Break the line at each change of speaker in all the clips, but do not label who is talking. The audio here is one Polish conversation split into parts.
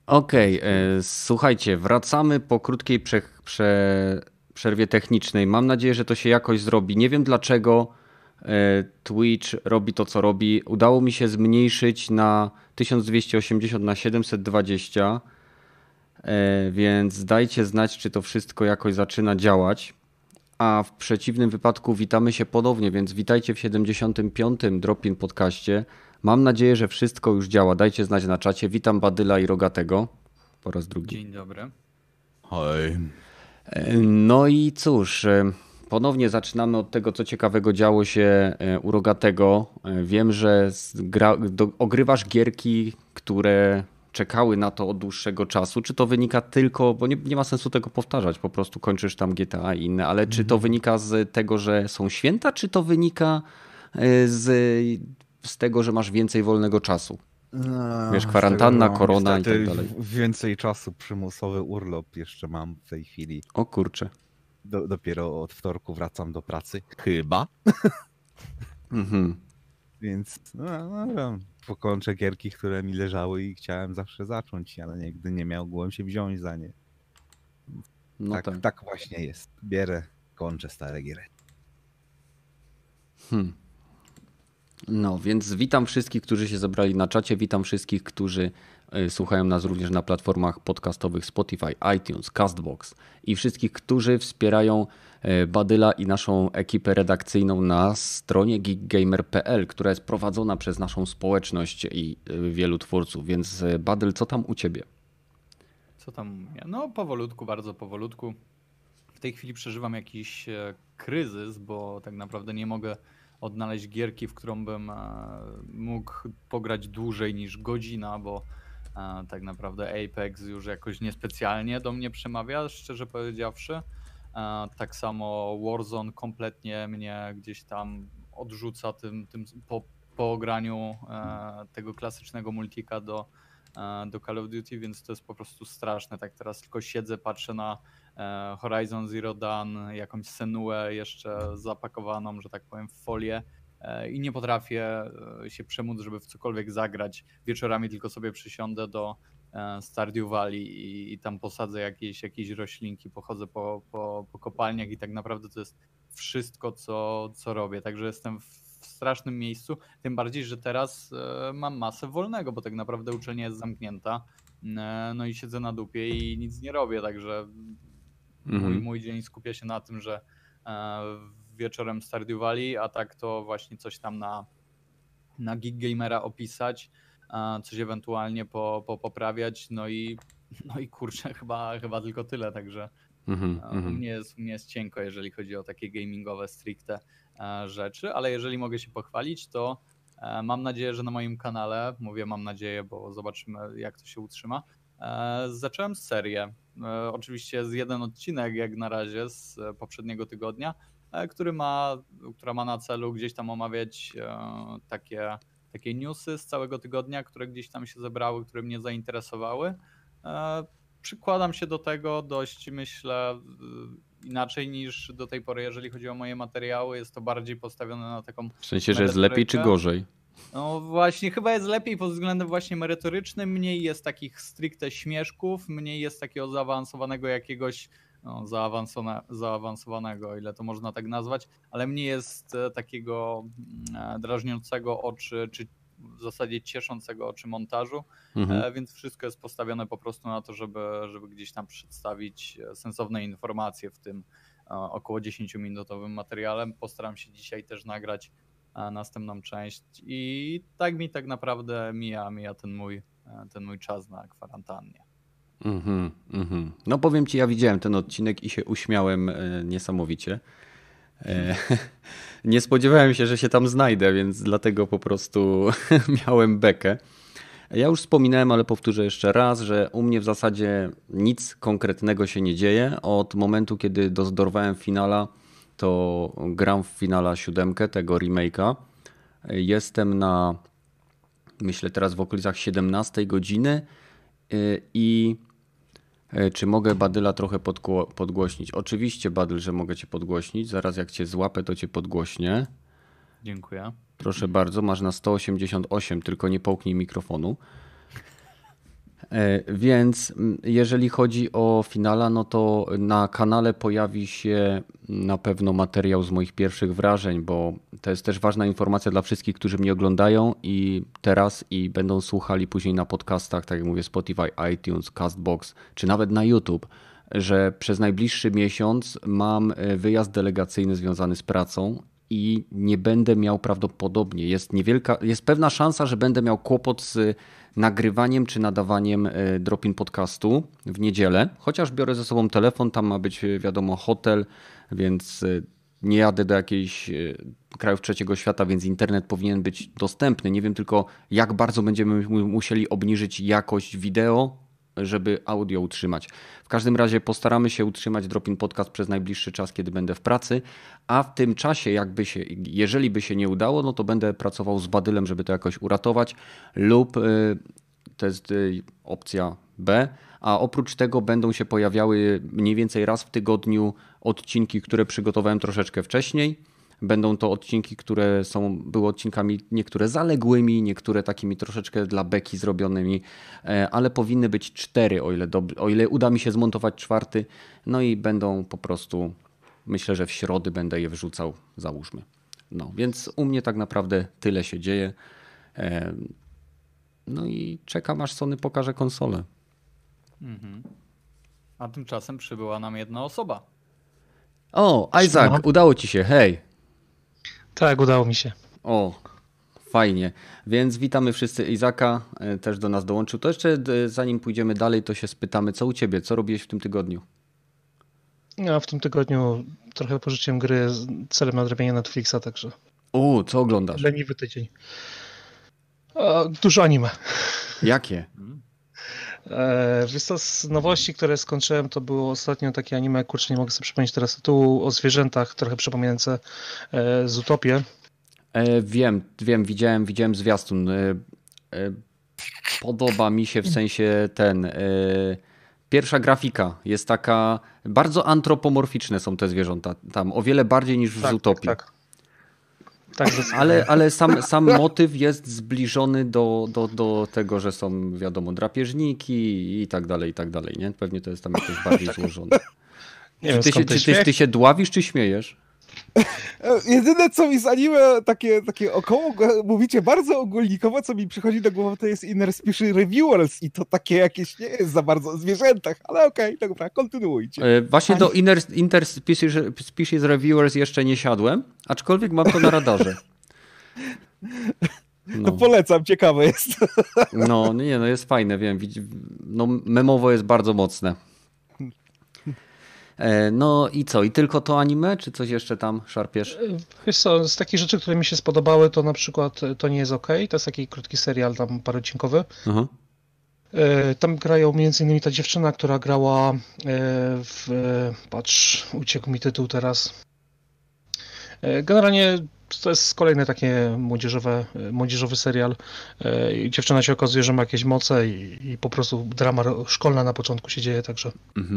Okej, słuchajcie, wracamy po krótkiej przerwie technicznej. Mam nadzieję, że to się jakoś zrobi. Nie wiem dlaczego Twitch robi to, co robi. Udało mi się zmniejszyć na 1280 na 720, więc dajcie znać, czy to wszystko jakoś zaczyna działać. A w przeciwnym wypadku witamy się ponownie, więc witajcie w 75. Dropin podcaście. Mam nadzieję, że wszystko już działa. Dajcie znać na czacie. Witam Badyla i Rogatego po raz drugi.
Dzień dobry.
Hej.
No i cóż, ponownie zaczynamy od tego, co ciekawego działo się u Rogatego. Wiem, że ogrywasz gierki, które czekały na to od dłuższego czasu. Czy to wynika tylko, bo nie ma sensu tego powtarzać, po prostu kończysz tam GTA i inne, ale czy to wynika z tego, że są święta, czy to wynika z tego, że masz więcej wolnego czasu? Wiesz,
Z tego, że
kwarantanna,
mam
korona i tak
niestety
dalej.
więcej czasu, przymusowy urlop jeszcze mam w tej chwili.
O kurczę.
Dopiero od wtorku wracam do pracy. Chyba.
Mhm.
Więc pokończę gierki, które mi leżały i chciałem zawsze zacząć, ale nigdy nie miałem się wziąć za nie.
No tak.
Tak właśnie jest. Bierę, kończę stare giery.
No, więc witam wszystkich, którzy się zebrali na czacie. Witam wszystkich, którzy słuchają nas również na platformach podcastowych Spotify, iTunes, Castbox i wszystkich, którzy wspierają Badyla i naszą ekipę redakcyjną na stronie geekgamer.pl, która jest prowadzona przez naszą społeczność i wielu twórców. Więc Badyl, co tam u ciebie?
Co tam u mnie? No powolutku, bardzo powolutku. W tej chwili przeżywam jakiś kryzys, bo tak naprawdę nie mogę odnaleźć gierki, w którą bym mógł pograć dłużej niż godzina, bo tak naprawdę Apex już jakoś niespecjalnie do mnie przemawia, szczerze powiedziawszy. Tak samo Warzone kompletnie mnie gdzieś tam odrzuca tym po graniu tego klasycznego multika do Call of Duty, więc to jest po prostu straszne. Tak teraz tylko siedzę, patrzę na Horizon Zero Dawn, jakąś Senuę jeszcze zapakowaną, że tak powiem, w folię i nie potrafię się przemóc, żeby w cokolwiek zagrać. Wieczorami tylko sobie przysiądę do Stardew Valley i tam posadzę jakieś roślinki, pochodzę po kopalniach i tak naprawdę to jest wszystko, co robię. Także jestem w strasznym miejscu, tym bardziej, że teraz mam masę wolnego, bo tak naprawdę uczelnia jest zamknięta, no i siedzę na dupie i nic nie robię, także mój dzień skupia się na tym, że wieczorem Stardew Valley, a tak to właśnie coś tam na Geek Gamera opisać, coś ewentualnie poprawiać, no i kurczę, chyba tylko tyle, także u mnie jest cienko, jeżeli chodzi o takie gamingowe stricte rzeczy, ale jeżeli mogę się pochwalić, to mam nadzieję, że na moim kanale, mówię mam nadzieję, bo zobaczymy jak to się utrzyma, zacząłem serię. Oczywiście jest jeden odcinek jak na razie z poprzedniego tygodnia, która ma na celu gdzieś tam omawiać takie newsy z całego tygodnia, które gdzieś tam się zebrały, które mnie zainteresowały. Przykładam się do tego dość, myślę, inaczej niż do tej pory, jeżeli chodzi o moje materiały. Jest to bardziej postawione na taką
W sensie, że jest lepiej czy gorzej?
No właśnie, chyba jest lepiej pod względem właśnie merytorycznym, mniej jest takich stricte śmieszków, mniej jest takiego zaawansowanego jakiegoś, no, zaawansowanego, o ile to można tak nazwać, ale mniej jest takiego drażniącego oczy, czy w zasadzie cieszącego oczy montażu, więc wszystko jest postawione po prostu na to, żeby gdzieś tam przedstawić sensowne informacje w tym około 10-minutowym materiale. Postaram się dzisiaj też nagrać następną część i tak mi tak naprawdę mija ten mój czas na kwarantannie.
No powiem ci, ja widziałem ten odcinek i się uśmiałem niesamowicie. Nie spodziewałem się, że się tam znajdę, więc dlatego po prostu miałem bekę. Ja już wspominałem, ale powtórzę jeszcze raz, że u mnie w zasadzie nic konkretnego się nie dzieje. Od momentu, kiedy dorwałem finala, to gram w finala 7, tego remake'a. Jestem myślę teraz w okolicach 17 godziny i czy mogę Badyla trochę podgłośnić? Oczywiście, Badyl, że mogę cię podgłośnić. Zaraz jak cię złapę, to cię podgłośnię.
Dziękuję.
Proszę bardzo, masz na 188, tylko nie połknij mikrofonu. Więc jeżeli chodzi o finala, no to na kanale pojawi się na pewno materiał z moich pierwszych wrażeń, bo to jest też ważna informacja dla wszystkich, którzy mnie oglądają i teraz i będą słuchali później na podcastach, tak jak mówię, Spotify, iTunes, Castbox, czy nawet na YouTube, że przez najbliższy miesiąc mam wyjazd delegacyjny związany z pracą i nie będę miał prawdopodobnie, jest pewna szansa, że będę miał kłopot z nagrywaniem czy nadawaniem drop-in podcastu w niedzielę, chociaż biorę ze sobą telefon, tam ma być wiadomo hotel, więc nie jadę do jakichś krajów trzeciego świata, więc internet powinien być dostępny. Nie wiem tylko, jak bardzo będziemy musieli obniżyć jakość wideo, żeby audio utrzymać. W każdym razie postaramy się utrzymać drop-in podcast przez najbliższy czas, kiedy będę w pracy, a w tym czasie, jeżeli by się nie udało, no to będę pracował z Badylem, żeby to jakoś uratować, lub to jest opcja B, a oprócz tego będą się pojawiały mniej więcej raz w tygodniu odcinki, które przygotowałem troszeczkę wcześniej. Będą to odcinki, które były odcinkami niektóre zaległymi, niektóre takimi troszeczkę dla beki zrobionymi, ale powinny być 4, o ile uda mi się zmontować 4. No i będą po prostu, myślę, że w środę będę je wrzucał, załóżmy. No, więc u mnie tak naprawdę tyle się dzieje. No i czekam, aż Sony pokaże konsolę.
A tymczasem przybyła nam jedna osoba.
O, Isaac, udało ci się, hej.
Tak, udało mi się.
O, fajnie. Więc witamy wszyscy Izaka, też do nas dołączył. To jeszcze zanim pójdziemy dalej, to się spytamy, co u ciebie, co robiłeś w tym tygodniu?
Ja w tym tygodniu trochę pożyczyłem gry celem nadrabiania Netflixa, także...
Co oglądasz?
Leniwy tydzień. Dużo anime.
Jakie?
Wiesz co, z nowości, które skończyłem, to było ostatnio takie anime, kurczę, nie mogę sobie przypomnieć teraz tytułu, o zwierzętach, trochę przypominające z Utopię.
Wiem, widziałem zwiastun. Podoba mi się w sensie pierwsza grafika jest taka, bardzo antropomorficzne są te zwierzęta tam, o wiele bardziej niż w Utopii.
Tak,
ale sam motyw jest zbliżony do tego, że są, wiadomo, drapieżniki i tak dalej, nie? Pewnie to jest tam jakoś bardziej złożone.
Nie wiem,
czy ty się dławisz, czy śmiejesz?
Jedyne, co mi z anime takie około, mówicie bardzo ogólnikowo, co mi przychodzi do głowy, to jest Inner Species Reviewers i to takie jakieś nie jest za bardzo o zwierzętach, ale okej, dobra, kontynuujcie.
Właśnie do Inner Species Reviewers jeszcze nie siadłem, aczkolwiek mam to na radarze.
No polecam, ciekawe jest.
No jest fajne, wiem, no memowo jest bardzo mocne. No i co? I tylko to anime, czy coś jeszcze tam szarpiesz?
Wiesz co, z takich rzeczy, które mi się spodobały, to na przykład To nie jest okej. To jest taki krótki serial, tam paroodcinkowy. Tam grają m.in. ta dziewczyna, która grała patrz, uciekł mi tytuł teraz. Generalnie to jest kolejny taki młodzieżowy serial. Dziewczyna się okazuje, że ma jakieś moce i po prostu drama szkolna na początku się dzieje, także...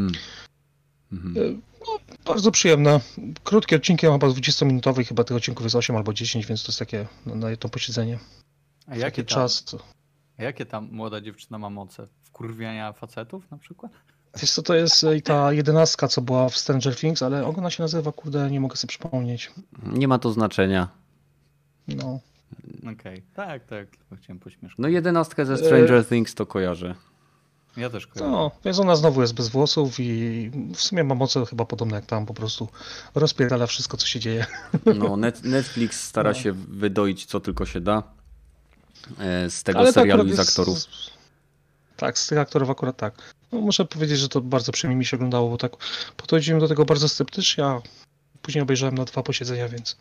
No, bardzo przyjemne. Krótkie odcinki, mam chyba 20-minutowe, chyba tych odcinków jest 8 albo 10, więc to jest takie na jedno posiedzenie.
A jakie ta młoda dziewczyna ma moce? Wkurwiania facetów na przykład?
Wiesz co, to jest i ta 11, co była w Stranger Things, ale ona się nazywa, kurde, nie mogę sobie przypomnieć.
Nie ma to znaczenia.
No.
Okej, tak, tylko chciałem pośmieszać.
No 11 ze Stranger Things to kojarzę.
Ja też kojarzę.
No, więc ona znowu jest bez włosów i w sumie ma moce chyba podobne jak tam, po prostu rozpierdala wszystko, co się dzieje.
No, Netflix stara się wydoić co tylko się da z tego serialu i z aktorów.
Tak, z tych aktorów akurat tak. No, muszę powiedzieć, że to bardzo przyjemnie mi się oglądało, bo tak podchodziłem do tego bardzo sceptycznie, a później obejrzałem na 2 posiedzenia, więc...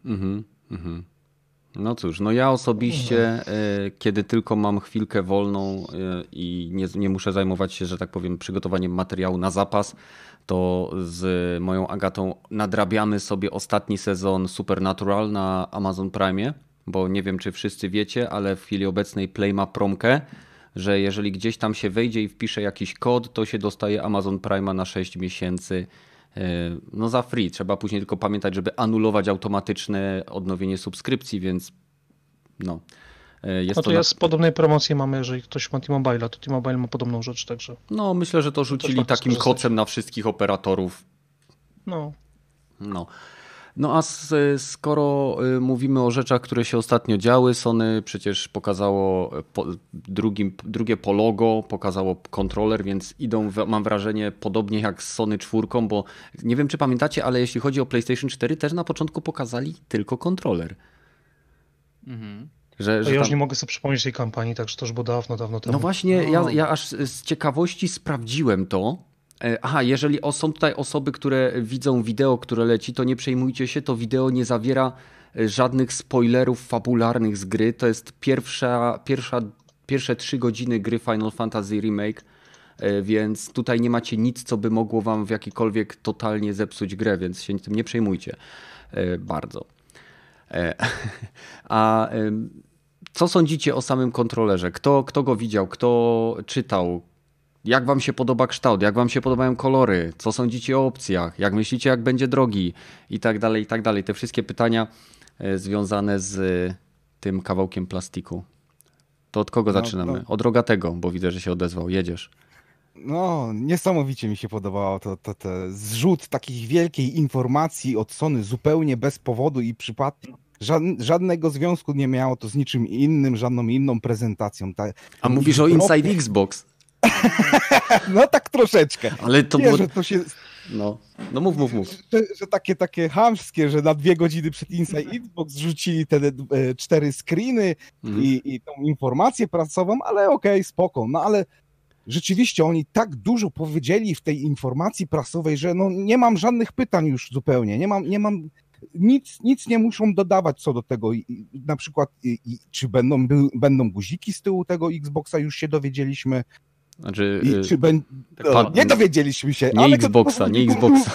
No cóż, no ja osobiście, kiedy tylko mam chwilkę wolną i nie muszę zajmować się, że tak powiem, przygotowaniem materiału na zapas, to z moją Agatą nadrabiamy sobie ostatni sezon Supernatural na Amazon Prime, bo nie wiem, czy wszyscy wiecie, ale w chwili obecnej Play ma promkę, że jeżeli gdzieś tam się wejdzie i wpisze jakiś kod, to się dostaje Amazon Prime'a na 6 miesięcy no za free. Trzeba później tylko pamiętać, żeby anulować automatyczne odnowienie subskrypcji, więc no. Jest
No to z podobnej promocji mamy, jeżeli ktoś ma T-Mobile'a, to T-Mobile ma podobną rzecz, także...
No, myślę, że to rzucili
warto
takim
skorzystać.
kocem na wszystkich operatorów.
No.
No a skoro mówimy o rzeczach, które się ostatnio działy, Sony przecież pokazało drugie po logo, pokazało kontroler, więc idą, mam wrażenie, podobnie jak z Sony 4, bo nie wiem, czy pamiętacie, ale jeśli chodzi o PlayStation 4, też na początku pokazali tylko kontroler.
Mhm.
Że
Ja już
tam...
nie mogę sobie przypomnieć tej kampanii, także to już było dawno temu.
No właśnie, ja aż z ciekawości sprawdziłem to. Aha, jeżeli są tutaj osoby, które widzą wideo, które leci, to nie przejmujcie się, to wideo nie zawiera żadnych spoilerów fabularnych z gry. To jest pierwsze 3 godziny gry Final Fantasy Remake, więc tutaj nie macie nic, co by mogło wam w jakikolwiek totalnie zepsuć grę, więc się tym nie przejmujcie bardzo. A co sądzicie o samym kontrolerze? Kto go widział? Kto czytał? Jak wam się podoba kształt? Jak wam się podobają kolory? Co sądzicie o opcjach? Jak myślicie, jak będzie drogi? I tak dalej, i tak dalej. Te wszystkie pytania związane z tym kawałkiem plastiku. To od kogo zaczynamy? Od Rogatego, bo widzę, że się odezwał. Jedziesz.
No, niesamowicie mi się podobało to zrzut takich wielkiej informacji od Sony zupełnie bez powodu i przypadku. Żadnego związku nie miało to z niczym innym, żadną inną prezentacją.
A mówisz o Inside Xbox?
No tak troszeczkę.
Ale to
Nie,
było...
że to się...
No mów.
Że takie chamskie, że na 2 godziny przed Inside Xbox zrzucili te 4 screeny i tą informację prasową, ale okej, spoko. No ale rzeczywiście oni tak dużo powiedzieli w tej informacji prasowej, że no nie mam żadnych pytań już zupełnie. Nie mam nic nie muszą dodawać co do tego. Na przykład czy będą guziki z tyłu tego Xboxa, już się dowiedzieliśmy.
Znaczy,
nie dowiedzieliśmy się.
Nie
ale
Xboxa, nie Xboxa.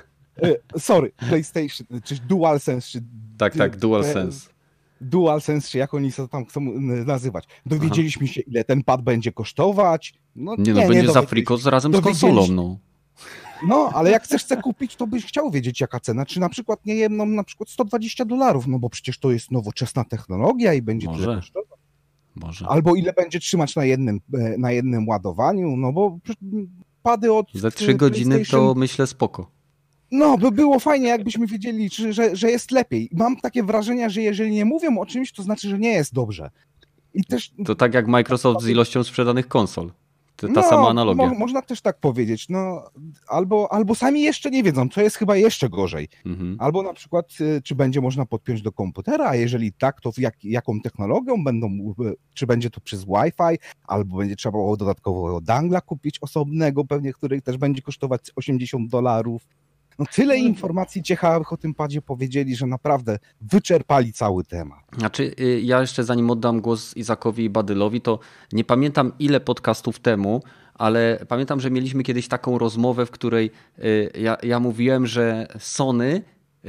Sorry, PlayStation, czy DualSense, czy...
Tak, DualSense.
DualSense, czy jak oni to tam chcą nazywać. Dowiedzieliśmy się, ile ten pad będzie kosztować.
Będzie za frikos razem z konsolą, no.
No, ale jak chcesz kupić, to byś chciał wiedzieć, jaka cena. Czy na przykład nie jedną, na przykład $120, no bo przecież to jest nowoczesna technologia i będzie tyle kosztować.
Może.
Albo ile będzie trzymać na jednym ładowaniu, no bo pady od...
Za 3 godziny to myślę spoko.
No, by było fajnie, jakbyśmy wiedzieli, że jest lepiej. Mam takie wrażenie, że jeżeli nie mówią o czymś, to znaczy, że nie jest dobrze. I też...
To tak jak Microsoft z ilością sprzedanych konsol. Ta sama analogia.
Można też tak powiedzieć. No, albo sami jeszcze nie wiedzą, co jest chyba jeszcze gorzej. Albo na przykład, czy będzie można podpiąć do komputera, a jeżeli tak, to jaką technologią czy będzie to przez Wi-Fi, albo będzie trzeba było dodatkowego dangla kupić osobnego, pewnie, który też będzie kosztować $80. No tyle informacji ciekawych o tym padzie powiedzieli, że naprawdę wyczerpali cały temat.
Znaczy, ja jeszcze zanim oddam głos Izakowi i Badylowi, to nie pamiętam ile podcastów temu, ale pamiętam, że mieliśmy kiedyś taką rozmowę, w której ja mówiłem, że Sony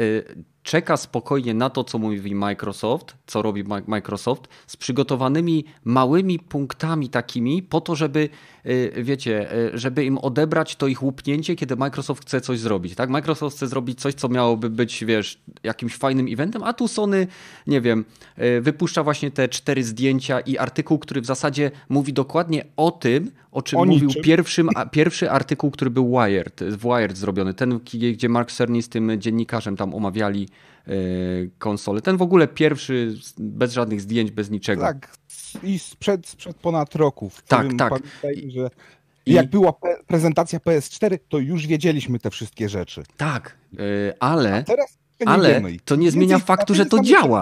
czeka spokojnie na to, co mówi Microsoft, co robi Microsoft, z przygotowanymi małymi punktami takimi po to, żeby, wiecie, żeby im odebrać to ich łupnięcie, kiedy Microsoft chce coś zrobić. Tak? Microsoft chce zrobić coś, co miałoby być, wiesz, jakimś fajnym eventem, a tu Sony, nie wiem, wypuszcza właśnie te 4 zdjęcia i artykuł, który w zasadzie mówi dokładnie o tym, o czym mówił pierwszy artykuł, który był w Wired zrobiony. Ten, gdzie Mark Cerny z tym dziennikarzem tam omawiali konsolę. Ten w ogóle pierwszy, bez żadnych zdjęć, bez niczego.
Tak, i sprzed ponad roku.
Tak.
Pamiętaj, że jak była prezentacja PS4, to już wiedzieliśmy te wszystkie rzeczy.
Tak, ale
to
nie zmienia faktu, że to działa.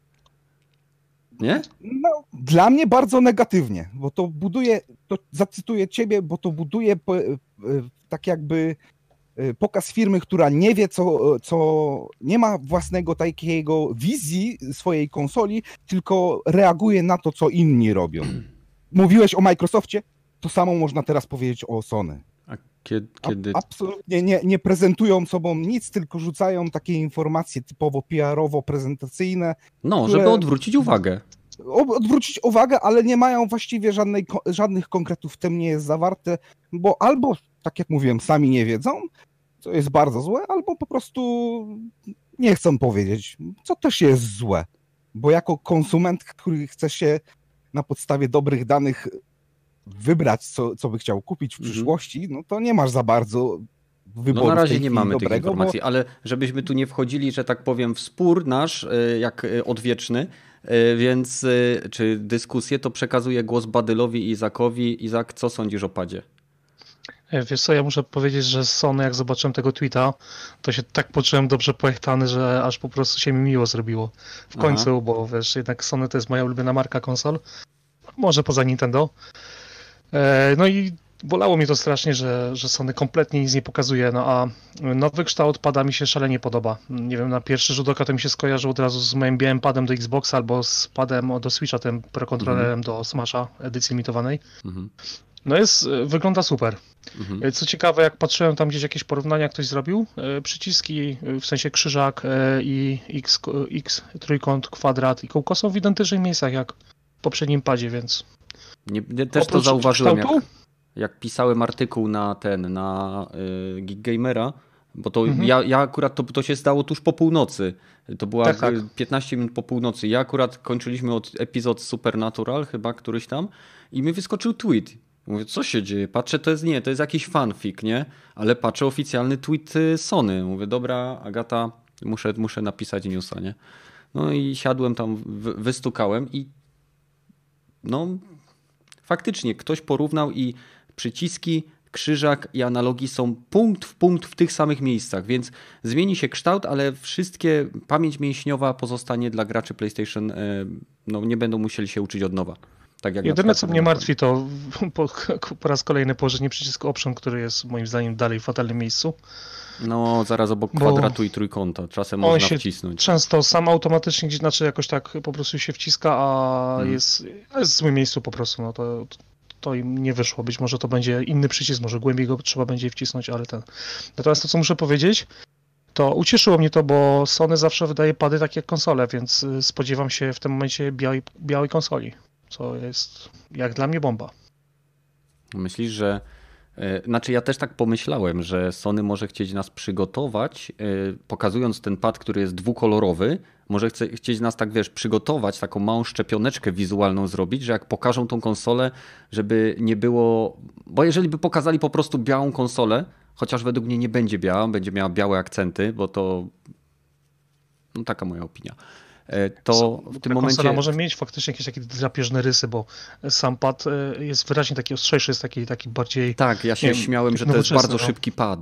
Nie?
No, dla mnie bardzo negatywnie, bo to buduje, to zacytuję ciebie, bo to buduje tak jakby pokaz firmy, która nie wie, co nie ma własnego takiego wizji swojej konsoli, tylko reaguje na to, co inni robią. Mówiłeś o Microsoftie? To samo można teraz powiedzieć o Sony.
A kiedy...
Absolutnie nie prezentują sobą nic, tylko rzucają takie informacje typowo PR-owo-prezentacyjne.
No, żeby odwrócić uwagę.
Odwrócić uwagę, ale nie mają właściwie żadnych konkretów w tym nie jest zawarte, bo albo, tak jak mówiłem, sami nie wiedzą, co jest bardzo złe, albo po prostu nie chcą powiedzieć, co też jest złe. bo jako konsument, który chce się na podstawie dobrych danych wybrać, co by chciał kupić w przyszłości, no to nie masz za bardzo wyboru.
No na
w tej
razie nie
chwili
mamy
dobrego,
tych informacji, ale żebyśmy tu nie wchodzili, że tak powiem, w spór nasz, jak odwieczny, więc czy dyskusję, to przekazuję głos Badylowi i Izakowi. Izak, co sądzisz o padzie?
Wiesz co, ja muszę powiedzieć, że Sony, jak zobaczyłem tego tweeta, to się tak poczułem dobrze pojechtany, że aż po prostu się mi miło zrobiło. W końcu, bo wiesz, jednak Sony to jest moja ulubiona marka konsol. Może poza Nintendo. No i bolało mnie to strasznie, że Sony kompletnie nic nie pokazuje, no a nowy kształt pada mi się szalenie podoba. Nie wiem, na pierwszy rzut oka to mi się skojarzył od razu z moim białym padem do Xboxa albo z padem do Switcha, tym Pro Controllerem do Smasha edycji limitowanej. No wygląda super. Co ciekawe, jak patrzyłem tam gdzieś jakieś porównania ktoś zrobił, przyciski, w sensie krzyżak i X, trójkąt, kwadrat i kółko są w identycznych miejscach jak w poprzednim padzie, więc...
Też to zauważyłem, jak pisałem artykuł na Geek Gamera, bo to ja akurat to się stało tuż po północy. To była 15 minut po północy. Ja akurat kończyliśmy od epizod Supernatural, chyba któryś tam, i mi wyskoczył tweet. Mówię, co się dzieje? Patrzę, to jest jakiś fanfic, nie? Ale patrzę, oficjalny tweet Sony. Mówię, dobra, Agata, muszę napisać newsa, nie? No i siadłem tam, wystukałem i no faktycznie ktoś porównał i przyciski, krzyżak i analogi są punkt w punkt w tych samych miejscach, więc zmieni się kształt, ale pamięć mięśniowa pozostanie dla graczy PlayStation, no nie będą musieli się uczyć od nowa. Tak jak
jedyne, co mnie martwi, to po raz kolejny położenie przycisku Option, który jest moim zdaniem dalej w fatalnym miejscu.
No, zaraz obok kwadratu i trójkąta. Czasem można wcisnąć.
Często sam automatycznie, znaczy jakoś tak po prostu się wciska, a jest w złym miejscu po prostu. No to im nie wyszło. Być może to będzie inny przycisk, może głębiej go trzeba będzie wcisnąć, ale Natomiast to, co muszę powiedzieć, to ucieszyło mnie to, bo Sony zawsze wydaje pady takie jak konsole, więc spodziewam się w tym momencie białej konsoli, co jest jak dla mnie bomba.
Myślisz, że... Znaczy ja też tak pomyślałem, że Sony może chcieć nas przygotować, pokazując ten pad, który jest dwukolorowy, może chcieć nas tak, wiesz, przygotować, taką małą szczepioneczkę wizualną zrobić, że jak pokażą tą konsolę, żeby nie było... Bo jeżeli by pokazali po prostu białą konsolę, chociaż według mnie nie będzie biała, będzie miała białe akcenty, bo to... No taka moja opinia. To w tym momencie...
Konsola może mieć faktycznie jakieś takie drapieżne rysy, bo sam pad jest wyraźnie taki ostrzejszy, jest taki bardziej...
Tak, ja się śmiałem, że to jest bardzo szybki pad.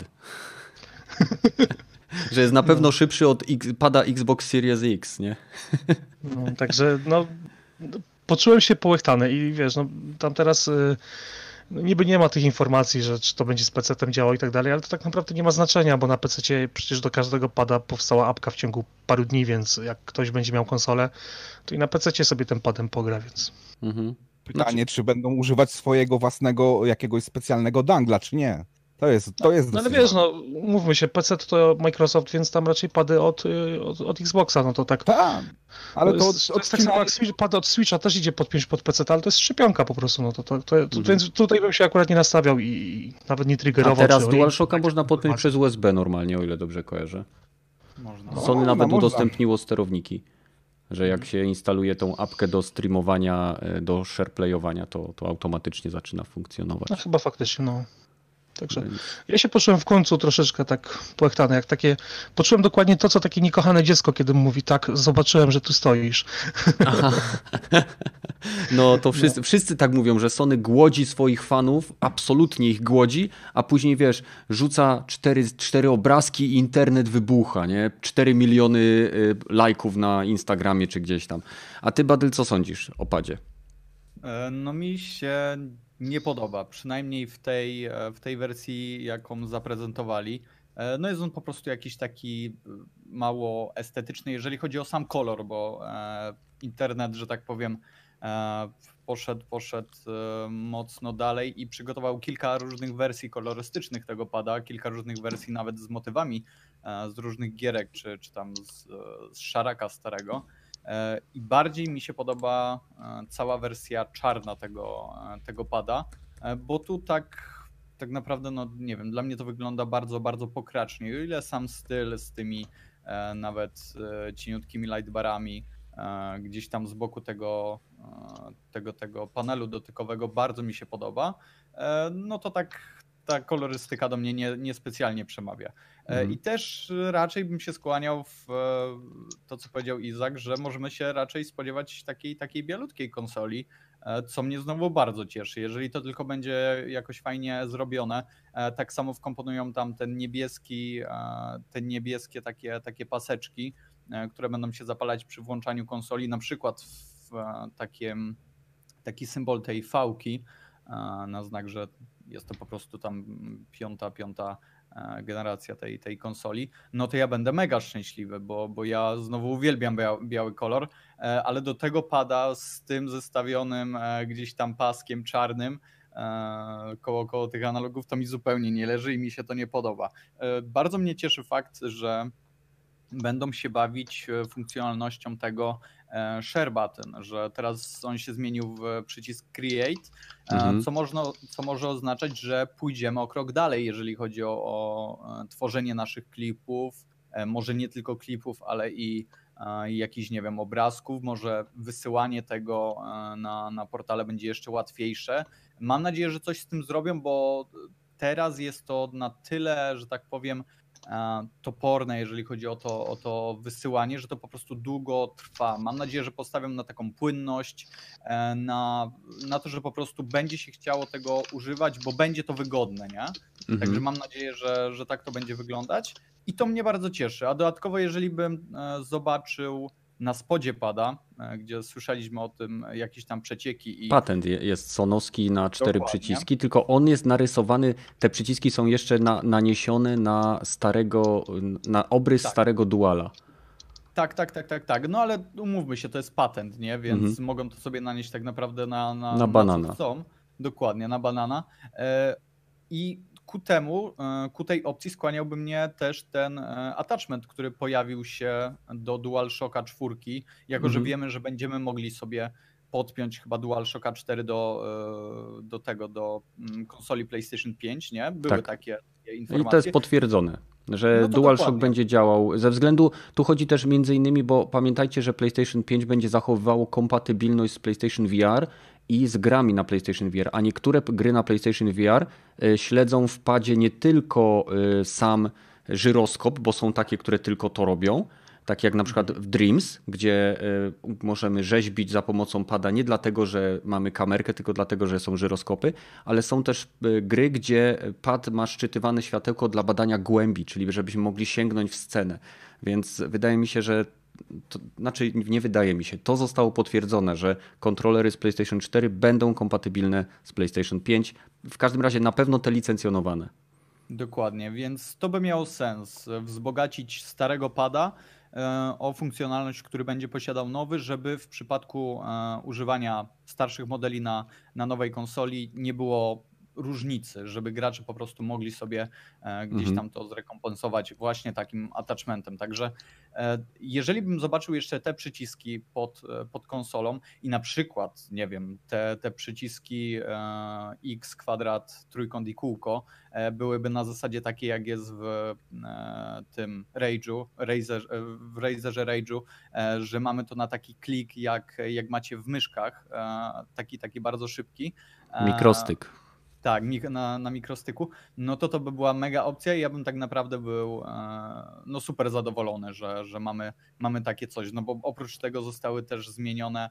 Że jest na pewno szybszy od pada Xbox Series X, nie?
Także poczułem się połechtany i wiesz, tam teraz niby nie ma tych informacji, że czy to będzie z PC-tem działało i tak dalej, ale to tak naprawdę nie ma znaczenia, bo na PC-cie przecież do każdego pada powstała apka w ciągu paru dni, więc jak ktoś będzie miał konsolę, to i na PC-cie sobie tym padem pogra, więc...
Pytanie, czy będą używać swojego własnego jakiegoś specjalnego dangla, czy nie? To jest
no ale wiesz, mówmy się, PC to Microsoft, więc tam raczej pady od Xboxa, no to tak.
Tak, ale to
jest tak samo jak pad od Switcha też idzie podpiąć pod PC, ale to jest szczepionka po prostu, więc tutaj bym się akurat nie nastawiał i nawet nie triggerował.
A teraz DualShocka można podpiąć przez USB normalnie, o ile dobrze kojarzę.
Można.
Sony nawet udostępniło sterowniki, że jak się instaluje tą apkę do streamowania, do shareplayowania, to automatycznie zaczyna funkcjonować.
No chyba faktycznie, Także ja się poczułem w końcu troszeczkę tak połechtany, poczułem dokładnie to, co takie niekochane dziecko, kiedy mówi tak, zobaczyłem, że tu stoisz.
Aha. No to wszyscy tak mówią, że Sony głodzi swoich fanów, absolutnie ich głodzi, a później wiesz, rzuca 4 obrazki i internet wybucha, nie? 4 miliony lajków na Instagramie czy gdzieś tam. A ty, Badyl, co sądzisz o padzie?
No mi się nie podoba, przynajmniej w tej wersji, jaką zaprezentowali. No jest on po prostu jakiś taki mało estetyczny, jeżeli chodzi o sam kolor, bo internet, że tak powiem, poszedł mocno dalej i przygotował kilka różnych wersji kolorystycznych tego pada, kilka różnych wersji nawet z motywami z różnych gierek, czy tam z szaraka starego. I bardziej mi się podoba cała wersja czarna tego pada, bo tu tak naprawdę, no nie wiem, dla mnie to wygląda bardzo, bardzo pokracznie. O ile sam styl z tymi nawet cieniutkimi lightbarami gdzieś tam z boku tego panelu dotykowego bardzo mi się podoba, no to tak ta kolorystyka do mnie niespecjalnie przemawia. I też raczej bym się skłaniał w to, co powiedział Izak, że możemy się raczej spodziewać takiej bielutkiej konsoli, co mnie znowu bardzo cieszy. Jeżeli to tylko będzie jakoś fajnie zrobione, tak samo wkomponują tam te niebieskie takie paseczki, które będą się zapalać przy włączaniu konsoli, na przykład w taki symbol tej fałki, na znak, że jest to po prostu tam piąta generacja tej konsoli, no to ja będę mega szczęśliwy, bo ja znowu uwielbiam biały kolor, ale do tego pada z tym zestawionym gdzieś tam paskiem czarnym koło tych analogów, to mi zupełnie nie leży i mi się to nie podoba. Bardzo mnie cieszy fakt, że będą się bawić funkcjonalnością tego share button, że teraz on się zmienił w przycisk create, co może oznaczać, że pójdziemy o krok dalej, jeżeli chodzi o tworzenie naszych klipów, może nie tylko klipów, ale i jakichś, nie wiem, obrazków, może wysyłanie tego na portale będzie jeszcze łatwiejsze. Mam nadzieję, że coś z tym zrobią, bo teraz jest to na tyle, że tak powiem, toporne, jeżeli chodzi o to wysyłanie, że to po prostu długo trwa. Mam nadzieję, że postawią na taką płynność, na to, że po prostu będzie się chciało tego używać, bo będzie to wygodne, nie? Także mam nadzieję, że tak to będzie wyglądać i to mnie bardzo cieszy. A dodatkowo, jeżeli bym zobaczył na spodzie pada, gdzie słyszeliśmy o tym jakieś tam przecieki.
Patent jest sonowski na 4
Dokładnie.
przyciski, tylko on jest narysowany, te przyciski są jeszcze naniesione na obrys starego Duala.
Tak. No ale umówmy się, to jest patent, nie? Więc mogą to sobie nanieść tak naprawdę na
banana.
co chcą. Dokładnie, na banana. I ku tej opcji skłaniałby mnie też ten attachment, który pojawił się do DualShocka 4, jako że wiemy, że będziemy mogli sobie podpiąć chyba DualShocka 4 do konsoli PlayStation 5, nie? Były takie informacje.
I to jest potwierdzone, że DualShock będzie działał ze względu, tu chodzi też między innymi, bo pamiętajcie, że PlayStation 5 będzie zachowywało kompatybilność z PlayStation VR i z grami na PlayStation VR, a niektóre gry na PlayStation VR śledzą w padzie nie tylko sam żyroskop, bo są takie, które tylko to robią, tak jak na przykład w Dreams, gdzie możemy rzeźbić za pomocą pada nie dlatego, że mamy kamerkę, tylko dlatego, że są żyroskopy, ale są też gry, gdzie pad ma szczytywane światełko dla badania głębi, czyli żebyśmy mogli sięgnąć w scenę. Więc wydaje mi się, że nie wydaje mi się, to zostało potwierdzone, że kontrolery z PlayStation 4 będą kompatybilne z PlayStation 5. W każdym razie na pewno te licencjonowane.
Dokładnie, więc to by miało sens, wzbogacić starego pada o funkcjonalność, który będzie posiadał nowy, żeby w przypadku używania starszych modeli na nowej konsoli nie było różnicy, żeby gracze po prostu mogli sobie gdzieś tam to zrekompensować właśnie takim attachmentem. Także jeżeli bym zobaczył jeszcze te przyciski pod konsolą i na przykład, nie wiem, te przyciski X, kwadrat, trójkąt i kółko byłyby na zasadzie takiej, jak jest w tym w Razerze Rage'u, że mamy to na taki klik, jak macie w myszkach, taki bardzo szybki.
Mikrostyk.
Tak, na mikrostyku, no to by była mega opcja i ja bym tak naprawdę był super zadowolony, że mamy takie coś, no bo oprócz tego zostały też zmienione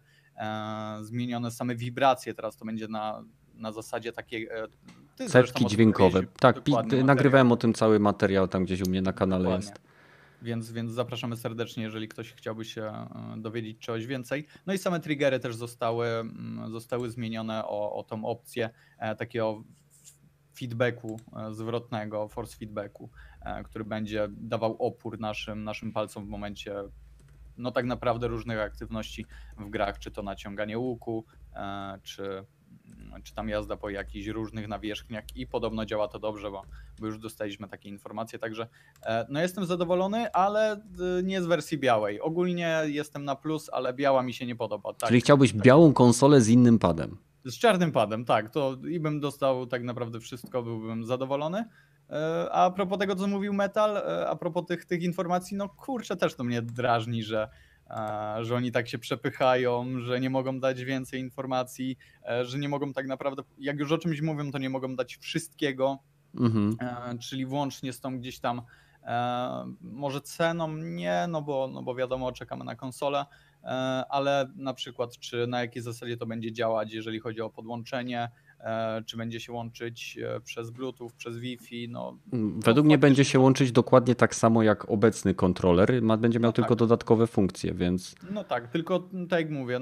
same wibracje, teraz to będzie na zasadzie takiej...
Cewki dźwiękowe, tak, nagrywałem o tym cały materiał tam gdzieś u mnie na kanale jest.
Więc zapraszamy serdecznie, jeżeli ktoś chciałby się dowiedzieć czegoś więcej. No i same triggery też zostały zmienione o tą opcję takiego feedbacku zwrotnego, force feedbacku, który będzie dawał opór naszym palcom w momencie no tak naprawdę różnych aktywności w grach, czy to naciąganie łuku, czy tam jazda po jakichś różnych nawierzchniach i podobno działa to dobrze, bo już dostaliśmy takie informacje, także no jestem zadowolony, ale nie z wersji białej. Ogólnie jestem na plus, ale biała mi się nie podoba. Tak,
czyli chciałbyś białą konsolę z innym padem?
Z czarnym padem, tak. To i bym dostał tak naprawdę wszystko, byłbym zadowolony. A propos tego, co mówił Metal, a propos tych informacji, no kurczę, też to mnie drażni, że że oni tak się przepychają, że nie mogą dać więcej informacji, że nie mogą tak naprawdę, jak już o czymś mówią, to nie mogą dać wszystkiego, czyli włącznie z tą gdzieś tam może ceną nie, no bo wiadomo, czekamy na konsolę, ale na przykład czy na jakiej zasadzie to będzie działać, jeżeli chodzi o podłączenie, czy będzie się łączyć przez Bluetooth, przez Wi-Fi.
Według mnie będzie się łączyć dokładnie tak samo jak obecny kontroler, będzie miał tylko dodatkowe funkcje, więc...
No tak, tylko tak jak mówię,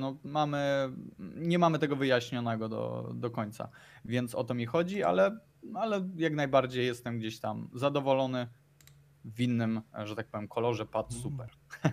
nie mamy tego wyjaśnionego do końca, więc o to mi chodzi, ale jak najbardziej jestem gdzieś tam zadowolony. W innym, że tak powiem, kolorze padł super.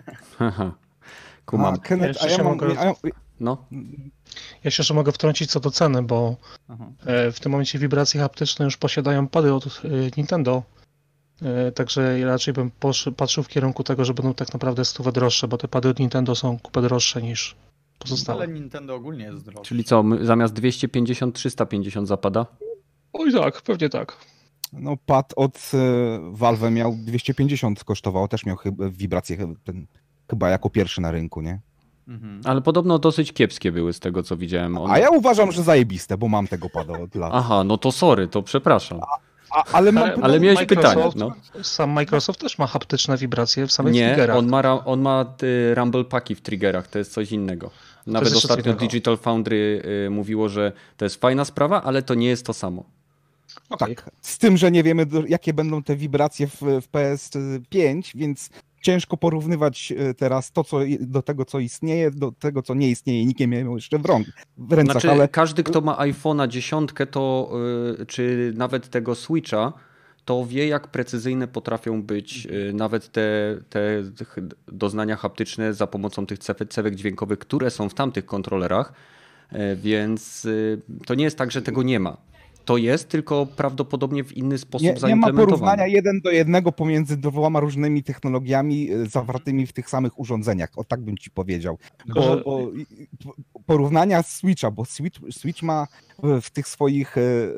Kumam.
Kenneth,
No.
Ja się jeszcze mogę wtrącić co do ceny, bo w tym momencie wibracje haptyczne już posiadają pady od Nintendo. Także raczej bym patrzył w kierunku tego, że będą tak naprawdę 100 droższe, bo te pady od Nintendo są kupę droższe niż pozostałe.
Ale Nintendo ogólnie jest droższe.
Czyli co, zamiast 250, 350 zapada?
Oj tak, pewnie tak.
No pad od Valve miał 250 kosztował, też miał wibracje chyba jako pierwszy na rynku, nie?
Ale podobno dosyć kiepskie były z tego, co widziałem.
A ja uważam, że zajebiste, bo mam tego pada od lat.
Aha, no to sorry, to przepraszam.
Ale
miałeś pytanie. No.
Sam Microsoft też ma haptyczne wibracje w samych triggerach.
On ma Rumble Paki w triggerach, to jest coś innego. Nawet ostatnio Digital Foundry mówiło, że to jest fajna sprawa, ale to nie jest to samo.
Okay. Tak, z tym, że nie wiemy, jakie będą te wibracje w PS5, więc ciężko porównywać teraz to, do tego, co istnieje, do tego, co nie istnieje. Nikt nie miał jeszcze w rękach.
Znaczy,
ale...
każdy, kto ma iPhone'a 10, to, czy nawet tego Switcha, to wie, jak precyzyjne potrafią być nawet te doznania haptyczne za pomocą tych cewek dźwiękowych, które są w tamtych kontrolerach, więc to nie jest tak, że tego nie ma. To jest, tylko prawdopodobnie w inny sposób zaimplementowane.
Nie ma porównania 1:1 pomiędzy dwoma różnymi technologiami zawartymi w tych samych urządzeniach. O tak bym ci powiedział. Bo porównania Switcha, bo Switch ma w tych swoich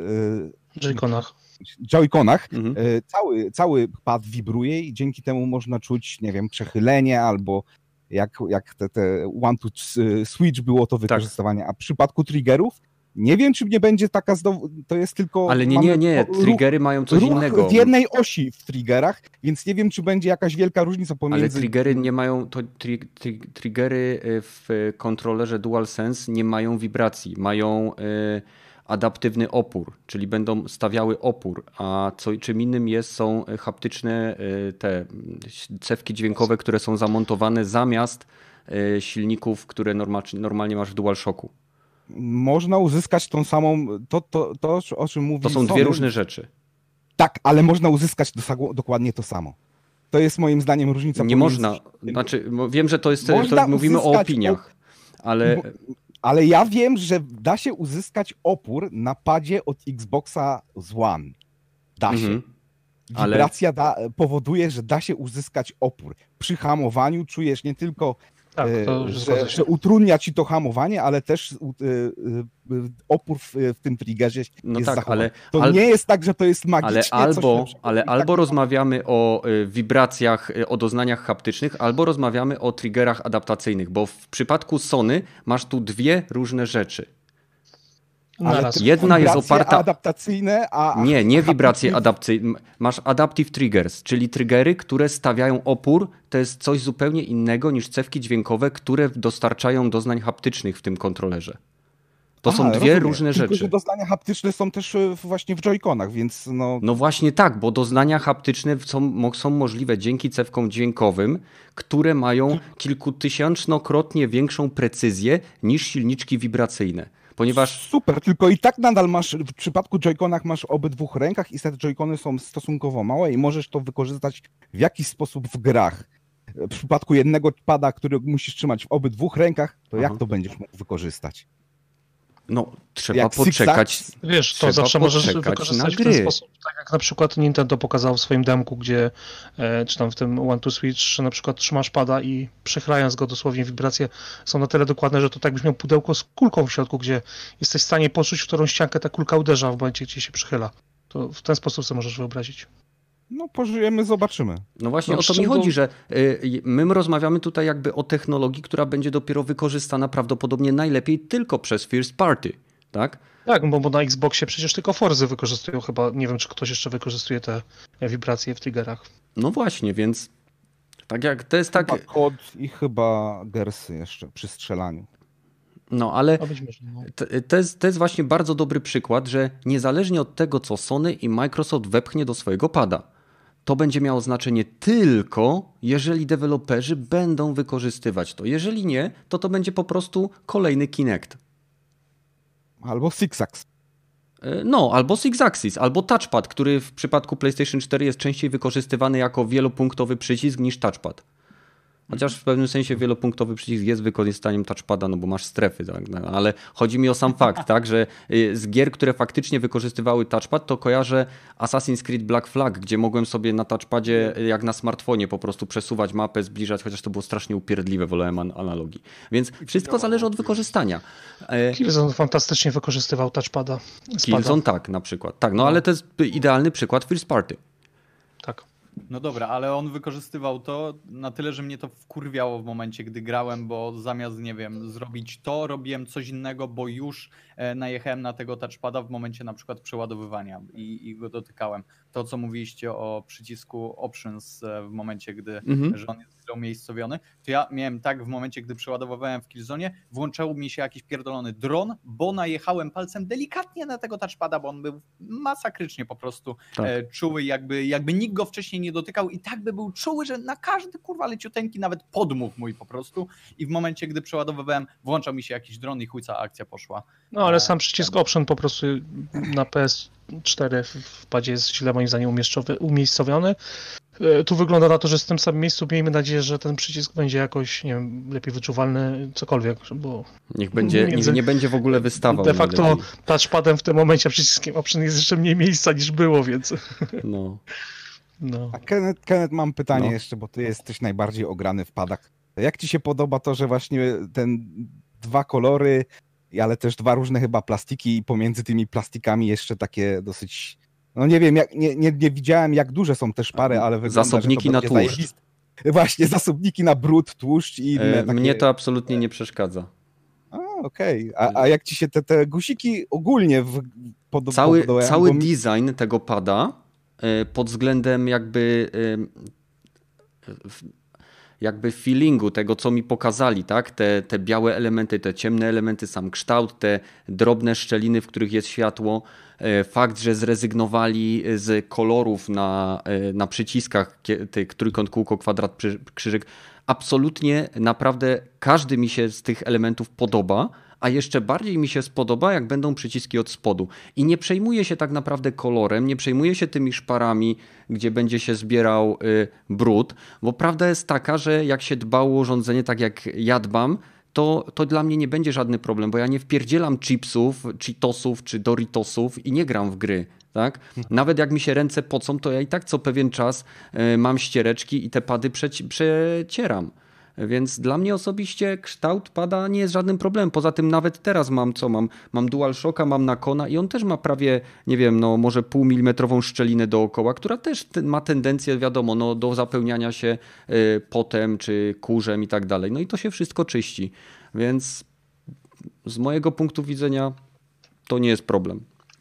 Joy-Conach cały pad wibruje i dzięki temu można czuć, nie wiem, przechylenie albo jak te One to Switch było to wykorzystywanie. A w przypadku triggerów nie wiem, czy nie będzie taka to jest tylko...
Ale nie, triggery mają coś innego.
W jednej osi w triggerach, więc nie wiem, czy będzie jakaś wielka różnica pomiędzy...
Ale triggery nie mają, triggery w kontrolerze DualSense nie mają wibracji, mają adaptywny opór, czyli będą stawiały opór, a czym innym są haptyczne te cewki dźwiękowe, które są zamontowane zamiast silników, które normalnie masz w DualShocku.
Można uzyskać tą samą, to o czym mówi
To są dwie różne rzeczy.
Tak, ale można uzyskać dokładnie to samo. To jest moim zdaniem różnica.
Nie można, znaczy wiem, że to jest, to mówimy o opiniach, ale...
Ale ja wiem, że da się uzyskać opór na padzie od Xboxa One. Da się. Wibracja powoduje, że da się uzyskać opór. Przy hamowaniu czujesz nie tylko że utrudnia ci to hamowanie, ale też opór w tym triggerze jest zachowany. Nie jest tak, że to jest magicznie.
Albo rozmawiamy o wibracjach, o doznaniach haptycznych, albo rozmawiamy o triggerach adaptacyjnych, bo w przypadku Sony masz tu dwie różne rzeczy. Jedna jest oparta...
adaptacyjne, a...
Nie wibracje adaptacyjne. Masz adaptive triggers, czyli triggery, które stawiają opór. To jest coś zupełnie innego niż cewki dźwiękowe, które dostarczają doznań haptycznych w tym kontrolerze. To są dwie różne rzeczy.
Tylko, że doznania haptyczne są też właśnie w Joy-Conach, więc
No właśnie tak, bo doznania haptyczne są możliwe dzięki cewkom dźwiękowym, które mają kilkutysiącznokrotnie większą precyzję niż silniczki wibracyjne. Ponieważ...
Super, tylko i tak nadal masz, w przypadku Joy-Conach masz obydwu rękach i te Joy-Cony są stosunkowo małe i możesz to wykorzystać w jakiś sposób w grach. W przypadku jednego pada, który musisz trzymać w obydwu rękach, to jak to będziesz mógł wykorzystać?
No, trzeba poczekać.
Wiesz, to zawsze możesz wykorzystać w ten sposób. Tak jak na przykład Nintendo pokazał w swoim demku, gdzie czy tam w tym One to Switch, że na przykład trzymasz pada i przechylając go dosłownie wibracje są na tyle dokładne, że to tak byś miał pudełko z kulką w środku, gdzie jesteś w stanie poczuć, w którą ściankę ta kulka uderza w momencie, gdzie się przychyla. To w ten sposób sobie możesz wyobrazić.
No pożyjemy, zobaczymy.
No właśnie
No,
o to mi chodzi, że my rozmawiamy tutaj jakby o technologii, która będzie dopiero wykorzystana prawdopodobnie najlepiej tylko przez first party, tak?
Tak, bo na Xboxie przecież tylko Forzy wykorzystują chyba, nie wiem czy ktoś jeszcze wykorzystuje te wibracje w triggerach.
No właśnie, więc tak jak to jest tak...
Chyba kod i chyba Gersy jeszcze przy strzelaniu.
No ale
A być może, no.
to jest właśnie bardzo dobry przykład, że niezależnie od tego, co Sony i Microsoft wepchnie do swojego pada, to będzie miało znaczenie tylko, jeżeli deweloperzy będą wykorzystywać to. Jeżeli nie, to będzie po prostu kolejny Kinect.
Albo Six-Axis.
No, albo Six-Axis, albo touchpad, który w przypadku PlayStation 4 jest częściej wykorzystywany jako wielopunktowy przycisk niż touchpad. Chociaż w pewnym sensie wielopunktowy przycisk jest wykorzystaniem touchpada, no bo masz strefy, tak? Ale chodzi mi o sam fakt, tak, że z gier, które faktycznie wykorzystywały touchpad, to kojarzę Assassin's Creed Black Flag, gdzie mogłem sobie na touchpadzie jak na smartfonie po prostu przesuwać mapę, zbliżać, chociaż to było strasznie upierdliwe, wolałem analogii. Więc wszystko zależy od wykorzystania.
Killzone fantastycznie wykorzystywał touchpada.
Killzone tak, na przykład. Tak, no ale to jest idealny przykład first party.
Tak.
No dobra, ale on wykorzystywał to na tyle, że mnie to wkurwiało w momencie, gdy grałem, bo zamiast, nie wiem, zrobić to, robiłem coś innego, bo już najechałem na tego touchpada w momencie na przykład przeładowywania i go dotykałem. To, co mówiliście o przycisku Options w momencie, gdy że on jest umiejscowiony, to ja miałem tak w momencie, gdy przeładowywałem w Killzone, włączał mi się jakiś pierdolony dron, bo najechałem palcem delikatnie na tego touchpada, bo on był masakrycznie po prostu czuły, jakby nikt go wcześniej nie dotykał i tak by był czuły, że na każdy kurwa leciuteńki nawet podmuch mój po prostu i w momencie, gdy przeładowywałem, włączał mi się jakiś dron i chuj, cała akcja poszła.
No ale sam przycisk Option po prostu na PS4 w padzie jest źle moim zdaniem umiejscowiony. Tu wygląda na to, że w tym samym miejscu miejmy nadzieję, że ten przycisk będzie jakoś, nie wiem, lepiej wyczuwalny, cokolwiek, bo
Niech nie będzie w ogóle wystawał.
De facto touchpadem w tym momencie, a przyciskiem Option jest jeszcze mniej miejsca niż było, więc...
No.
A Kenneth, mam pytanie jeszcze, bo ty jesteś najbardziej ograny w padach. Jak ci się podoba to, że właśnie ten dwa kolory, ale też dwa różne chyba plastiki i pomiędzy tymi plastikami jeszcze takie dosyć... No nie wiem, nie widziałem jak duże są te szpary, ale wygląda,
zasobniki
że to
na tłuszcz.
zajebiste. Właśnie, zasobniki na brud, tłuszcz i inne takie...
Mnie to absolutnie nie przeszkadza.
Okej. A jak ci się te guziki ogólnie podobają?
Cały design tego pada pod względem jakby feelingu tego, co mi pokazali, tak? Te białe elementy, te ciemne elementy, sam kształt, te drobne szczeliny, w których jest światło, fakt, że zrezygnowali z kolorów na przyciskach, tych trójkąt, kółko, kwadrat, krzyżyk. Absolutnie, naprawdę każdy mi się z tych elementów podoba, a jeszcze bardziej mi się spodoba, jak będą przyciski od spodu. I nie przejmuję się tak naprawdę kolorem, nie przejmuję się tymi szparami, gdzie będzie się zbierał brud, bo prawda jest taka, że jak się dba o urządzenie tak jak ja dbam, to dla mnie nie będzie żadny problem, bo ja nie wpierdzielam chipsów, Cheetosów czy Doritosów i nie gram w gry. Tak? Nawet jak mi się ręce pocą, to ja i tak co pewien czas mam ściereczki i te pady przecieram. Więc dla mnie osobiście kształt pada nie jest żadnym problemem. Poza tym nawet teraz mam DualShocka, mam Nakona i on też ma prawie, nie wiem, no może półmilimetrową szczelinę dookoła, która też ma tendencję, wiadomo, no, do zapełniania się potem czy kurzem i tak dalej. No i to się wszystko czyści. Więc z mojego punktu widzenia to nie jest problem.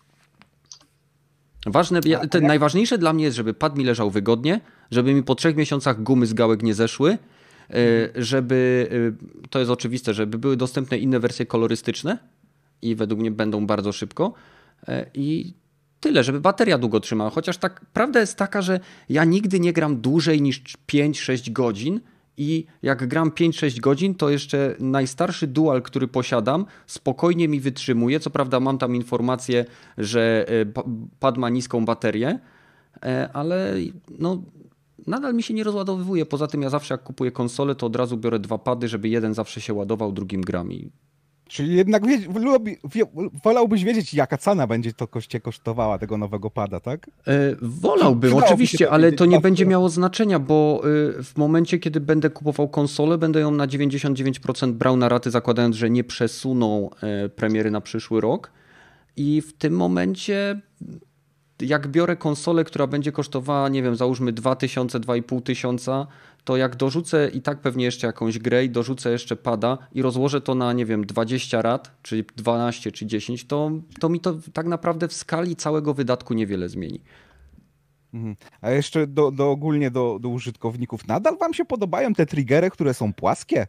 Najważniejsze dla mnie jest, żeby pad mi leżał wygodnie, żeby mi po 3 miesiącach gumy z gałek nie zeszły, żeby, to jest oczywiste, żeby były dostępne inne wersje kolorystyczne i według mnie będą bardzo szybko i tyle, żeby bateria długo trzymała. Chociaż tak, prawda jest taka, że ja nigdy nie gram dłużej niż 5-6 godzin i jak gram 5-6 godzin, to jeszcze najstarszy dual, który posiadam, spokojnie mi wytrzymuje. Co prawda mam tam informację, że pad ma niską baterię, ale no nadal mi się nie rozładowywuje. Poza tym ja zawsze jak kupuję konsolę, to od razu biorę 2 pady, żeby jeden zawsze się ładował, drugim gram.
Czyli jednak wolałbyś wiedzieć, jaka cena będzie to kosztowała tego nowego pada, tak?
Wolałbym, oczywiście, ale to nie będzie miało znaczenia, bo w momencie, kiedy będę kupował konsolę, będę ją na 99% brał na raty, zakładając, że nie przesuną premiery na przyszły rok. I w tym momencie jak biorę konsolę, która będzie kosztowała, nie wiem, załóżmy 2000, 2500, to jak dorzucę i tak pewnie jeszcze jakąś grę i dorzucę jeszcze pada i rozłożę to na, nie wiem, 20 lat, czy 12, czy 10, to mi to tak naprawdę w skali całego wydatku niewiele zmieni.
A jeszcze ogólnie do użytkowników. Nadal wam się podobają te triggery, które są płaskie?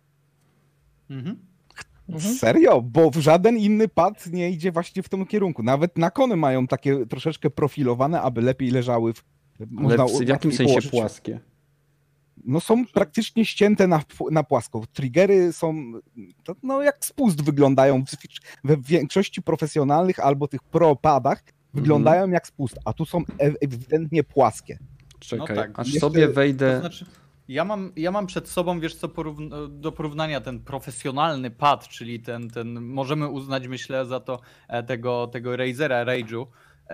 Serio? Bo żaden inny pad nie idzie właśnie w tym kierunku. Nawet Nakony mają takie troszeczkę profilowane, aby lepiej leżały.
Ale w jakim sensie
położyć.
płaskie?
No są praktycznie ścięte na płasko. Triggery są, no jak spust wyglądają we większości profesjonalnych albo tych pro padach wyglądają jak spust, a tu są ewidentnie płaskie.
Czekaj,
No tak.
aż
Jeszcze-
sobie wejdę...
To znaczy, ja mam przed sobą, wiesz co, do porównania ten profesjonalny pad, czyli ten możemy uznać, myślę, za to tego Razera Rage'u.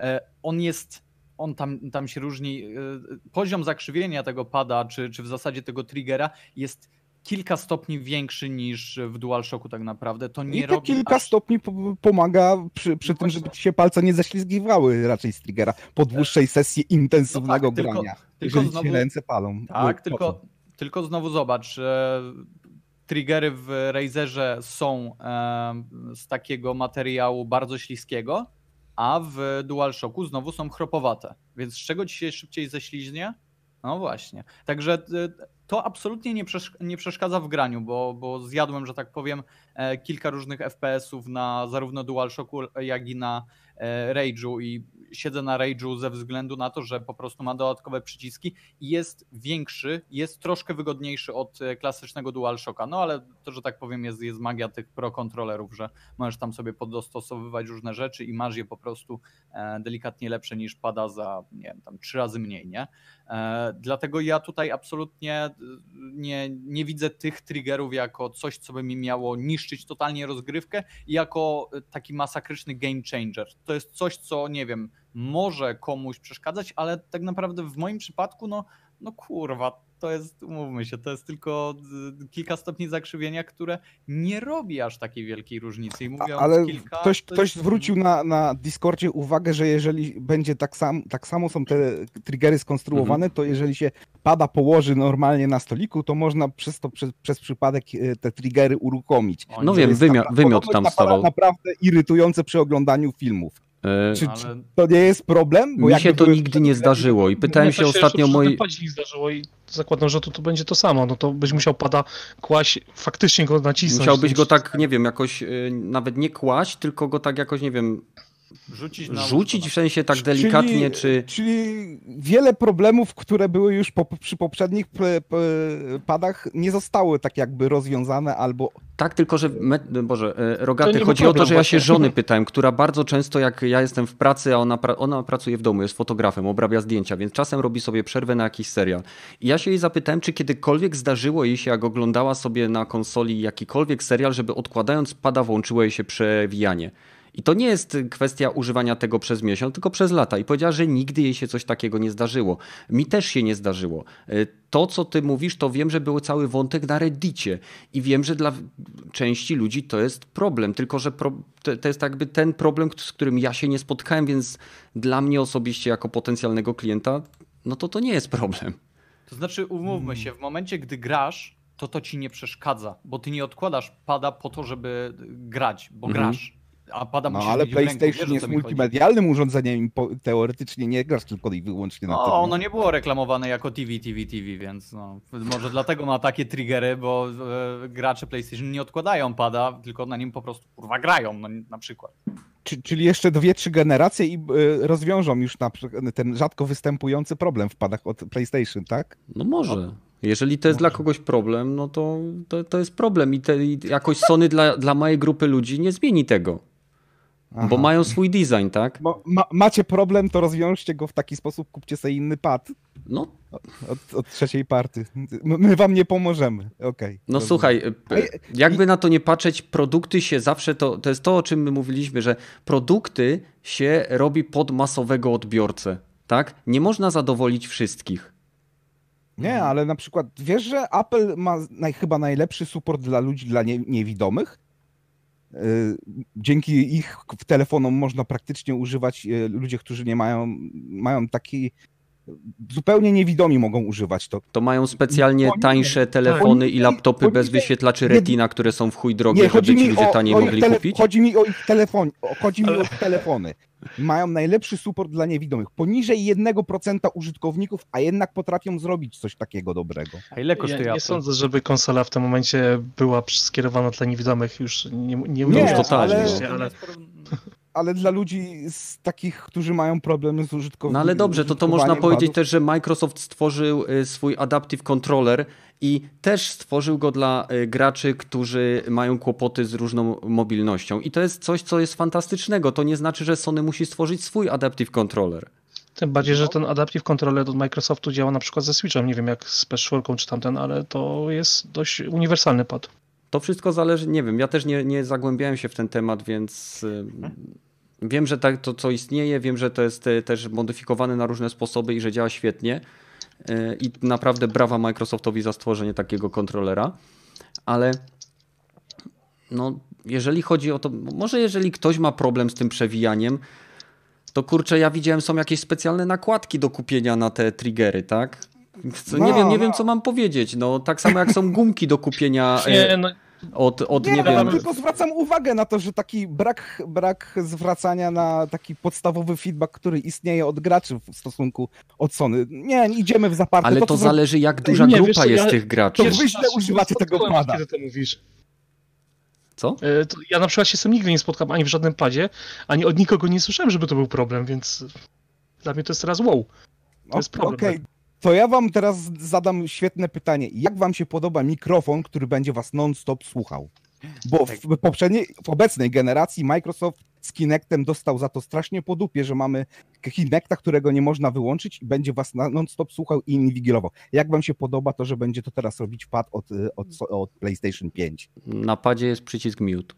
On tam się różni. Poziom zakrzywienia tego pada, czy w zasadzie tego triggera jest kilka stopni większy niż w DualShocku tak naprawdę. To nie
I te
robi
kilka
aż...
stopni pomaga przy tym,
właśnie.
żeby ci się palce nie ześlizgiwały raczej z triggera po dłuższej sesji intensywnego
No tak,
grania.
tylko
Jeżeli
znowu-
ci ręce palą.
Tak,
No, po co?
tylko znowu zobacz, triggery w Razerze są z takiego materiału bardzo śliskiego, a w DualShocku znowu są chropowate. Więc z czego ci się szybciej ześliźnie? No właśnie. Także to absolutnie nie przeszkadza w graniu, bo zjadłem, że tak powiem, kilka różnych FPS-ów na zarówno DualShocku, jak i na Rage'u i siedzę na Rage'u ze względu na to, że po prostu ma dodatkowe przyciski i jest większy, jest troszkę wygodniejszy od klasycznego DualShocka. No ale to, że tak powiem, jest magia tych pro kontrolerów, że możesz tam sobie podostosowywać różne rzeczy i masz je po prostu delikatnie lepsze niż pada za, nie wiem, tam 3 razy mniej, nie? Dlatego ja tutaj absolutnie nie widzę tych triggerów jako coś, co by mi miało niszczyć totalnie rozgrywkę i jako taki masakryczny game changer. To jest coś, co nie wiem, może komuś przeszkadzać, ale tak naprawdę w moim przypadku, no kurwa, to jest, umówmy się, to jest tylko kilka stopni zakrzywienia, które nie robi aż takiej wielkiej różnicy. I mówię
Ale
kilka,
ktoś zwrócił na Discordzie uwagę, że jeżeli będzie tak samo są te triggery skonstruowane, to jeżeli się pada położy normalnie na stoliku, to można przez przypadek te triggery uruchomić.
No
To
wiem,
jest
wymiot tam stawał.
naprawdę irytujące przy oglądaniu filmów. Czy
No,
czy to nie jest problem? Bo
mi
jakby
się to
były
nigdy nie zdarzyło i pytałem
Nie,
się
to
ostatnio
jeszcze
moi...
przy tym padzie nie zdarzyło i zakładam, że tu będzie to samo. No to byś musiał pada kłaść, faktycznie go nacisnąć.
Musiałbyś go tak, nie wiem, jakoś nawet nie kłaść, tylko go tak jakoś, nie wiem, rzucić w sensie tak delikatnie,
Czyli wiele problemów, które były już przy poprzednich padach, nie zostały tak jakby rozwiązane albo...
Tak, tylko że,
To
Rogaty,
nie ma
chodzi o to,
problemu
że ja się
właśnie.
żony pytałem, która bardzo często, jak ja jestem w pracy, a ona pracuje w domu, jest fotografem, obrabia zdjęcia, więc czasem robi sobie przerwę na jakiś serial. I ja się jej zapytałem, czy kiedykolwiek zdarzyło jej się, jak oglądała sobie na konsoli jakikolwiek serial, żeby odkładając pada włączyło jej się przewijanie. I to nie jest kwestia używania tego przez miesiąc, tylko przez lata. I powiedziała, że nigdy jej się coś takiego nie zdarzyło. Mi też się nie zdarzyło. To, co ty mówisz, to wiem, że był cały wątek na Reddicie. I wiem, że dla części ludzi to jest problem. Tylko, że to jest jakby ten problem, z którym ja się nie spotkałem, więc dla mnie osobiście, jako potencjalnego klienta, no to nie jest problem.
To znaczy, umówmy się, w momencie, gdy grasz, to ci nie przeszkadza, bo ty nie odkładasz pada po to, żeby grać, bo grasz. A pada
No
musisz
ale
mieć w ręku,
PlayStation
wiesz, o
jest
co mi chodzi.
multimedialnym urządzeniem i teoretycznie nie grasz tylko i wyłącznie na tym.
No, ono nie było reklamowane jako TV, więc no, może dlatego ma takie triggery, bo gracze PlayStation nie odkładają pada, tylko na nim po prostu kurwa grają, no, na przykład.
Czyli jeszcze 2-3 generacje i rozwiążą już ten rzadko występujący problem w padach od PlayStation, tak?
No może. Jeżeli to jest dla kogoś problem, no to jest problem i jakoś Sony dla mojej grupy ludzi nie zmieni tego.
Aha.
Bo mają swój design, tak?
Macie problem, to rozwiążcie go w taki sposób, kupcie sobie inny pad
No,
od trzeciej party. My wam nie pomożemy. Okej.
no
Rozumiem.
słuchaj, jakby na to nie patrzeć, produkty się zawsze, to jest to, o czym my mówiliśmy, że produkty się robi pod masowego odbiorcę, tak? Nie można zadowolić wszystkich.
Nie, ale na przykład wiesz, że Apple ma chyba najlepszy support dla ludzi, dla niewidomych? Dzięki ich telefonom można praktycznie używać, ludzie, którzy nie mają taki, zupełnie niewidomi mogą używać to.
To mają specjalnie tańsze telefony i laptopy bez wyświetlaczy Retina, które są w chuj drogie, żeby ci ludzie taniej mogli kupić?
Chodzi mi o ich telefony. Mają najlepszy support dla niewidomych. Poniżej 1% użytkowników, a jednak potrafią zrobić coś takiego dobrego.
A ile kosztuje
Ja nie
Apple?
sądzę, żeby konsola w tym momencie była skierowana dla niewidomych, już nie
totalnie.
Ale dla ludzi z takich, którzy mają problemy z użytkownikami.
No ale dobrze, to można powiedzieć też, że Microsoft stworzył swój Adaptive Controller i też stworzył go dla graczy, którzy mają kłopoty z różną mobilnością. I to jest coś, co jest fantastycznego. To nie znaczy, że Sony musi stworzyć swój Adaptive Controller.
Tym bardziej, że ten Adaptive Controller od Microsoftu działa na przykład ze Switchem. Nie wiem jak z PS4 czy tamten, ale to jest dość uniwersalny pad.
To wszystko zależy, nie wiem, ja też nie zagłębiałem się w ten temat, więc wiem, że tak to co istnieje, wiem, że to jest też modyfikowane na różne sposoby i że działa świetnie i naprawdę brawa Microsoftowi za stworzenie takiego kontrolera, ale no, jeżeli chodzi o to, może jeżeli ktoś ma problem z tym przewijaniem, to kurczę, ja widziałem, są jakieś specjalne nakładki do kupienia na te triggery, tak? Nie wiem, co mam powiedzieć. No, tak samo jak są gumki do kupienia nie wiem.
Tylko zwracam uwagę na to, że taki brak zwracania na taki podstawowy feedback, który istnieje od graczy w stosunku od Sony. Nie, idziemy w zaparte.
Ale to zależy, jak duża grupa jest tych graczy.
To wy źle używacie tego pada.
Kiedy to mówisz?
Co?
Ja na przykład się z tym nigdy nie spotkałem ani w żadnym padzie, ani od nikogo nie słyszałem, żeby to był problem, więc dla mnie to jest teraz wow. To jest problem.
Okej. To ja wam teraz zadam świetne pytanie. Jak wam się podoba mikrofon, który będzie was non-stop słuchał? Bo w obecnej generacji Microsoft z Kinectem dostał za to strasznie po dupie, że mamy Kinecta, którego nie można wyłączyć i będzie was non-stop słuchał i inwigilował. Jak wam się podoba to, że będzie to teraz robić pad od PlayStation 5?
Na padzie jest przycisk mute.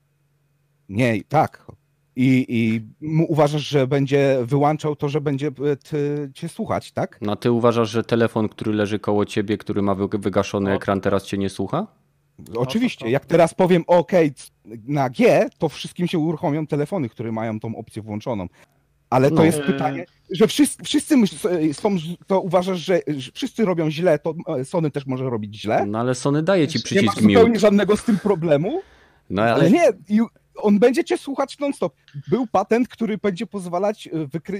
Nie, tak. I uważasz, że będzie wyłączał to, że będzie cię słuchać, tak?
No a ty uważasz, że telefon, który leży koło ciebie, który ma wygaszony ekran, teraz cię nie słucha?
Oczywiście. Jak teraz powiem OK na G, to wszystkim się uruchomią telefony, które mają tą opcję włączoną. Ale to jest pytanie, że wszyscy są, to uważasz, że wszyscy robią źle, to Sony też może robić źle?
No ale Sony daje ci przycisk mute.
Nie ma zupełnie żadnego z tym problemu,
no,
ale nie, on będzie cię słuchać non-stop. Był patent, który będzie pozwalać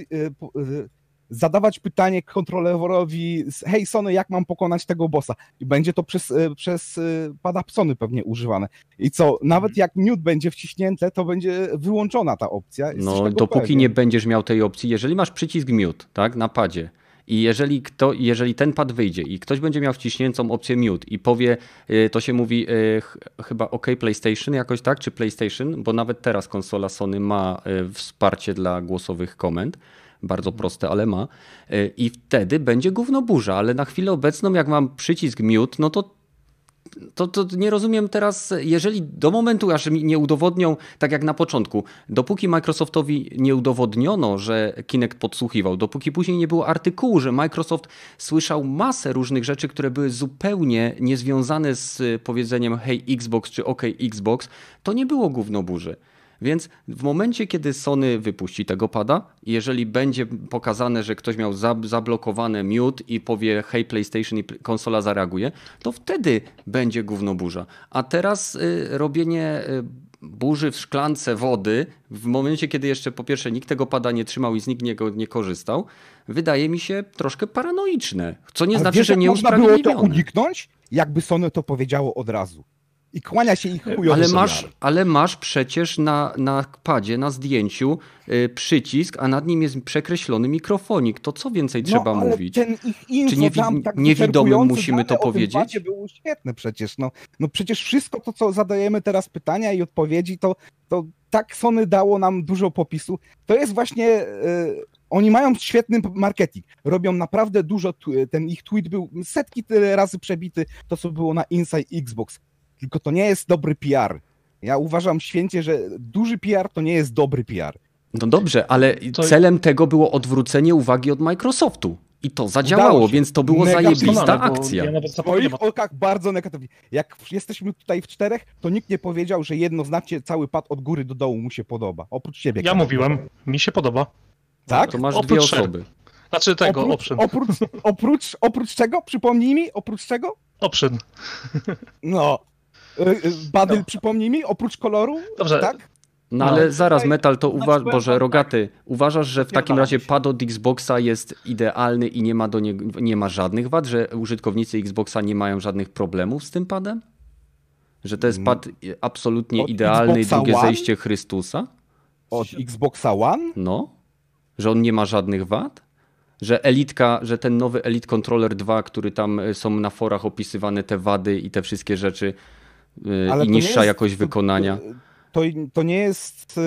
zadawać pytanie kontrolerowi, hej Sony, jak mam pokonać tego bossa? I będzie to przez pada Sony pewnie używane. I co, nawet jak mute będzie wciśnięte, to będzie wyłączona ta opcja.
No dopóki nie będziesz miał tej opcji, jeżeli masz przycisk mute, tak, na padzie, i jeżeli ten pad wyjdzie i ktoś będzie miał wciśniętą opcję mute i powie, to się mówi chyba OK PlayStation jakoś tak, czy PlayStation, bo nawet teraz konsola Sony ma wsparcie dla głosowych komend, bardzo proste, ale ma, i wtedy będzie gówno burza, ale na chwilę obecną jak mam przycisk mute, no to nie rozumiem teraz, jeżeli do momentu, aż mi nie udowodnią, tak jak na początku, dopóki Microsoftowi nie udowodniono, że Kinect podsłuchiwał, dopóki później nie było artykułu, że Microsoft słyszał masę różnych rzeczy, które były zupełnie niezwiązane z powiedzeniem hej Xbox czy OK Xbox, to nie było gówno burzy. Więc w momencie, kiedy Sony wypuści tego pada, jeżeli będzie pokazane, że ktoś miał zablokowane mute i powie hej PlayStation i konsola zareaguje, to wtedy będzie gówno burza. A teraz robienie burzy w szklance wody, w momencie, kiedy jeszcze po pierwsze nikt tego pada nie trzymał i z nikt niego nie korzystał, wydaje mi się troszkę paranoiczne. Co nie znaczy, że nie usprawiedliwione.
Można było to uniknąć, jakby Sony to powiedziało od razu. I kłania się ich chujowy
ale masz przecież na padzie, na zdjęciu przycisk, a nad nim jest przekreślony mikrofonik. To co więcej trzeba mówić?
Ten ich info
czy niewidomym musimy to powiedzieć?
To było świetne przecież. No przecież wszystko to, co zadajemy teraz pytania i odpowiedzi, to tak Sony dało nam dużo popisu. To jest właśnie... Oni mają świetny marketing. Robią naprawdę dużo... Ten ich tweet był setki tyle razy przebity, to co było na Inside Xbox. Tylko to nie jest dobry PR. Ja uważam święcie, że duży PR to nie jest dobry PR.
No dobrze, ale celem tego było odwrócenie uwagi od Microsoftu. I to zadziałało,
się.
więc to było
Mega
zajebista
przekonany, bo
akcja.
Ja nawet
W
zapomniałem
moich okach bardzo negatywnie. Jak jesteśmy tutaj w 4, to nikt nie powiedział, że jednoznacznie cały pad od góry do dołu mu się podoba. Oprócz ciebie.
Ja
Kamil.
mówiłem, mi się podoba.
Tak?
To masz
Oprócz
dwie
szereg.
osoby.
Znaczy tego,
Oprócz czego? Przypomnij mi, oprócz czego?
Oprzyn.
No. Badyl,
No.
przypomnij mi, oprócz koloru?
Dobrze.
Tak?
No
No.
ale zaraz,
Tutaj
Metal, to
powiem
Boże,
wam
Rogaty, uważasz, że w takim
Potwierdzam
razie
się.
pad od Xboxa jest idealny i nie ma do niego, nie ma żadnych wad, że użytkownicy Xboxa nie mają żadnych problemów z tym padem? Że to jest pad absolutnie
Od
idealny,
Xboxa
drugie
One?
zejście Chrystusa?
Od Xboxa One?
No. Że on nie ma żadnych wad? Że Elitka, że ten nowy Elite Controller 2, który tam są na forach opisywane te wady i te wszystkie rzeczy
Ale
i
to nie
niższa
jest-
jakość wykonania.
To nie jest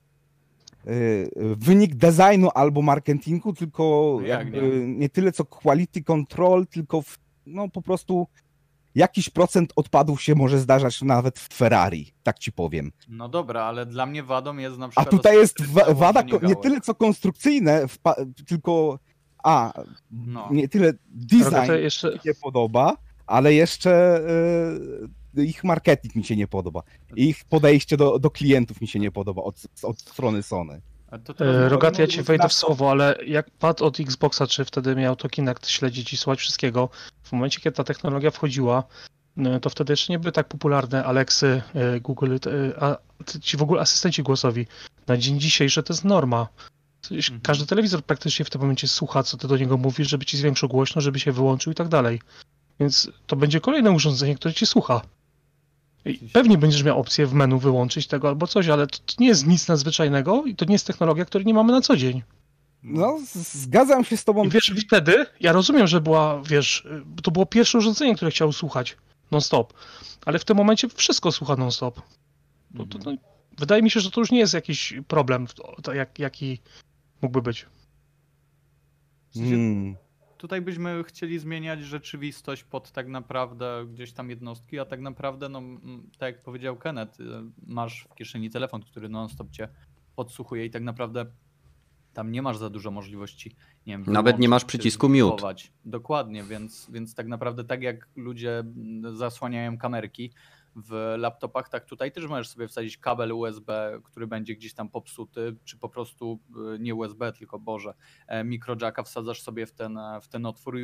wynik designu albo marketingu, tylko
No jak
jakby nie tyle co quality control, tylko no po prostu jakiś procent odpadów się może zdarzać nawet w Ferrari, tak ci powiem.
No dobra, ale dla mnie wadą jest na
A
przykład...
tutaj jest
ostateczne
wada
ułożenie
nie
gałek.
tyle co konstrukcyjne, tylko
No.
nie tyle design
Rogaty jeszcze...
mi się nie podoba, ale jeszcze ich marketing mi się nie podoba. Ich podejście do klientów mi się nie podoba od strony Sony.
A to teraz
Rogaty, ja
powiem-
ci wejdę w słowo, ale jak pad od Xboxa, czy wtedy miał to Kinect śledzić i słuchać wszystkiego, w momencie, kiedy ta technologia wchodziła, to wtedy jeszcze nie były tak popularne Alexy, Google, ci w ogóle asystenci głosowi. Na dzień dzisiejszy to jest norma. Każdy telewizor praktycznie w tym momencie słucha, co ty do niego mówisz, żeby ci zwiększył głośno, żeby się wyłączył i tak dalej. Więc to będzie kolejne urządzenie, które ci słucha. I pewnie będziesz miał opcję w menu wyłączyć tego albo coś, ale to nie jest nic nadzwyczajnego i to nie jest technologia, której nie mamy na co dzień.
No, zgadzam się z tobą.
I wiesz, wtedy, ja rozumiem, że była, wiesz, to było pierwsze urządzenie, które chciało słuchać non-stop, ale w tym momencie wszystko słucha non-stop. Wydaje mi się, że to już nie jest jakiś problem, jaki mógłby być.
Tutaj byśmy chcieli zmieniać rzeczywistość pod tak naprawdę gdzieś tam jednostki, a tak naprawdę, no tak jak powiedział Kenneth, masz w kieszeni telefon, który non-stop cię podsłuchuje i tak naprawdę tam nie masz za dużo możliwości, nie wiem,
Nawet nie
wyłączyć
masz
czy
przycisku mute.
zmutować. Dokładnie, więc tak naprawdę tak jak ludzie zasłaniają kamerki w laptopach, tak tutaj też możesz sobie wsadzić kabel USB, który będzie gdzieś tam popsuty, czy po prostu nie USB, tylko Boże, microjacka wsadzasz sobie w ten otwór i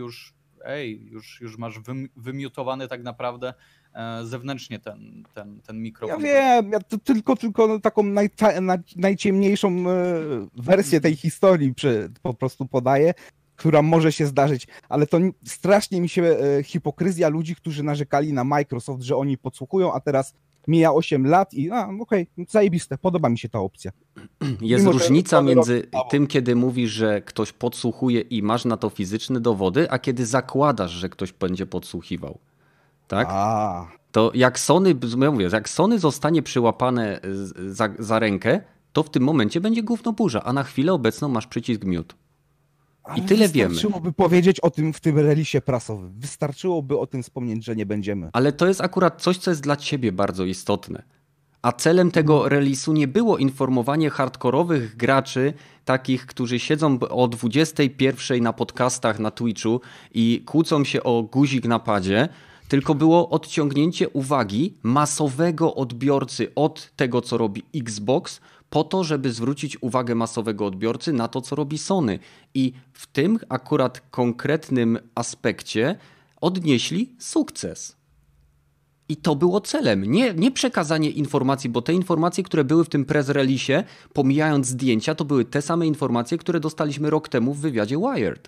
już masz wymiutowany tak naprawdę zewnętrznie ten mikrofon.
Ja wiem, ja tylko taką najciemniejszą wersję tej historii po prostu podaję, która może się zdarzyć, ale to strasznie mi się hipokryzja ludzi, którzy narzekali na Microsoft, że oni podsłuchują, a teraz mija 8 lat i okej, zajebiste, podoba mi się ta opcja.
Jest
Mimo, że
różnica
Sony
między
robi prawo.
tym, kiedy mówisz, że ktoś podsłuchuje i masz na to fizyczne dowody, a kiedy zakładasz, że ktoś będzie podsłuchiwał. Tak? To jak Sony, ja mówię, jak Sony zostanie przyłapane za rękę, to w tym momencie będzie gówno burza, a na chwilę obecną masz przycisk mute.
Ale
tyle wiemy.
Wystarczyłoby powiedzieć o tym w tym relisie prasowym. Wystarczyłoby o tym wspomnieć, że nie będziemy.
Ale to jest akurat coś, co jest dla ciebie bardzo istotne. A celem tego relisu nie było informowanie hardkorowych graczy, takich, którzy siedzą o 21 na podcastach na Twitchu i kłócą się o guzik na padzie, tylko było odciągnięcie uwagi masowego odbiorcy od tego, co robi Xbox, po to, żeby zwrócić uwagę masowego odbiorcy na to, co robi Sony. I w tym akurat konkretnym aspekcie odnieśli sukces. I to było celem. Nie przekazanie informacji, bo te informacje, które były w tym press releasie, pomijając zdjęcia, to były te same informacje, które dostaliśmy rok temu w wywiadzie Wired.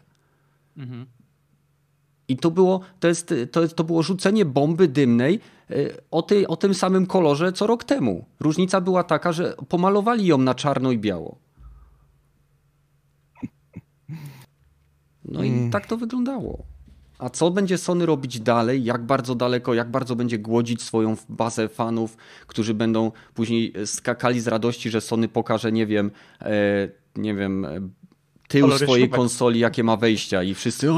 I to było rzucenie bomby dymnej o tym samym kolorze co rok temu. Różnica była taka, że pomalowali ją na czarno i biało. No i tak to wyglądało. A co będzie Sony robić dalej? Jak bardzo daleko, jak bardzo będzie głodzić swoją bazę fanów, którzy będą później skakali z radości, że Sony pokaże, nie wiem, tył
Kolory
tak.
swojej
śrubek.
konsoli, jakie ma wejścia i wszyscy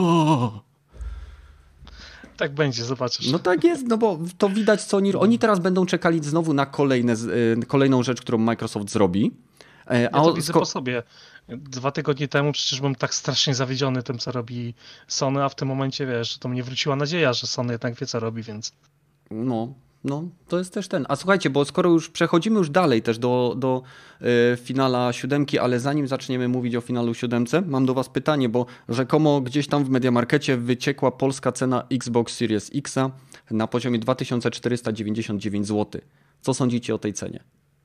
Tak będzie, zobaczysz.
No tak jest, no bo to widać, co oni teraz będą czekali znowu na kolejną rzecz, którą Microsoft zrobi.
Ja to widzę po sobie. 2 tygodnie temu przecież byłem tak strasznie zawiedziony tym, co robi Sony, a w tym momencie, wiesz, to mnie wróciła nadzieja, że Sony jednak wie, co robi, więc...
No, to jest też ten. A słuchajcie, bo skoro już przechodzimy już dalej też do finala 7, ale zanim zaczniemy mówić o finalu 7, mam do was pytanie, bo rzekomo gdzieś tam w Mediamarkecie wyciekła polska cena Xbox Series X na poziomie 2499 zł. Co sądzicie o tej cenie?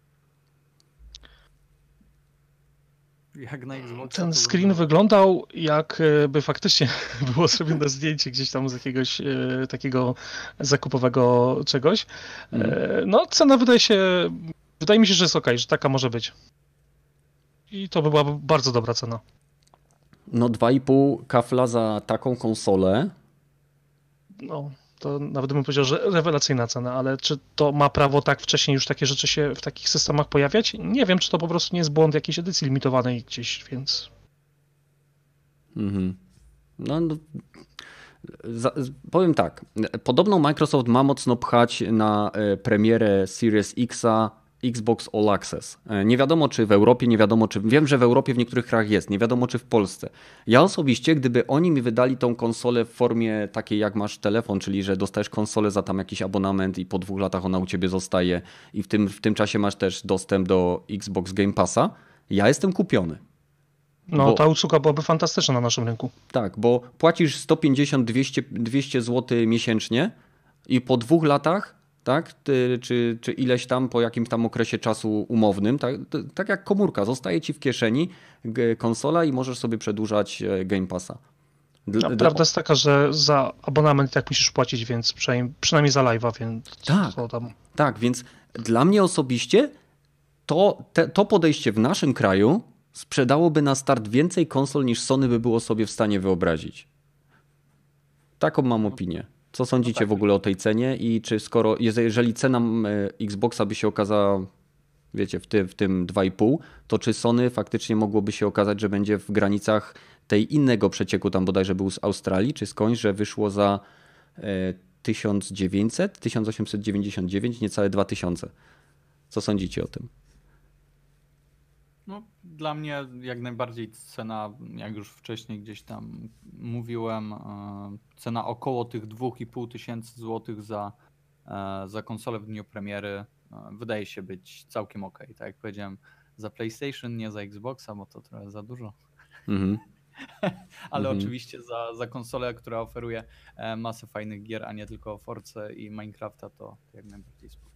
Jak na Xboxa,
Ten
to
screen wyglądał, jakby faktycznie było zrobione zdjęcie gdzieś tam z jakiegoś takiego zakupowego czegoś. No, cena wydaje mi się, że jest okej, że taka może być. I to by była bardzo dobra cena.
No 2,5 kafla za taką konsolę.
No, to nawet bym powiedział, że rewelacyjna cena, ale czy to ma prawo tak wcześniej już takie rzeczy się w takich systemach pojawiać? Nie wiem, czy to po prostu nie jest błąd jakiejś edycji limitowanej gdzieś, więc...
No, powiem tak. Podobno Microsoft ma mocno pchać na premierę Series X'a Xbox All Access. Nie wiadomo, czy w Europie, nie wiadomo, czy... Wiem, że w Europie w niektórych krajach jest, nie wiadomo, czy w Polsce. Ja osobiście, gdyby oni mi wydali tą konsolę w formie takiej, jak masz telefon, czyli że dostajesz konsolę za tam jakiś abonament i po 2 latach ona u ciebie zostaje i w tym czasie masz też dostęp do Xbox Game Passa, ja jestem kupiony.
No, ta usługa byłaby fantastyczna na naszym rynku.
Tak, bo płacisz 150-200 zł miesięcznie i po 2 latach, tak, czy ileś tam, po jakimś tam okresie czasu umownym, tak jak komórka, zostaje ci w kieszeni konsola i możesz sobie przedłużać Game Passa.
Prawda jest taka, że za abonament tak musisz płacić, więc przynajmniej za live'a, więc
tak,
to tam...
Tak, więc dla mnie osobiście to podejście w naszym kraju sprzedałoby na start więcej konsol niż Sony by było sobie w stanie wyobrazić. Taką mam opinię. Co sądzicie w ogóle o tej cenie i czy jeżeli cena Xboxa by się okazała, wiecie, w tym 2,5, to czy Sony faktycznie mogłoby się okazać, że będzie w granicach tej innego przecieku, tam bodajże był z Australii, czy skądś, że wyszło za 1899, niecałe 2000. Co sądzicie o tym?
No, dla mnie jak najbardziej cena, jak już wcześniej gdzieś tam mówiłem, cena około tych 2500 złotych za konsolę w dniu premiery wydaje się być całkiem okej. Tak jak powiedziałem, za PlayStation, nie za Xboxa, bo to trochę za dużo. Ale oczywiście za konsolę, która oferuje masę fajnych gier, a nie tylko Force i Minecrafta, to jak najbardziej spoko.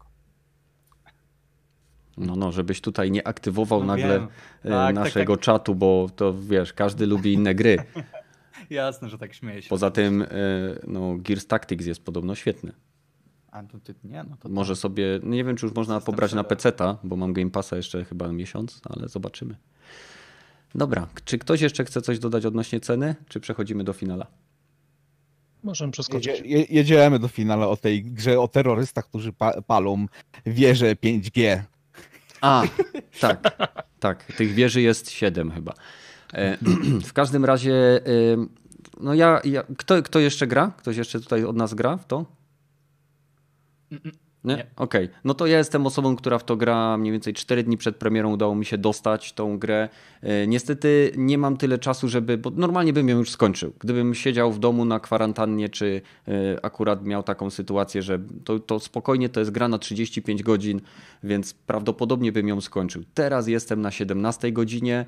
No, żebyś tutaj nie aktywował nagle naszego
tak.
czatu, bo to wiesz, każdy lubi inne gry.
Jasne, że tak śmieję się.
Poza tym Gears Tactics jest podobno świetny.
A to ty nie, no to
może sobie, nie wiem czy już można pobrać na PC-ta, bo mam Game Passa jeszcze chyba miesiąc, ale zobaczymy. Dobra, czy ktoś jeszcze chce coś dodać odnośnie ceny, czy przechodzimy do finala?
Możemy przeskoczyć.
Jedziemy do finału o tej grze o terrorystach, którzy palą wieże 5G.
A, tak, tych wieży jest 7 chyba. W każdym razie, no kto jeszcze gra? Ktoś jeszcze tutaj od nas gra w to? Nie? Okej. No to ja jestem osobą, która w to gra mniej więcej 4 dni przed premierą udało mi się dostać tą grę. Niestety nie mam tyle czasu, bo normalnie bym ją już skończył. Gdybym siedział w domu na kwarantannie, czy akurat miał taką sytuację, że to spokojnie to jest gra na 35 godzin, więc prawdopodobnie bym ją skończył. Teraz jestem na 17 godzinie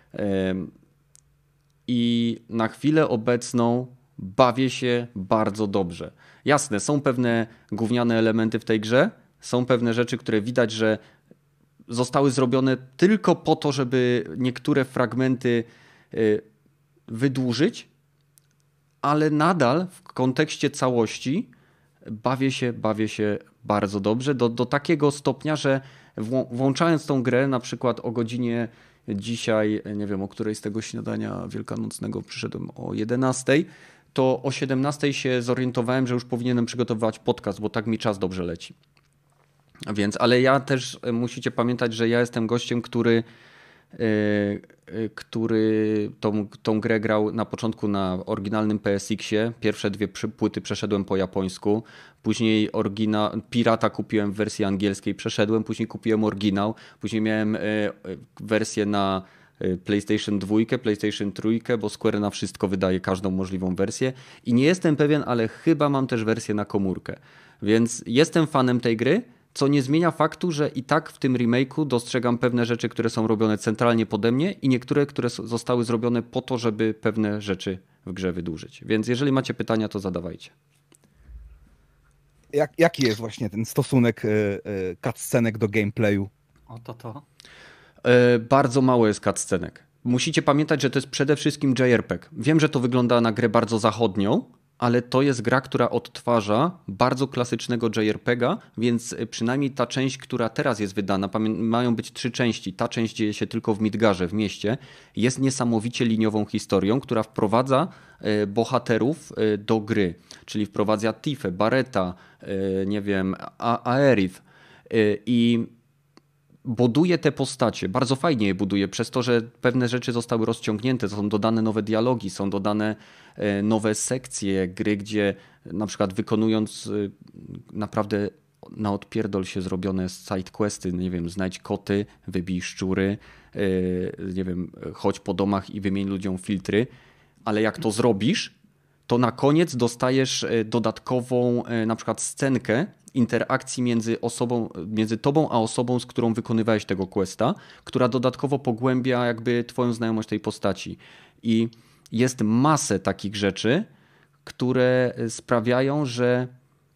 i na chwilę obecną bawię się bardzo dobrze. Jasne, są pewne gówniane elementy w tej grze, są pewne rzeczy, które widać, że zostały zrobione tylko po to, żeby niektóre fragmenty wydłużyć, ale nadal w kontekście całości bawię się bardzo dobrze, do takiego stopnia, że włączając tą grę na przykład o godzinie dzisiaj, nie wiem o której z tego śniadania wielkanocnego przyszedłem o 11:00, to o 17:00 się zorientowałem, że już powinienem przygotowywać podcast, bo tak mi czas dobrze leci. Więc, ale ja też musicie pamiętać, że ja jestem gościem, który tą grę grał na początku na oryginalnym PSX-ie. Pierwsze 2 płyty przeszedłem po japońsku. Później Pirata kupiłem w wersji angielskiej, przeszedłem. Później kupiłem oryginał. Później miałem wersję na PlayStation 2, PlayStation 3, bo Square na wszystko wydaje każdą możliwą wersję i nie jestem pewien, ale chyba mam też wersję na komórkę. Więc jestem fanem tej gry, co nie zmienia faktu, że i tak w tym remake'u dostrzegam pewne rzeczy, które są robione centralnie pode mnie i niektóre, które zostały zrobione po to, żeby pewne rzeczy w grze wydłużyć. Więc jeżeli macie pytania, to zadawajcie.
Jaki jest właśnie ten stosunek cutscenek do gameplayu?
To.
Bardzo mało jest cutscenek. Musicie pamiętać, że to jest przede wszystkim JRPG. Wiem, że to wygląda na grę bardzo zachodnią, ale to jest gra, która odtwarza bardzo klasycznego JRPGa, więc przynajmniej ta część, która teraz jest wydana, mają być 3 części. Ta część dzieje się tylko w Midgarze, w mieście. Jest niesamowicie liniową historią, która wprowadza bohaterów do gry. Czyli wprowadza Tiffę, Barretta, nie wiem, Aerith i buduje te postacie, bardzo fajnie je buduje, przez to, że pewne rzeczy zostały rozciągnięte, są dodane nowe dialogi, są dodane nowe sekcje gry, gdzie na przykład wykonując naprawdę na odpierdol się zrobione side questy, nie wiem, znajdź koty, wybij szczury, nie wiem, chodź po domach i wymień ludziom filtry, ale jak to zrobisz, to na koniec dostajesz dodatkową na przykład scenkę interakcji między tobą a osobą, z którą wykonywałeś tego questa, która dodatkowo pogłębia jakby twoją znajomość tej postaci. I jest masę takich rzeczy, które sprawiają, że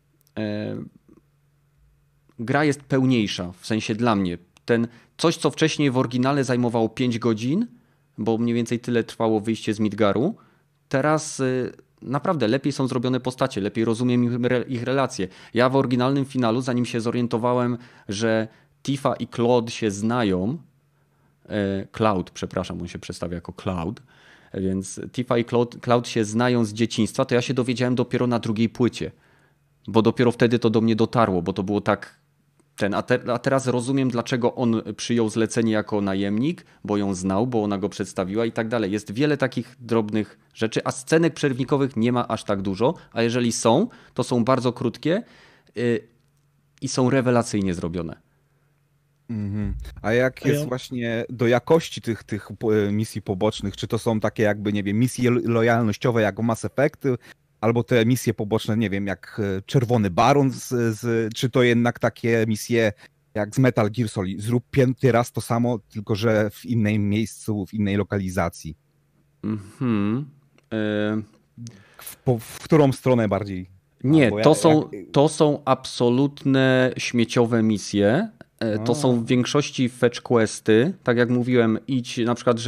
gra jest pełniejsza, w sensie dla mnie. Coś, co wcześniej w oryginale zajmowało 5 godzin, bo mniej więcej tyle trwało wyjście z Midgaru, teraz naprawdę lepiej są zrobione postacie, lepiej rozumiem ich relacje. Ja w oryginalnym finalu, zanim się zorientowałem, że Tifa i Cloud się znają, Cloud, przepraszam, on się przedstawia jako Cloud, więc Tifa i Cloud się znają z dzieciństwa, to ja się dowiedziałem dopiero na drugiej płycie, bo dopiero wtedy to do mnie dotarło, bo to było tak a teraz rozumiem, dlaczego on przyjął zlecenie jako najemnik, bo ją znał, bo ona go przedstawiła i tak dalej. Jest wiele takich drobnych rzeczy, a scenek przerwnikowych nie ma aż tak dużo, a jeżeli są, to są bardzo krótkie i są rewelacyjnie zrobione.
A jak jest właśnie do jakości tych misji pobocznych? Czy to są takie jakby, nie wiem, misje lojalnościowe jak Mass Effect? Albo te misje poboczne, nie wiem, jak Czerwony Baron, czy to jednak takie misje jak z Metal Gear Solid? Zrób 5 raz to samo, tylko że w innym miejscu, w innej lokalizacji. W którą stronę bardziej?
Nie, to są absolutne śmieciowe misje. To są w większości fetch questy. Tak jak mówiłem, idź na przykład,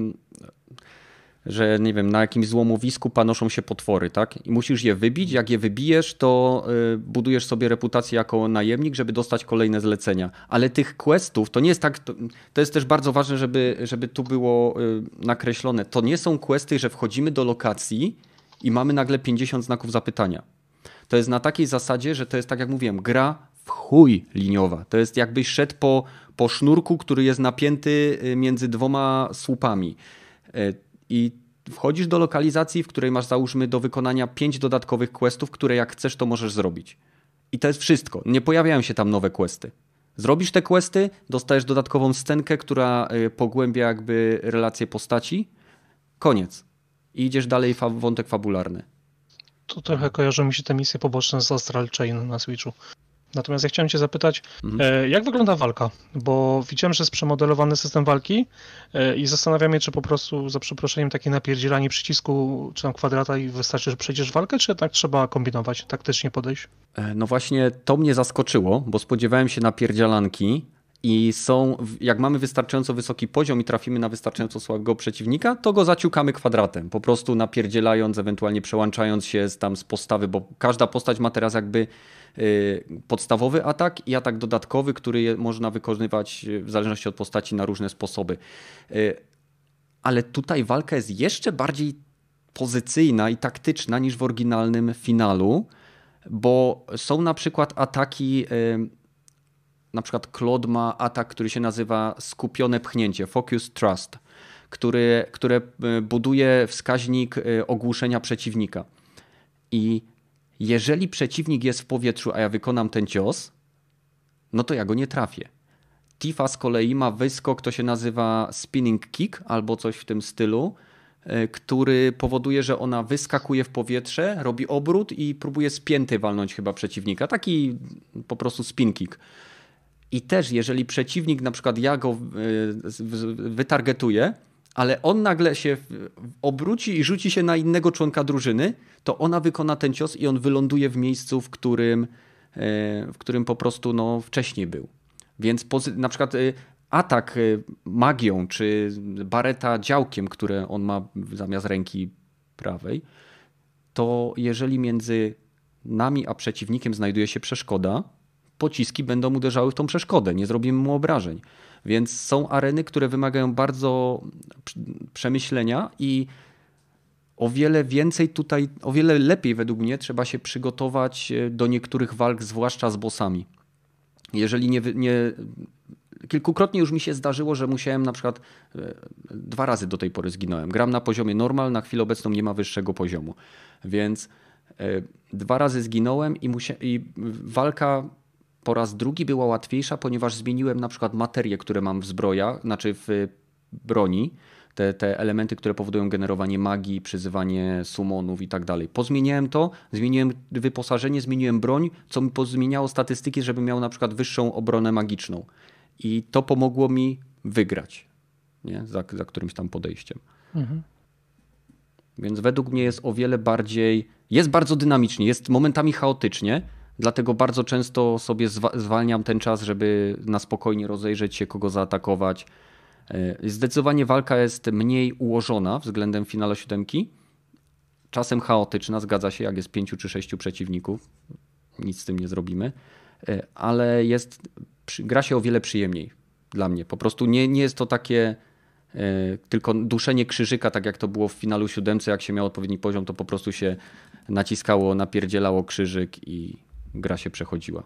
że nie wiem, na jakimś złomowisku panoszą się potwory, tak? I musisz je wybić. Jak je wybijesz, to budujesz sobie reputację jako najemnik, żeby dostać kolejne zlecenia. Ale tych questów, to nie jest tak, to jest też bardzo ważne, żeby tu było nakreślone. To nie są questy, że wchodzimy do lokacji i mamy nagle 50 znaków zapytania. To jest na takiej zasadzie, że to jest, tak jak mówiłem, gra w chuj liniowa. To jest jakbyś szedł po sznurku, który jest napięty między 2 słupami. I wchodzisz do lokalizacji, w której masz, załóżmy, do wykonania 5 dodatkowych questów, które jak chcesz, to możesz zrobić. I to jest wszystko. Nie pojawiają się tam nowe questy. Zrobisz te questy, dostajesz dodatkową scenkę, która pogłębia jakby relacje postaci. Koniec. I idziesz dalej, wątek fabularny.
To trochę kojarzą mi się te misje poboczne z Astral Chain na Switchu. Natomiast ja chciałem cię zapytać, jak wygląda walka? Bo widziałem, że jest przemodelowany system walki i zastanawiam się, czy po prostu za przeproszeniem takie napierdzielanie przycisku czy tam kwadrata i wystarczy, że przejdziesz walkę, czy jednak trzeba kombinować, taktycznie podejść?
No właśnie to mnie zaskoczyło, bo spodziewałem się napierdzielanki i jak mamy wystarczająco wysoki poziom i trafimy na wystarczająco słabego przeciwnika, to go zaciukamy kwadratem, po prostu napierdzielając, ewentualnie przełączając się z postawy, bo każda postać ma teraz jakby podstawowy atak i atak dodatkowy, który można wykonywać w zależności od postaci na różne sposoby. Ale tutaj walka jest jeszcze bardziej pozycyjna i taktyczna niż w oryginalnym finalu, bo są na przykład ataki, na przykład Claude ma atak, który się nazywa skupione pchnięcie, Focus Thrust, które buduje wskaźnik ogłuszenia przeciwnika. I jeżeli przeciwnik jest w powietrzu, a ja wykonam ten cios, no to ja go nie trafię. Tifa z kolei ma wyskok, to się nazywa spinning kick albo coś w tym stylu, który powoduje, że ona wyskakuje w powietrze, robi obrót i próbuje z pięty walnąć chyba przeciwnika. Taki po prostu spin kick. I też jeżeli przeciwnik, na przykład ja go wytargetuję, ale on nagle się obróci i rzuci się na innego członka drużyny, to ona wykona ten cios i on wyląduje w miejscu, w którym po prostu no, wcześniej był. Więc na przykład atak magią czy bareta działkiem, które on ma zamiast ręki prawej, to jeżeli między nami a przeciwnikiem znajduje się przeszkoda, pociski będą uderzały w tą przeszkodę, nie zrobimy mu obrażeń. Więc są areny, które wymagają bardzo przemyślenia i o wiele więcej tutaj, o wiele lepiej według mnie trzeba się przygotować do niektórych walk, zwłaszcza z bossami. Jeżeli kilkukrotnie już mi się zdarzyło, że musiałem na przykład 2 razy do tej pory zginąłem. Gram na poziomie normal, na chwilę obecną nie ma wyższego poziomu. Więc 2 razy zginąłem i walka po raz drugi była łatwiejsza, ponieważ zmieniłem na przykład materię, które mam w zbrojach, znaczy w broni, te elementy, które powodują generowanie magii, przyzywanie summonów i tak dalej. Pozmieniałem to, zmieniłem wyposażenie, zmieniłem broń, co mi pozmieniało statystyki, żeby miał na przykład wyższą obronę magiczną. I to pomogło mi wygrać, nie? Za którymś tam podejściem. Mhm. Więc według mnie jest o wiele bardziej, jest bardzo dynamicznie, jest momentami chaotycznie, dlatego bardzo często sobie zwalniam ten czas, żeby na spokojnie rozejrzeć się, kogo zaatakować. Zdecydowanie walka jest mniej ułożona względem finale 7. Czasem chaotyczna, zgadza się, jak jest 5 czy 6 przeciwników. Nic z tym nie zrobimy. Ale gra się o wiele przyjemniej dla mnie. Po prostu nie jest to takie tylko duszenie krzyżyka, tak jak to było w finalu 7. Jak się miał odpowiedni poziom, to po prostu się naciskało, napierdzielało krzyżyk i gra się przechodziła.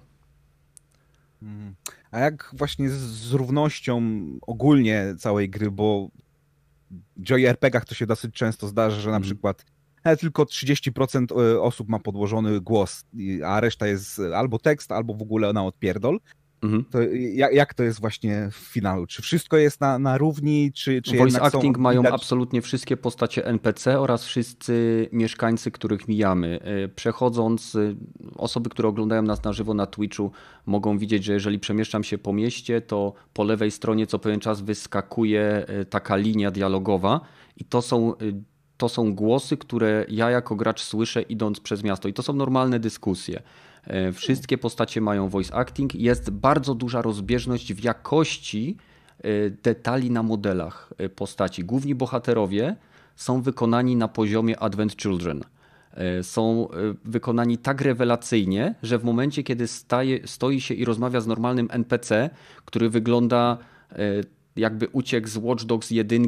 A jak właśnie z równością ogólnie całej gry, bo w JRPG-ach to się dosyć często zdarza, że na przykład tylko 30% osób ma podłożony głos, a reszta jest albo tekst, albo w ogóle na odpierdol. To jak to jest właśnie w finalu? Czy wszystko jest na równi? Czy
Voice acting mają absolutnie wszystkie postacie NPC oraz wszyscy mieszkańcy, których mijamy. Przechodząc, osoby, które oglądają nas na żywo na Twitchu, mogą widzieć, że jeżeli przemieszczam się po mieście, to po lewej stronie co pewien czas wyskakuje taka linia dialogowa i to są głosy, które ja jako gracz słyszę idąc przez miasto i to są normalne dyskusje. Wszystkie postacie mają voice acting. Jest bardzo duża rozbieżność w jakości detali na modelach postaci. Główni bohaterowie są wykonani na poziomie Advent Children. Są wykonani tak rewelacyjnie, że w momencie, kiedy stoi się i rozmawia z normalnym NPC, który wygląda jakby uciekł z Watch Dogs 1,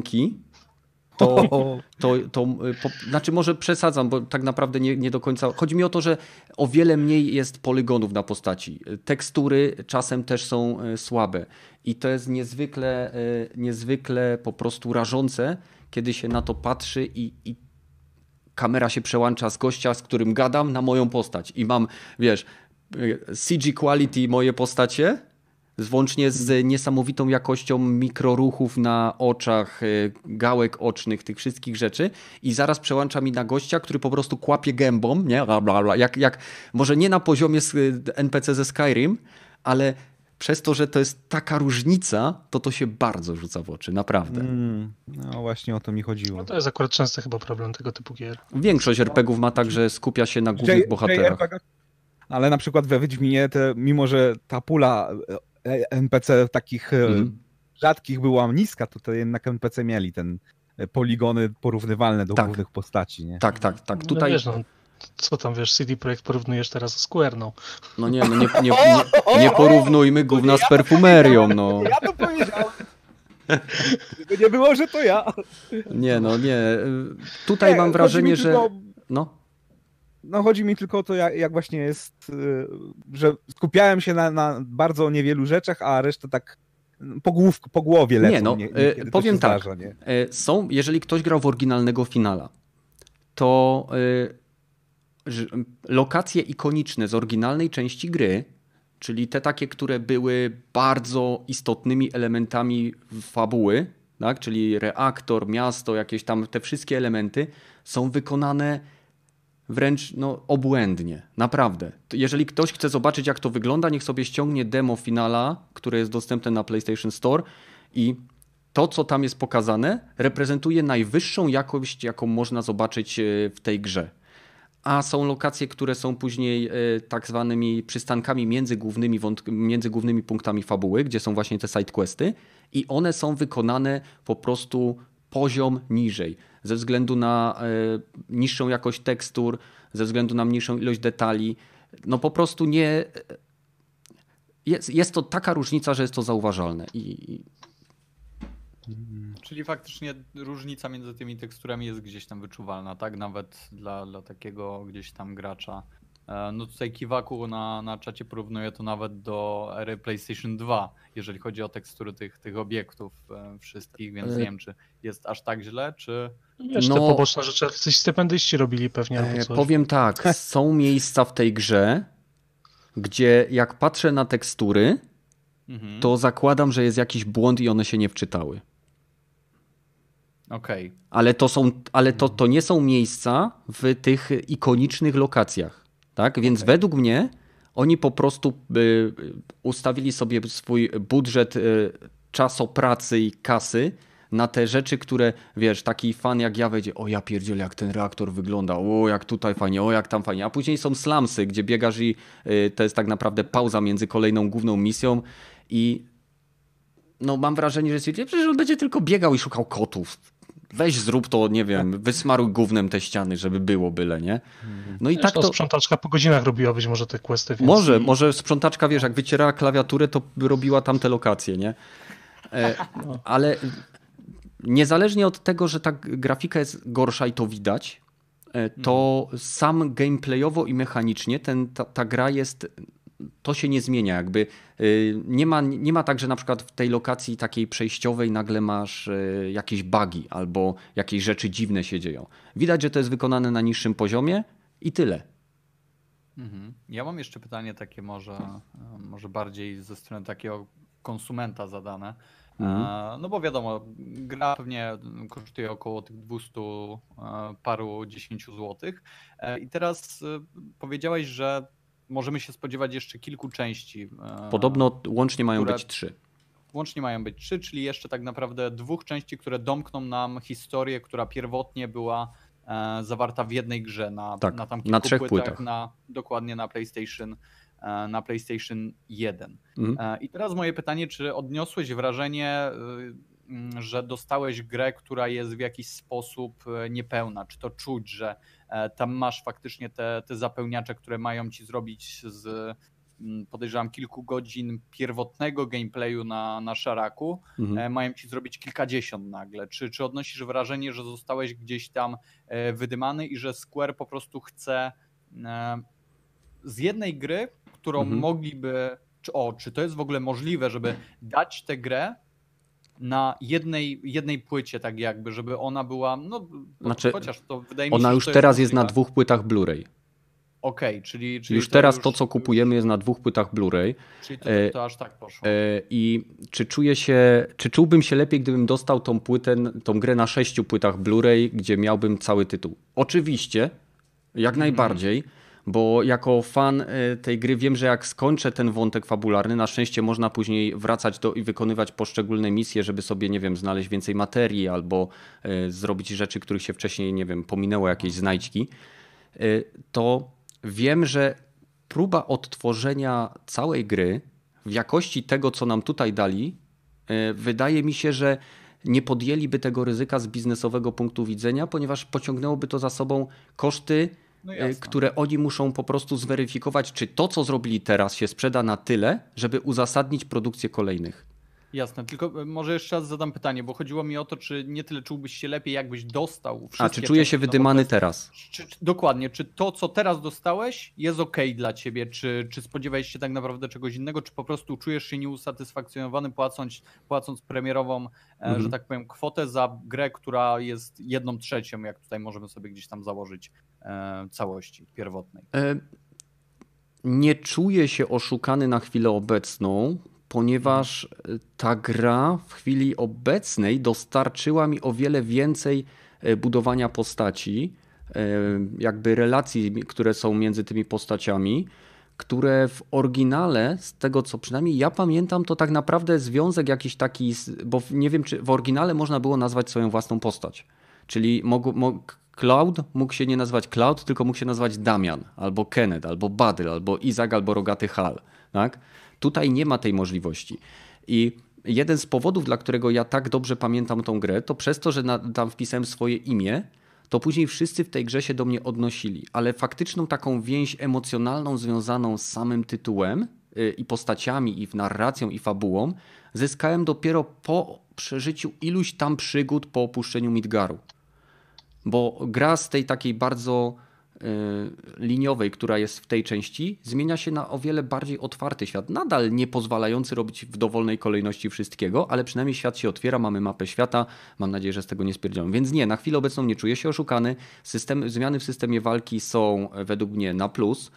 znaczy może przesadzam, bo tak naprawdę nie do końca. Chodzi mi o to, że o wiele mniej jest poligonów na postaci. Tekstury czasem też są słabe i to jest niezwykle po prostu rażące, kiedy się na to patrzy i kamera się przełącza z gościa, z którym gadam, na moją postać i mam, wiesz, CG quality moje postacie, włącznie z niesamowitą jakością mikroruchów na oczach, gałek ocznych, tych wszystkich rzeczy i zaraz przełącza mi na gościa, który po prostu kłapie gębą, nie? Jak może nie na poziomie NPC ze Skyrim, ale przez to, że to jest taka różnica, to się bardzo rzuca w oczy, naprawdę.
No właśnie o to mi chodziło.
No to jest akurat częsty chyba problem tego typu gier.
Większość RPG-ów ma tak, że skupia się na głównych bohaterach.
Ale na przykład we Wiedźminie, mimo że ta pula NPC takich rzadkich była niska, to jednak NPC mieli ten poligony porównywalne do głównych postaci. Nie?
Tak. Tutaj...
No wiesz, co tam, wiesz, CD Projekt porównujesz teraz z Square, no.
No nie porównujmy gówna z perfumerią, no.
Ja to powiedziałem. Gdyby nie było, że to ja.
Nie. Tutaj mam wrażenie, że...
No chodzi mi tylko o to, jak właśnie jest, że skupiałem się na bardzo niewielu rzeczach, a resztę tak po głowie lecą.
Powiem tak,
zdarza, nie?
Jeżeli ktoś grał w oryginalnego finala, to lokacje ikoniczne z oryginalnej części gry czyli te takie, które były bardzo istotnymi elementami fabuły, tak? Czyli reaktor, miasto, jakieś tam te wszystkie elementy są wykonane wręcz obłędnie, naprawdę. Jeżeli ktoś chce zobaczyć, jak to wygląda, niech sobie ściągnie demo finala, które jest dostępne na PlayStation Store i to, co tam jest pokazane, reprezentuje najwyższą jakość, jaką można zobaczyć w tej grze. A są lokacje, które są później tak zwanymi przystankami między głównymi punktami fabuły, gdzie są właśnie te sidequesty i one są wykonane po prostu poziom niżej. Ze względu na niższą jakość tekstur, ze względu na mniejszą ilość detali. No po prostu nie... Jest to taka różnica, że jest to zauważalne.
Czyli faktycznie różnica między tymi teksturami jest gdzieś tam wyczuwalna, tak? Nawet dla takiego gdzieś tam gracza. No tutaj Kiwaku na czacie porównuje to nawet do ery PlayStation 2, jeżeli chodzi o tekstury tych obiektów wszystkich, więc nie wiem, czy jest aż tak źle, czy...
Wiesz, te poboczne rzeczy, coś stypendyści robili pewnie albo coś.
Powiem tak, są miejsca w tej grze, gdzie jak patrzę na tekstury, to zakładam, że jest jakiś błąd i one się nie wczytały.
Okej.
Ale to nie są miejsca w tych ikonicznych lokacjach. Tak? Więc według mnie oni po prostu ustawili sobie swój budżet czasopracy i kasy na te rzeczy, które, wiesz, taki fan jak ja wejdzie, o ja pierdzielę, jak ten reaktor wygląda, o jak tutaj fajnie, o jak tam fajnie. A później są slumsy, gdzie biegasz i to jest tak naprawdę pauza między kolejną główną misją i no mam wrażenie, że przecież on będzie tylko biegał i szukał kotów. Weź zrób to, nie wiem, wysmaruj gównem te ściany, żeby było byle, nie? No i tak to...
Sprzątaczka po godzinach robiła być może te questy.
Więc... Może sprzątaczka, wiesz, jak wycierała klawiaturę, to robiła tam te lokacje, nie? Ale niezależnie od tego, że ta grafika jest gorsza i to widać, to sam gameplayowo i mechanicznie ta gra jest... To się nie zmienia, jakby nie ma tak, że na przykład w tej lokacji takiej przejściowej nagle masz jakieś bugi albo jakieś rzeczy dziwne się dzieją. Widać, że to jest wykonane na niższym poziomie i tyle.
Ja mam jeszcze pytanie takie może bardziej ze strony takiego konsumenta zadane. No bo wiadomo, gra pewnie kosztuje około tych 200 paru 10 złotych. I teraz powiedziałeś, że możemy się spodziewać jeszcze kilku części.
Podobno łącznie mają być 3.
Łącznie mają być 3, czyli jeszcze tak naprawdę 2 części, które domkną nam historię, która pierwotnie była zawarta w jednej grze na tam kilku
na 3 płytach.
Dokładnie na PlayStation 1. I teraz moje pytanie, czy odniosłeś wrażenie, że dostałeś grę, która jest w jakiś sposób niepełna? Czy to czuć, że tam masz faktycznie te zapełniacze, które mają ci zrobić z, podejrzewam, kilku godzin pierwotnego gameplayu na szaraku, mają ci zrobić kilkadziesiąt nagle. Czy odnosisz wrażenie, że zostałeś gdzieś tam wydymany i że Square po prostu chce z jednej gry, którą mogliby... Czy to jest w ogóle możliwe, żeby dać tę grę na jednej płycie, tak jakby, żeby ona była, chociaż to wydaje mi się,
ona
że
już
to
teraz jest na 2 płytach Bluray.
Okej, czyli
już teraz to, co kupujemy, jest na 2 płytach Blu-ray.
Czyli to aż tak poszło.
I czy czułbym się lepiej, gdybym dostał tą grę na 6 płytach Blu-ray, gdzie miałbym cały tytuł? Oczywiście, jak najbardziej, bo jako fan tej gry wiem, że jak skończę ten wątek fabularny, na szczęście można później wracać i wykonywać poszczególne misje, żeby sobie, nie wiem, znaleźć więcej materii albo zrobić rzeczy, których się wcześniej, nie wiem, pominęło jakieś znajdźki, to wiem, że próba odtworzenia całej gry w jakości tego, co nam tutaj dali, wydaje mi się, że nie podjęliby tego ryzyka z biznesowego punktu widzenia, ponieważ pociągnęłoby to za sobą koszty, które oni muszą po prostu zweryfikować, czy to, co zrobili teraz, się sprzeda na tyle, żeby uzasadnić produkcję kolejnych.
Jasne, tylko może jeszcze raz zadam pytanie, bo chodziło mi o to, czy nie tyle czułbyś się lepiej, jakbyś dostał wszystkie
czy czuję się wydymany teraz?
Dokładnie, czy to, co teraz dostałeś, jest okej dla ciebie, czy spodziewałeś się tak naprawdę czegoś innego, czy po prostu czujesz się nieusatysfakcjonowany płacąc premierową, że tak powiem, kwotę za grę, która jest 1/3, jak tutaj możemy sobie gdzieś tam założyć, całości pierwotnej?
nie czuję się oszukany na chwilę obecną, ponieważ ta gra w chwili obecnej dostarczyła mi o wiele więcej budowania postaci, jakby relacji, które są między tymi postaciami, które w oryginale, z tego co przynajmniej ja pamiętam, to tak naprawdę związek jakiś taki, bo nie wiem, czy w oryginale można było nazwać swoją własną postać. Czyli Cloud mógł się nie nazywać Cloud, tylko mógł się nazywać Damian, albo Kenneth, albo Badyl, albo Izak, albo Rogaty Hal. Tak? Tutaj nie ma tej możliwości. I jeden z powodów, dla którego ja tak dobrze pamiętam tą grę, to przez to, że tam wpisałem swoje imię, to później wszyscy w tej grze się do mnie odnosili. Ale faktyczną taką więź emocjonalną związaną z samym tytułem i postaciami, i narracją, i fabułą zyskałem dopiero po przeżyciu iluś tam przygód po opuszczeniu Midgaru. Bo gra z tej takiej bardzo liniowej, która jest w tej części, zmienia się na o wiele bardziej otwarty świat. Nadal nie pozwalający robić w dowolnej kolejności wszystkiego, ale przynajmniej świat się otwiera, mamy mapę świata. Mam nadzieję, że z tego nie spierdzielam. Więc nie, na chwilę obecną nie czuję się oszukany. Zmiany w systemie walki są według mnie na plus.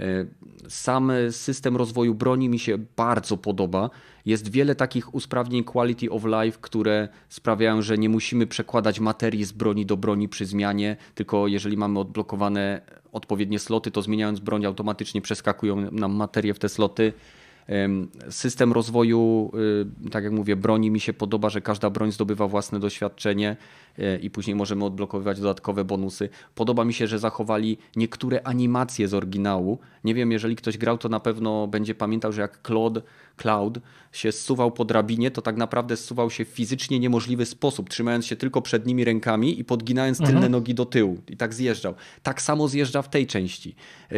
Sam system rozwoju broni mi się bardzo podoba. Jest wiele takich usprawnień quality of life, które sprawiają, że nie musimy przekładać materii z broni do broni przy zmianie, tylko jeżeli mamy odblokowane odpowiednie sloty, to zmieniając broń automatycznie przeskakują nam materie w te sloty. System rozwoju, tak jak mówię, broni mi się podoba, że każda broń zdobywa własne doświadczenie i później możemy odblokowywać dodatkowe bonusy. Podoba mi się, że zachowali niektóre animacje z oryginału. Nie wiem, jeżeli ktoś grał, to na pewno będzie pamiętał, że jak Cloud się zsuwał po drabinie, to tak naprawdę zsuwał się w fizycznie niemożliwy sposób, trzymając się tylko przednimi rękami i podginając tylne nogi do tyłu. I tak zjeżdżał. Tak samo zjeżdża w tej części.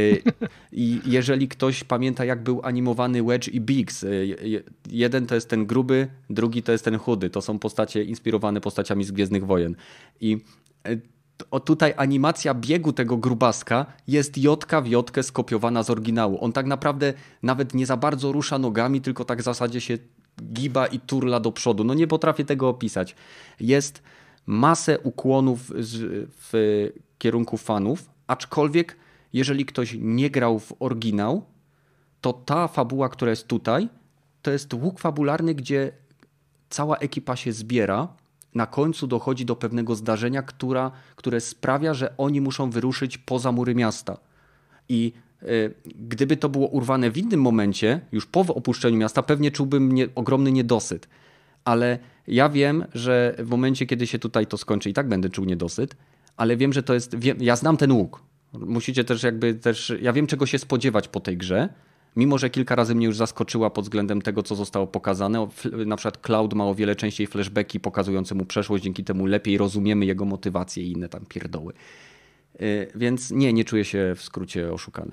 I jeżeli ktoś pamięta, jak był animowany Wedge i Biggs, jeden to jest ten gruby, drugi to jest ten chudy. To są postacie inspirowane postaciami z Gwiezdnych Wojen. I tutaj animacja biegu tego grubaska jest jotka w jotkę skopiowana z oryginału. On tak naprawdę nawet nie za bardzo rusza nogami, tylko tak w zasadzie się giba i turla do przodu. No nie potrafię tego opisać. Jest masę ukłonów w kierunku fanów, aczkolwiek jeżeli ktoś nie grał w oryginał, to ta fabuła, która jest tutaj, to jest łuk fabularny, gdzie cała ekipa się zbiera. Na końcu dochodzi do pewnego zdarzenia, które sprawia, że oni muszą wyruszyć poza mury miasta. I gdyby to było urwane w innym momencie, już po opuszczeniu miasta, pewnie czułbym ogromny niedosyt. Ale ja wiem, że w momencie, kiedy się tutaj to skończy, i tak będę czuł niedosyt, ale wiem, że to jest... Ja znam ten łuk. Musicie też ja wiem, czego się spodziewać po tej grze, mimo że kilka razy mnie już zaskoczyła pod względem tego, co zostało pokazane. Na przykład Cloud ma o wiele częściej flashbacki pokazujące mu przeszłość, dzięki temu lepiej rozumiemy jego motywacje i inne tam pierdoły. Więc nie czuję się w skrócie oszukany.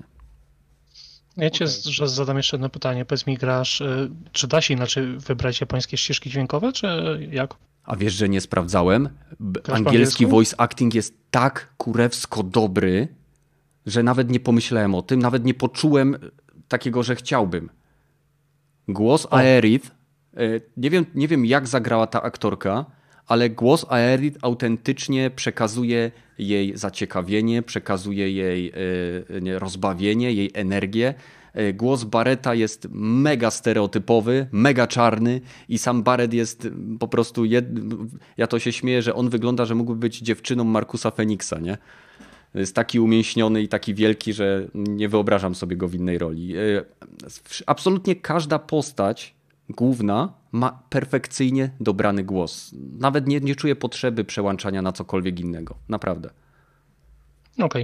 Ja cię zadam jeszcze jedno pytanie. Powiedz mi, grasz, czy da się inaczej wybrać japońskie ścieżki dźwiękowe, czy jak?
A wiesz, że nie sprawdzałem? Angielski voice acting jest tak kurewsko dobry, że nawet nie pomyślałem o tym, nawet nie poczułem takiego, że chciałbym. Głos Aerith, nie wiem jak zagrała ta aktorka, ale głos Aerith autentycznie przekazuje jej zaciekawienie, przekazuje jej rozbawienie, jej energię. Głos Barretta jest mega stereotypowy, mega czarny i sam Barrett jest po prostu... Ja to się śmieję, że on wygląda, że mógłby być dziewczyną Markusa Feniksa, nie? Jest taki umięśniony i taki wielki, że nie wyobrażam sobie go w innej roli. Absolutnie każda postać główna ma perfekcyjnie dobrany głos. Nawet nie czuję potrzeby przełączania na cokolwiek innego. Naprawdę.
Okej.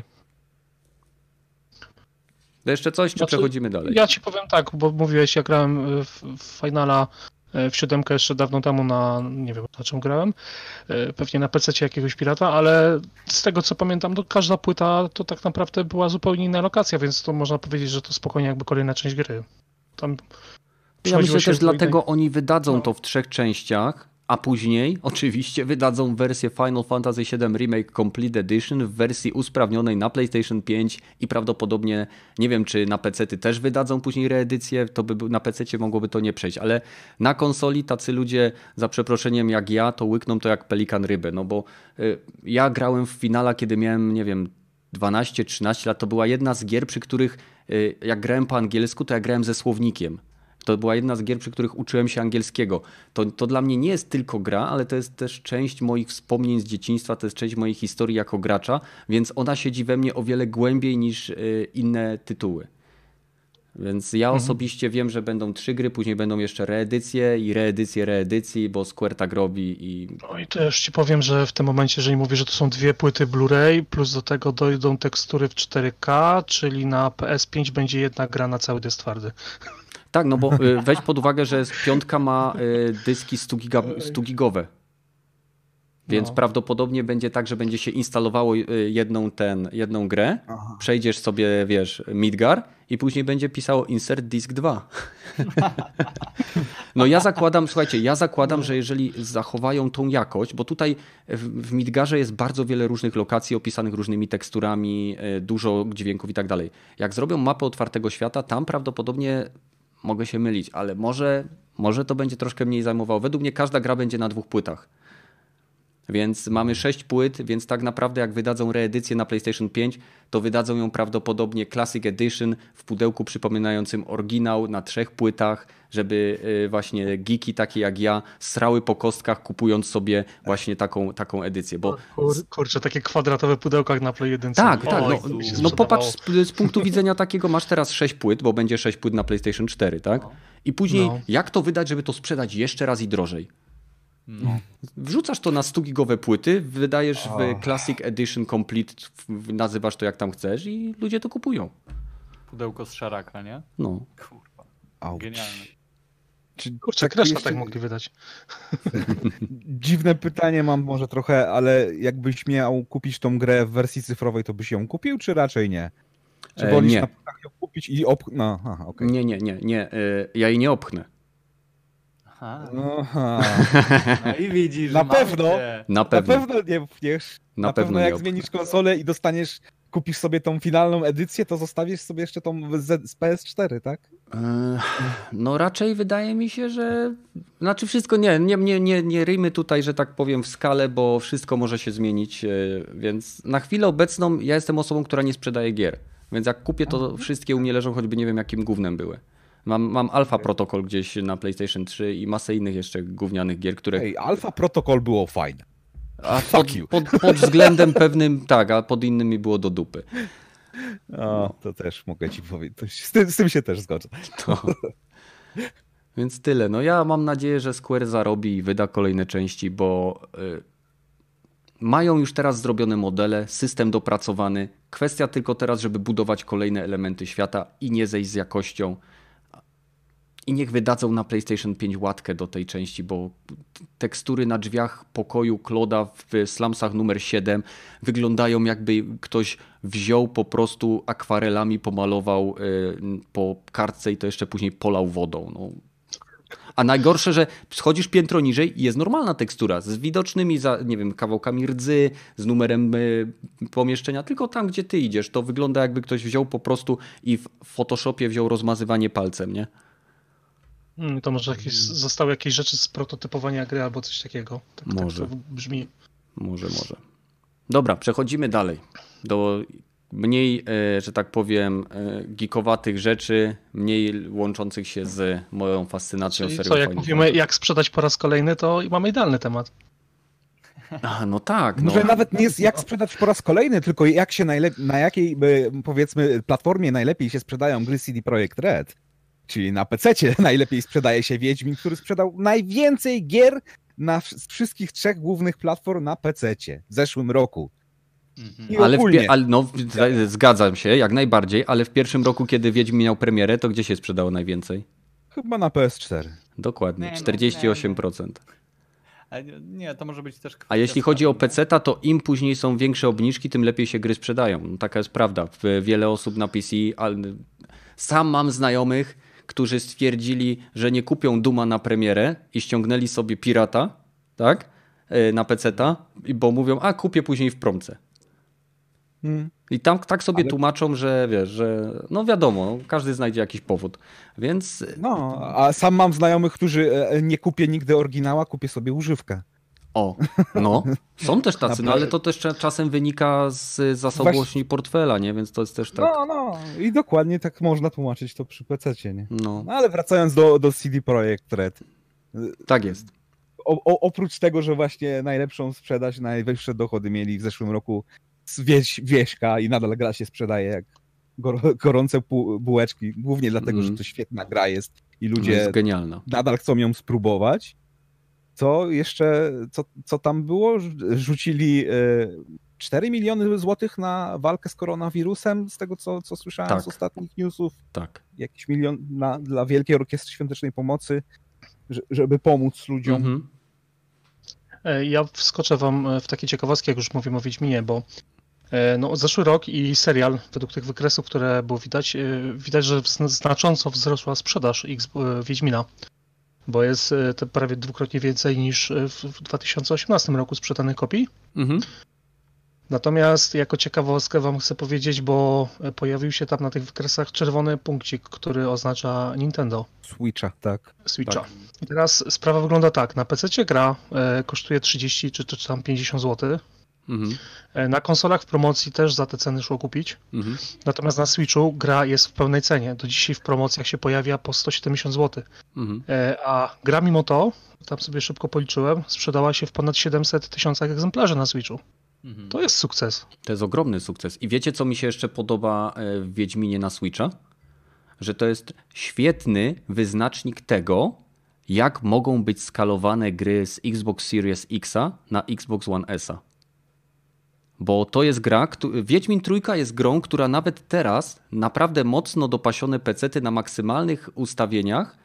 To jeszcze coś, czy przechodzimy dalej?
Ja ci powiem tak, bo mówiłeś, ja grałem w Finala w 7 jeszcze dawno temu nie wiem na czym grałem, pewnie na PC jakiegoś pirata, ale z tego co pamiętam, to każda płyta to tak naprawdę była zupełnie inna lokacja, więc to można powiedzieć, że to spokojnie jakby kolejna część gry.
Ja myślę też dlatego oni wydadzą to w 3 częściach, a później oczywiście wydadzą wersję Final Fantasy VII Remake Complete Edition w wersji usprawnionej na PlayStation 5 i prawdopodobnie, nie wiem czy na PC-ty też wydadzą później reedycję, to by na PC-cie mogłoby to nie przejść, ale na konsoli tacy ludzie, za przeproszeniem jak ja, to łykną to jak pelikan rybę, no bo ja grałem w Finala, kiedy miałem, nie wiem, 12-13 lat, to była jedna z gier, przy których jak grałem po angielsku, to ja grałem ze słownikiem. To była jedna z gier, przy których uczyłem się angielskiego. To dla mnie nie jest tylko gra, ale to jest też część moich wspomnień z dzieciństwa, to jest część mojej historii jako gracza, więc ona siedzi we mnie o wiele głębiej niż inne tytuły. Więc ja osobiście wiem, że będą 3 gry, później będą jeszcze reedycje i reedycji, bo Square tak robi i...
No i to już ci powiem, że w tym momencie, jeżeli mówię, że to są 2 płyty Blu-ray, plus do tego dojdą tekstury w 4K, czyli na PS5 będzie jedna gra na cały dysk twardy.
Tak, no bo weź pod uwagę, że 5 ma dyski 100-gigowe. Więc prawdopodobnie będzie tak, że będzie się instalowało jedną grę, przejdziesz sobie, wiesz, Midgar i później będzie pisało insert disk 2. No ja zakładam, że jeżeli zachowają tą jakość, bo tutaj w Midgarze jest bardzo wiele różnych lokacji opisanych różnymi teksturami, dużo dźwięków i tak dalej. Jak zrobią mapę otwartego świata, tam prawdopodobnie mogę się mylić, ale może to będzie troszkę mniej zajmowało. Według mnie każda gra będzie na 2 płytach. Więc mamy 6 płyt, więc tak naprawdę jak wydadzą reedycję na PlayStation 5, to wydadzą ją prawdopodobnie Classic Edition w pudełku przypominającym oryginał na 3 płytach, żeby właśnie geeki takie jak ja srały po kostkach, kupując sobie właśnie taką edycję. Bo...
Kurczę, takie kwadratowe pudełka jak na Play 1.
Tak. No popatrz, z punktu widzenia takiego, masz teraz 6 płyt, bo będzie 6 płyt na PlayStation 4, tak? I później jak to wydać, żeby to sprzedać jeszcze raz i drożej? No. Wrzucasz to na 100-gigowe płyty, wydajesz w Classic Edition Complete, nazywasz to jak tam chcesz i ludzie to kupują.
Pudełko z szaraka, nie?
No.
Kurwa, genialne.
Kurczę, Crash'a tak mogli wydać.
Dziwne pytanie mam może trochę, ale jakbyś miał kupić tą grę w wersji cyfrowej, to byś ją kupił, czy raczej nie? Czy wolisz
nie.
na płytach ją kupić i No, okay.
Nie. Ja jej nie opchnę.
Aha.
No
i widzisz,
na pewno nie wpniesz. Na pewno jak zmienisz konsolę i kupisz sobie tą finalną edycję, to zostawisz sobie jeszcze tą z PS4, tak?
No raczej wydaje mi się, że... Znaczy wszystko nie ryjmy tutaj, że tak powiem w skalę, bo wszystko może się zmienić, więc na chwilę obecną ja jestem osobą, która nie sprzedaje gier. Więc jak kupię, to wszystkie u mnie leżą, choćby nie wiem jakim gównem były. Mam Alpha Protocol gdzieś na PlayStation 3 i masę innych jeszcze gównianych gier, które...
Alpha Protocol było fajne.
A pod względem pewnym tak, a pod innymi było do dupy.
To też mogę ci powiedzieć. Z tym się też zgodzę.
Więc tyle. No ja mam nadzieję, że Square zarobi i wyda kolejne części, bo mają już teraz zrobione modele, system dopracowany. Kwestia tylko teraz, żeby budować kolejne elementy świata i nie zejść z jakością. I niech wydadzą na PlayStation 5 łatkę do tej części, bo tekstury na drzwiach pokoju Claude'a w Slumsach numer 7 wyglądają jakby ktoś wziął po prostu akwarelami, pomalował po kartce i to jeszcze później polał wodą. No. A najgorsze, że schodzisz piętro niżej i jest normalna tekstura z widocznymi, kawałkami rdzy, z numerem pomieszczenia, tylko tam, gdzie ty idziesz, to wygląda jakby ktoś wziął po prostu i w Photoshopie wziął rozmazywanie palcem, nie?
To może zostały jakieś rzeczy z prototypowania gry albo coś takiego.
Może.
Tak to brzmi.
Może. Dobra, przechodzimy dalej. Do mniej, że tak powiem, geekowatych rzeczy, mniej łączących się z moją fascynacją serią.
Co, jak mówimy, jak sprzedać po raz kolejny, to mamy idealny temat.
No tak.
Może nawet nie jest jak sprzedać po raz kolejny, tylko jak się na jakiej, powiedzmy, platformie najlepiej się sprzedają gry CD Projekt Red. Czyli na PC-cie najlepiej sprzedaje się Wiedźmin, który sprzedał najwięcej gier z wszystkich 3 głównych platform na PC-cie w zeszłym roku.
Zgadzam się, jak najbardziej, ale w pierwszym roku, kiedy Wiedźmin miał premierę, to gdzie się sprzedało najwięcej?
Chyba na PS4.
Dokładnie, 48%.
Nie, to może być też kwestia.
A jeśli chodzi o PC-ta, to im później są większe obniżki, tym lepiej się gry sprzedają. No, taka jest prawda. Wiele osób na PC... Sam mam znajomych, którzy stwierdzili, że nie kupią Duma na premierę i ściągnęli sobie Pirata, tak? Na PC-ta, bo mówią, kupię później w promce. I tam tak sobie tłumaczą, że wiesz, że no wiadomo, każdy znajdzie jakiś powód, więc...
No, a sam mam znajomych, którzy nie kupię nigdy oryginała, kupię sobie używkę.
O, no. Są też tacy, no ale to też czasem wynika z zasobności portfela, nie? Więc to jest też tak.
No. I dokładnie tak można tłumaczyć to przy PC-cie, nie?
No,
No ale wracając do CD Projekt Red.
tak jest.
Oprócz tego, że właśnie najlepszą sprzedaż, najwyższe dochody mieli w zeszłym roku z Wieśka i nadal gra się sprzedaje jak gorące bułeczki, głównie dlatego, że to świetna gra jest i
No
ludzie
jest genialna.
nadal chcą ją spróbować. Co tam było? Rzucili 4 miliony złotych na walkę z koronawirusem, z tego co słyszałem
Tak.
z ostatnich newsów.
Tak.
Jakiś milion dla Wielkiej Orkiestry Świątecznej Pomocy, żeby pomóc ludziom.
Mhm.
Ja wskoczę wam w takie ciekawostki, jak już mówimy o Wiedźminie, bo no, zeszły rok i serial, według tych wykresów, które było widać, że znacząco wzrosła sprzedaż Wiedźmina, bo jest to prawie dwukrotnie więcej niż w 2018 roku sprzedanych kopii.
Mhm.
Natomiast jako ciekawostkę wam chcę powiedzieć, bo pojawił się tam na tych wykresach czerwony punkcik, który oznacza Nintendo
Switcha, tak.
Switcha.
Tak.
I teraz sprawa wygląda tak, na PC gra kosztuje 30 czy tam 50 zł.
Mhm.
Na konsolach w promocji też za te ceny szło kupić.
Mhm.
Natomiast na Switchu gra jest w pełnej cenie. Do dzisiaj w promocjach się pojawia po 170 zł.
Mhm.
A gra mimo to, tam sobie szybko policzyłem, sprzedała się w ponad 700 tysiącach egzemplarzy na Switchu. To jest sukces.
To jest ogromny sukces. I wiecie, co mi się jeszcze podoba w Wiedźminie na Switcha? Że to jest świetny wyznacznik tego, jak mogą być skalowane gry z Xbox Series X'a na Xbox One S'a. Bo to jest gra, Wiedźmin Trójka jest grą, która nawet teraz naprawdę mocno dopasione pecety na maksymalnych ustawieniach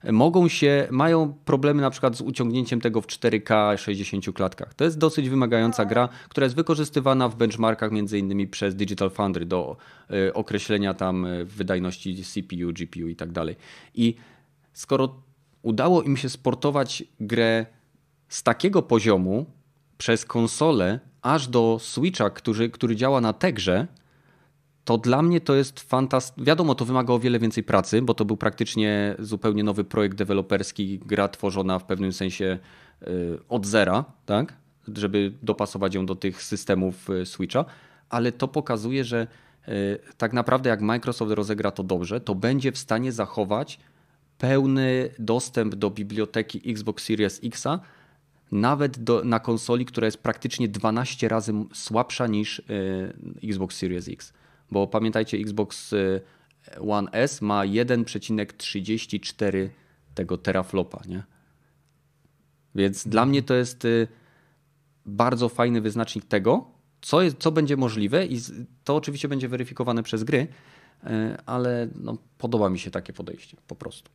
mają problemy na przykład z uciągnięciem tego w 4K 60 klatkach. To jest dosyć wymagająca gra, która jest wykorzystywana w benchmarkach między innymi przez Digital Foundry do określenia tam wydajności CPU, GPU i tak dalej. I skoro udało im się sportować grę z takiego poziomu przez konsolę aż do Switcha, który działa na tej grze, to dla mnie to jest fantastyczne. Wiadomo, to wymaga o wiele więcej pracy, bo to był praktycznie zupełnie nowy projekt deweloperski, gra tworzona w pewnym sensie od zera, tak? Żeby dopasować ją do tych systemów Switcha, ale to pokazuje, że tak naprawdę jak Microsoft rozegra to dobrze, to będzie w stanie zachować pełny dostęp do biblioteki Xbox Series X'a, nawet na konsoli, która jest praktycznie 12 razy słabsza niż Xbox Series X. Bo pamiętajcie, Xbox One S ma 1,34 tego teraflopa, nie? Więc dla mnie to jest bardzo fajny wyznacznik tego, co będzie możliwe i to oczywiście będzie weryfikowane przez gry, ale no, podoba mi się takie podejście po prostu.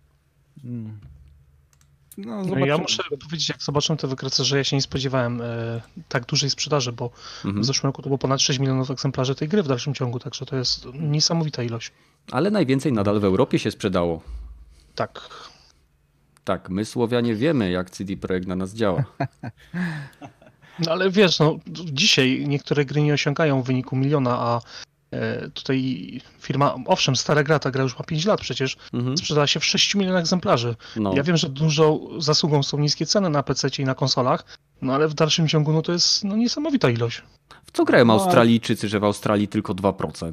No,
Ja muszę powiedzieć, jak zobaczyłem te wykresy, że ja się nie spodziewałem tak dużej sprzedaży, bo w zeszłym roku to było ponad 6 milionów egzemplarzy tej gry w dalszym ciągu, także to jest niesamowita ilość.
Ale najwięcej nadal w Europie się sprzedało.
Tak.
Tak, my Słowianie wiemy, jak CD Projekt na nas działa.
No ale wiesz, no dzisiaj niektóre gry nie osiągają wyniku miliona, a tutaj firma, owszem, stara gra, ta gra już ma 5 lat przecież, sprzedała się w 6 milionach egzemplarzy.
No.
Ja wiem, że dużą zasługą są niskie ceny na PC i na konsolach, no ale w dalszym ciągu no to jest niesamowita ilość.
W co grają Australijczycy, że w Australii tylko 2%?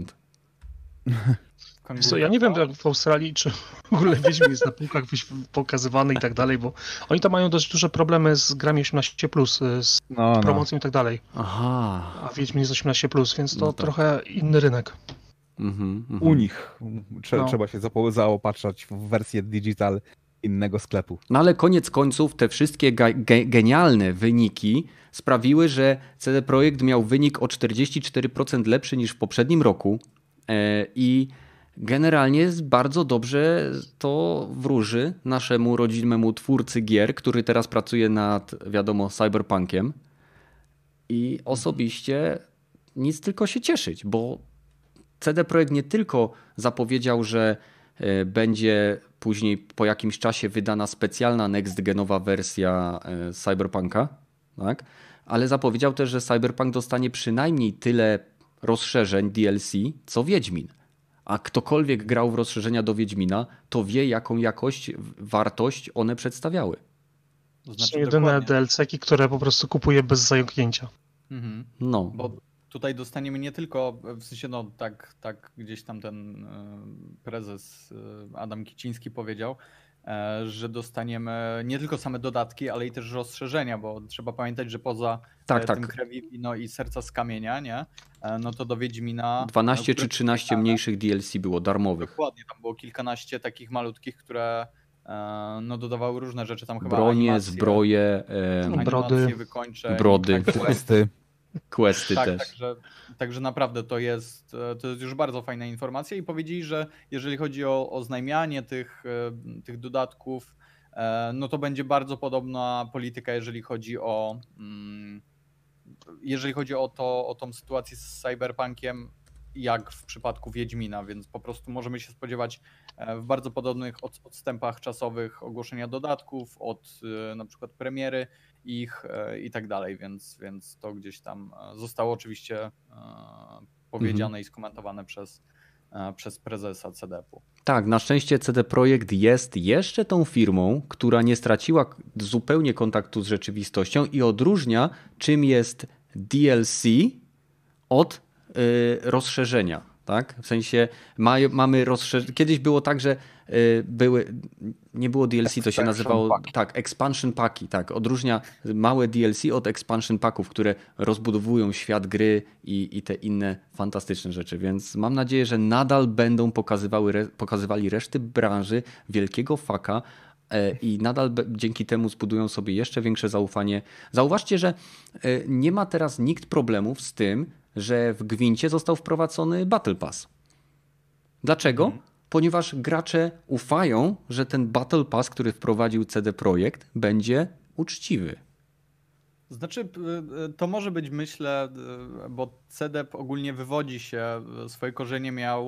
Co, ja nie wiem jak w Australii, czy w ogóle Wiedźmin jest na półkach pokazywany i tak dalej, bo oni tam mają dość duże problemy z grami 18+, z promocją i tak dalej.
Aha.
A Wiedźmin jest 18+, więc to trochę inny rynek.
U nich trzeba się zaopatrzać w wersję digital innego sklepu.
No ale koniec końców te wszystkie genialne wyniki sprawiły, że CD Projekt miał wynik o 44% lepszy niż w poprzednim roku i generalnie bardzo dobrze to wróży naszemu rodzimemu twórcy gier, który teraz pracuje nad, wiadomo, Cyberpunkiem i osobiście nic tylko się cieszyć, bo CD Projekt nie tylko zapowiedział, że będzie później po jakimś czasie wydana specjalna next-genowa wersja Cyberpunka, tak? Ale zapowiedział też, że Cyberpunk dostanie przynajmniej tyle rozszerzeń DLC, co Wiedźmin. A ktokolwiek grał w rozszerzenia do Wiedźmina, to wie, jaką jakość, wartość one przedstawiały.
To
Są
znaczy
jedyne
dokładnie.
DLC-ki, które po prostu kupuję bez zająknięcia.
No.
Bo tutaj dostaniemy nie tylko, w sensie no tak gdzieś tam ten prezes Adam Kiciński powiedział, że dostaniemy nie tylko same dodatki, ale i też rozszerzenia, bo trzeba pamiętać, że poza
Tak,
tym
tak.
Krew i Wino i Serca z Kamienia, nie? No to do Wiedźmina
12
które
czy 13
czekamy.
mniejszych DLC było darmowych.
Dokładnie, tam było kilkanaście takich malutkich, które no dodawały różne rzeczy, tam chyba
Bronie,
animacje,
zbroje,
animacje wykończeń,
brody.
tak dalej.
Questy.
questy
Tak,
też.
także naprawdę to jest już bardzo fajna informacja i powiedzieli, że jeżeli chodzi o oznajmianie tych dodatków, no to będzie bardzo podobna polityka, jeżeli chodzi o tą sytuację z Cyberpunkiem, jak w przypadku Wiedźmina, więc po prostu możemy się spodziewać w bardzo podobnych odstępach czasowych ogłoszenia dodatków, od na przykład premiery ich i tak dalej, więc to gdzieś tam zostało oczywiście powiedziane i skomentowane przez prezesa CDP-u.
Tak, na szczęście CD Projekt jest jeszcze tą firmą, która nie straciła zupełnie kontaktu z rzeczywistością i odróżnia, czym jest DLC od rozszerzenia. Tak? W sensie mamy rozszerzenie. Kiedyś było tak, że nie było DLC, to się nazywało expansion packi. Tak, odróżnia małe DLC od expansion packów, które rozbudowują świat gry i te inne fantastyczne rzeczy. Więc mam nadzieję, że nadal będą pokazywali reszty branży wielkiego faka i nadal dzięki temu zbudują sobie jeszcze większe zaufanie. Zauważcie, że nie ma teraz nikt problemów z tym, że w Gwincie został wprowadzony Battle Pass. Dlaczego? Ponieważ gracze ufają, że ten Battle Pass, który wprowadził CD Projekt, będzie uczciwy.
Znaczy, to może być, myślę, bo CDEP ogólnie wywodzi się, swoje korzenie miał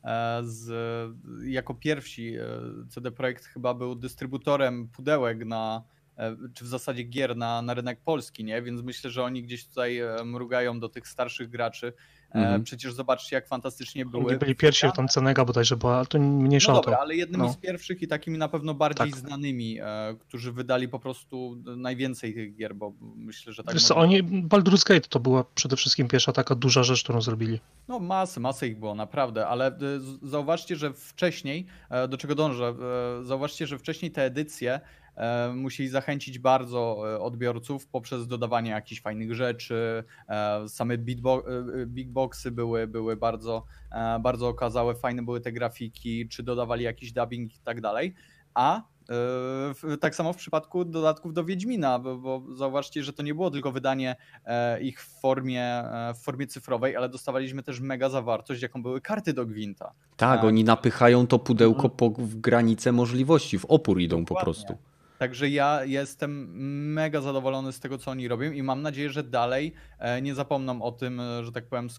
jako pierwsi. CD Projekt chyba był dystrybutorem pudełek czy w zasadzie gier na rynek polski, nie? Więc myślę, że oni gdzieś tutaj mrugają do tych starszych graczy. Przecież zobaczcie, jak fantastycznie były.
Oni byli pierwsi, tam Cenega bodajże była, ale to mniejsza
no
o to.
dobra, ale jednymi z pierwszych i takimi na pewno bardziej znanymi, którzy wydali po prostu najwięcej tych gier, bo myślę, że tak.
Wiesz co, Baldur's Gate to była przede wszystkim pierwsza taka duża rzecz, którą zrobili.
No masę ich było, naprawdę, ale zauważcie, że wcześniej, do czego dążę, zauważcie, że wcześniej te edycje musieli zachęcić bardzo odbiorców poprzez dodawanie jakichś fajnych rzeczy, same big boxy były bardzo okazałe, fajne były te grafiki, czy dodawali jakiś dubbing i tak dalej, a tak samo w przypadku dodatków do Wiedźmina, bo zauważcie, że to nie było tylko wydanie ich w formie cyfrowej, ale dostawaliśmy też mega zawartość, jaką były karty do Gwinta.
Tak, oni napychają to pudełko w granice możliwości, w opór idą po prostu.
Także ja jestem mega zadowolony z tego, co oni robią i mam nadzieję, że dalej nie zapomną o tym, że tak powiem,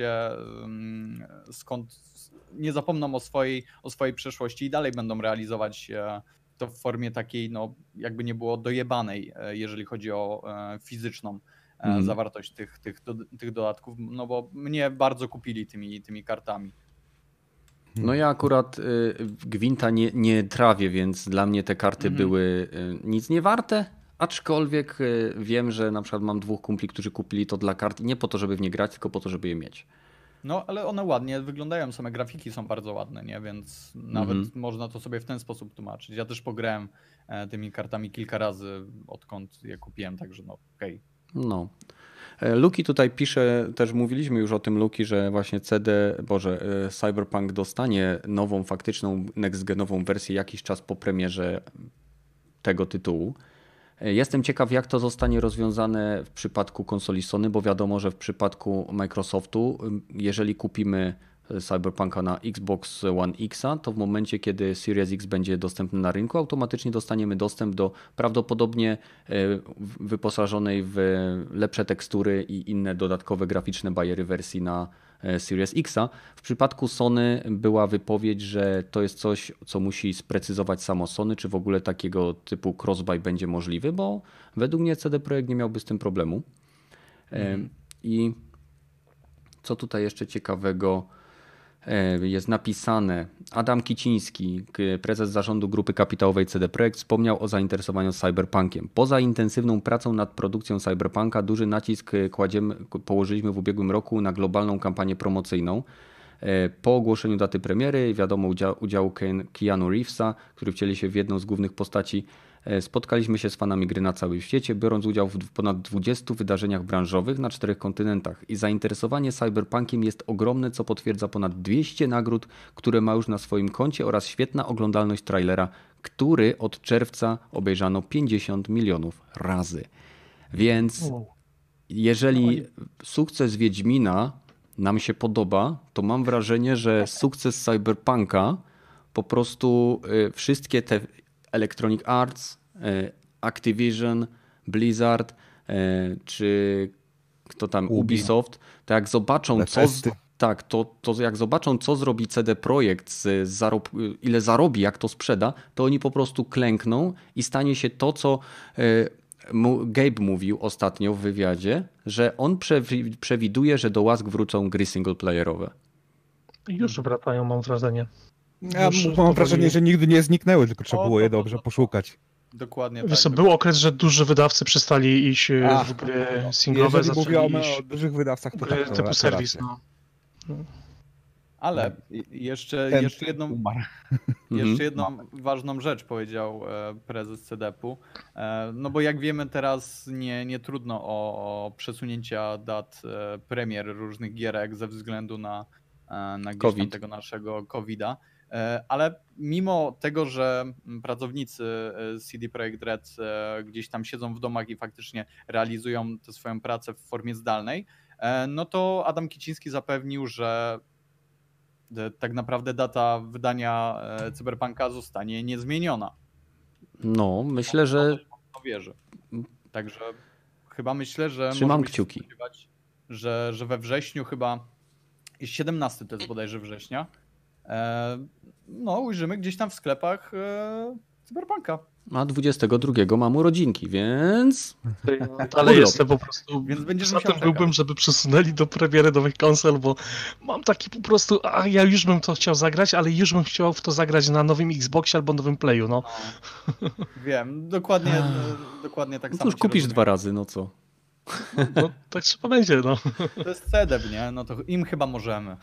nie zapomną o swojej przeszłości i dalej będą realizować to w formie takiej, no jakby nie było dojebanej, jeżeli chodzi o fizyczną zawartość tych dodatków, no bo mnie bardzo kupili tymi kartami.
No ja akurat Gwinta nie trawię, więc dla mnie te karty były nic nie warte, aczkolwiek wiem, że na przykład mam 2 kumpli, którzy kupili to dla kart nie po to, żeby w nie grać, tylko po to, żeby je mieć.
No ale one ładnie wyglądają, same grafiki są bardzo ładne, nie? Więc nawet można to sobie w ten sposób tłumaczyć. Ja też pograłem tymi kartami kilka razy, odkąd je kupiłem, także no okej.
No. Luki tutaj pisze, też mówiliśmy już o tym, Luki, że właśnie Cyberpunk dostanie nową, faktyczną, next-genową wersję jakiś czas po premierze tego tytułu. Jestem ciekaw, jak to zostanie rozwiązane w przypadku konsoli Sony, bo wiadomo, że w przypadku Microsoftu, jeżeli kupimy Cyberpunka na Xbox One X, to w momencie, kiedy Series X będzie dostępny na rynku, automatycznie dostaniemy dostęp do prawdopodobnie wyposażonej w lepsze tekstury i inne dodatkowe graficzne bajery wersji na Series X. W przypadku Sony była wypowiedź, że to jest coś, co musi sprecyzować samo Sony, czy w ogóle takiego typu cross-buy będzie możliwy, bo według mnie CD Projekt nie miałby z tym problemu. I co tutaj jeszcze ciekawego? jest napisane: Adam Kiciński, prezes zarządu grupy kapitałowej CD Projekt, wspomniał o zainteresowaniu Cyberpunkiem. Poza intensywną pracą nad produkcją Cyberpunka duży nacisk położyliśmy w ubiegłym roku na globalną kampanię promocyjną. Po ogłoszeniu daty premiery, wiadomo, udziału Keanu Reevesa, który wcieli się w jedną z głównych postaci, spotkaliśmy się z fanami gry na całym świecie, biorąc udział w ponad 20 wydarzeniach branżowych na 4 kontynentach. I zainteresowanie Cyberpunkiem jest ogromne, co potwierdza ponad 200 nagród, które ma już na swoim koncie, oraz świetna oglądalność trailera, który od czerwca obejrzano 50 milionów razy. Więc jeżeli sukces Wiedźmina nam się podoba, to mam wrażenie, że sukces Cyberpunka po prostu wszystkie te Electronic Arts, Activision, Blizzard czy kto tam, Ubisoft, to jak zobaczą jak zobaczą, co zrobi CD Projekt, ile zarobi, jak to sprzeda, to oni po prostu klękną i stanie się to, co Gabe mówił ostatnio w wywiadzie, że on przewiduje, że do łask wrócą gry singleplayerowe.
Już wracają, mam wrażenie.
Ja mam wrażenie, że nigdy nie zniknęły, tylko trzeba było je dobrze poszukać.
Dokładnie
Wiesz,
tak.
był okres, że duży wydawcy przestali iść w gry singlowe,
jeżeli mówimy
iść
o dużych wydawcach, to
gry
tak,
typu serwis.
Ale jeszcze jedną ważną rzecz powiedział prezes CDP-u, no bo jak wiemy teraz nie trudno o przesunięcia dat premier różnych gierek ze względu na gdzieś tam tego naszego COVID-a, ale mimo tego, że pracownicy CD Projekt Red gdzieś tam siedzą w domach i faktycznie realizują tę swoją pracę w formie zdalnej, no to Adam Kiciński zapewnił, że tak naprawdę data wydania Cyberpunka zostanie niezmieniona.
No, myślę, że...
wierzy. Także chyba myślę, że
trzymam kciuki,
że we wrześniu chyba, 17 to jest bodajże września, no ujrzymy gdzieś tam w sklepach Cyberpunka.
A 22 mam urodzinki, więc...
Ale jestem po prostu...
Więc będziesz
za tym byłbym, żeby przesunęli do premiery nowych konsol, bo mam taki po prostu... ja już bym to chciał zagrać, ale już bym chciał w to zagrać na nowym Xboxie albo nowym Playu, no.
Wiem, dokładnie tak samo.
No już kupisz 2 razy, no co?
No, tak trzeba będzie, no.
To jest CDEP, nie? No to im chyba możemy.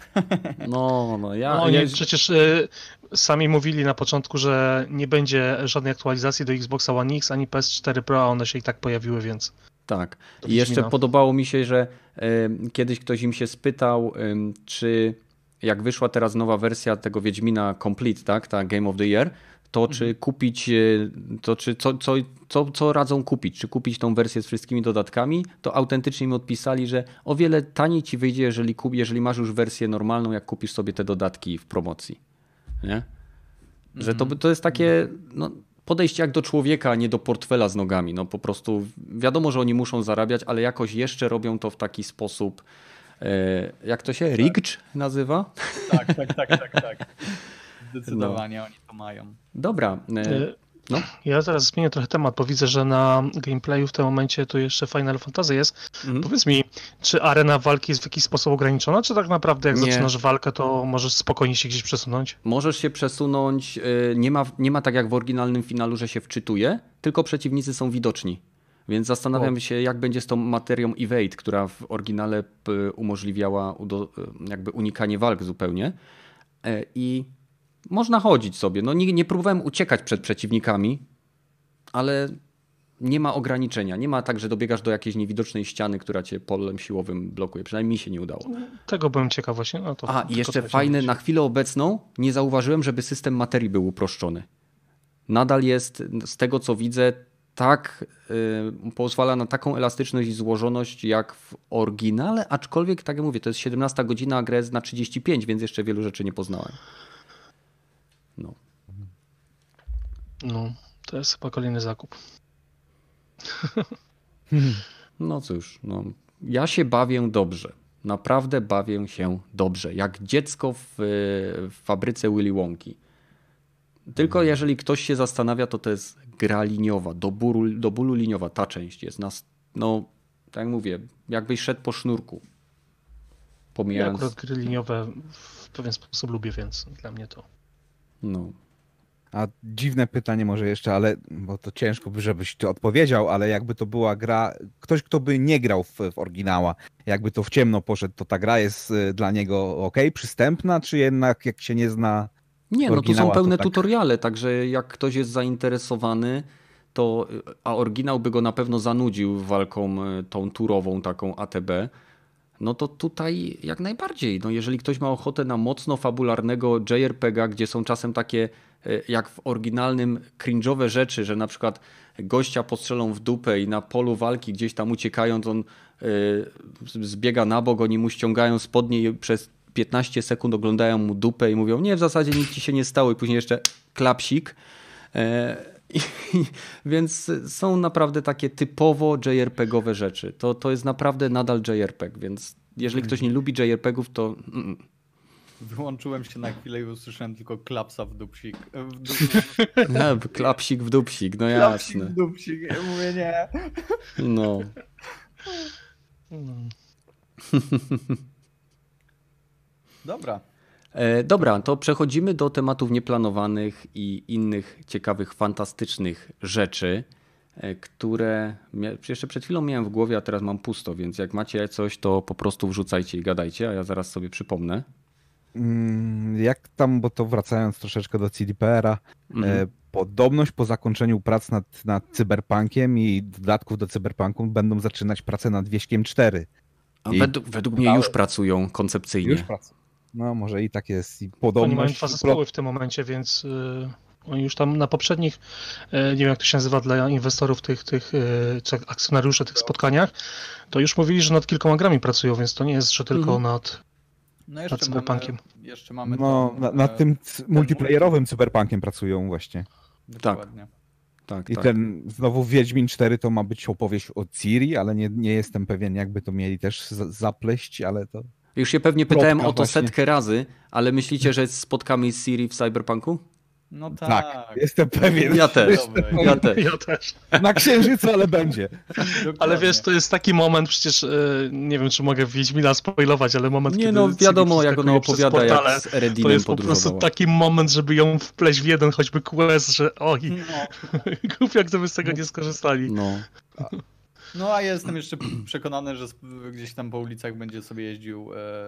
Oni przecież sami mówili na początku, że nie będzie żadnej aktualizacji do Xboxa One X ani PS4 Pro, a one się i tak pojawiły, więc...
Tak. I jeszcze podobało mi się, że kiedyś ktoś im się spytał, czy jak wyszła teraz nowa wersja tego Wiedźmina Complete, tak, ta Game of the Year, to czy kupić, to czy co radzą kupić? Czy kupić tą wersję z wszystkimi dodatkami? To autentycznie mi odpisali, że o wiele taniej ci wyjdzie, jeżeli masz już wersję normalną, jak kupisz sobie te dodatki w promocji. Nie? Że to jest takie podejście jak do człowieka, a nie do portfela z nogami. No po prostu wiadomo, że oni muszą zarabiać, ale jakoś jeszcze robią to w taki sposób, jak to się rigged nazywa?
Tak. Zdecydowanie oni to mają.
Dobra. No.
Ja zaraz zmienię trochę temat, bo widzę, że na gameplayu w tym momencie tu jeszcze Final Fantasy jest. Powiedz mi, czy arena walki jest w jakiś sposób ograniczona, czy tak naprawdę jak zaczynasz walkę, to możesz spokojnie się gdzieś przesunąć?
Możesz się przesunąć. Nie ma tak jak w oryginalnym finalu, że się wczytuje, tylko przeciwnicy są widoczni. Więc zastanawiam się, jak będzie z tą materią Evade, która w oryginale umożliwiała jakby unikanie walk zupełnie. I można chodzić sobie. No nie próbowałem uciekać przed przeciwnikami, ale nie ma ograniczenia. Nie ma tak, że dobiegasz do jakiejś niewidocznej ściany, która cię polem siłowym blokuje. Przynajmniej mi się nie udało.
Tego byłem ciekaw właśnie. No to
i jeszcze fajne, na chwilę obecną nie zauważyłem, żeby system materii był uproszczony. Nadal jest, z tego co widzę, tak pozwala na taką elastyczność i złożoność jak w oryginale, aczkolwiek tak jak mówię, to jest 17 godzina, a grę jest na 35, więc jeszcze wielu rzeczy nie poznałem.
No, to jest chyba kolejny zakup.
No cóż, ja się bawię dobrze. Naprawdę bawię się dobrze. Jak dziecko w fabryce Willy Wonki. Tylko jeżeli ktoś się zastanawia, to jest gra liniowa, do bólu liniowa. Ta część jest tak jak mówię, jakbyś szedł po sznurku.
Ja
pomijając...
akurat gry liniowe w pewien sposób lubię, więc dla mnie to...
No.
A dziwne pytanie może jeszcze, ale bo to ciężko, żebyś ty odpowiedział, ale jakby to była gra, ktoś kto by nie grał w oryginała, jakby to w ciemno poszedł, to ta gra jest dla niego przystępna, czy jednak jak się nie zna
Nie, no tu są
oryginała,
pełne
to tak...
tutoriale, także jak ktoś jest zainteresowany, to a oryginał by go na pewno zanudził walką tą turową, taką ATB, no to tutaj jak najbardziej. No jeżeli ktoś ma ochotę na mocno fabularnego JRPG-a, gdzie są czasem takie jak w oryginalnym cringe'owe rzeczy, że na przykład gościa postrzelą w dupę i na polu walki gdzieś tam uciekając on zbiega na bok, oni mu ściągają spodnie i przez 15 sekund oglądają mu dupę i mówią, nie, w zasadzie nic ci się nie stało i później jeszcze klapsik. Więc są naprawdę takie typowo JRPG-owe rzeczy. To jest naprawdę nadal JRPG, więc jeżeli ktoś nie lubi JRPG-ów, to...
Wyłączyłem się na chwilę i usłyszałem tylko klapsa w dupsik.
No, klapsik w dupsik, no
Klapsik
jasne.
w dupsik, ja mówię nie.
No.
Dobra.
Dobra, to przechodzimy do tematów nieplanowanych i innych ciekawych, fantastycznych rzeczy, które jeszcze przed chwilą miałem w głowie, a teraz mam pusto, więc jak macie coś, to po prostu wrzucajcie i gadajcie, a ja zaraz sobie przypomnę.
Jak tam, bo to wracając troszeczkę do CDPR-a, podobność po zakończeniu prac nad Cyberpunkiem i dodatków do Cyberpunku będą zaczynać pracę nad Wieśkiem 4.
Według mnie już pracują koncepcyjnie.
Już pracują. No może i tak jest. I podobność...
Oni mają 2 zespoły w tym momencie, więc oni już tam na poprzednich, nie wiem jak to się nazywa dla inwestorów czy akcjonariuszy tych spotkaniach, to już mówili, że nad kilkoma grami pracują, więc to nie jest, że tylko nad Cyberpunkiem.
Jeszcze mamy
no, nad tym multiplayerowym Cyberpunkiem pracują właśnie.
Dokładnie.
Tak,
I
tak.
ten znowu Wiedźmin 4 to ma być opowieść o Ciri, ale nie jestem pewien, jakby to mieli też zapleść, ale to...
Już się pewnie pytałem o to
właśnie.
100 razy, ale myślicie, że spotkamy Ciri w Cyberpunku?
No
Tak,
tak.
jestem pewien.
Ja też.
Dobra.
Ja też.
Ja też.
Na Księżycu, ale będzie.
Ale wiesz, to jest taki moment, przecież nie wiem, czy mogę Wiedźmina spoilować, ale moment,
Nie
kiedy
no, wiadomo,
Ciri
jak ona
przeskakuje
opowiada,
przez portale,
jak z Eredinem
to jest po prostu
podróżowała.
taki moment, żeby ją wpleść w jeden choćby quest, że oj,
No.
głupio jak gdyby z tego nie skorzystali.
No.
No a ja jestem jeszcze przekonany, że gdzieś tam po ulicach będzie sobie jeździł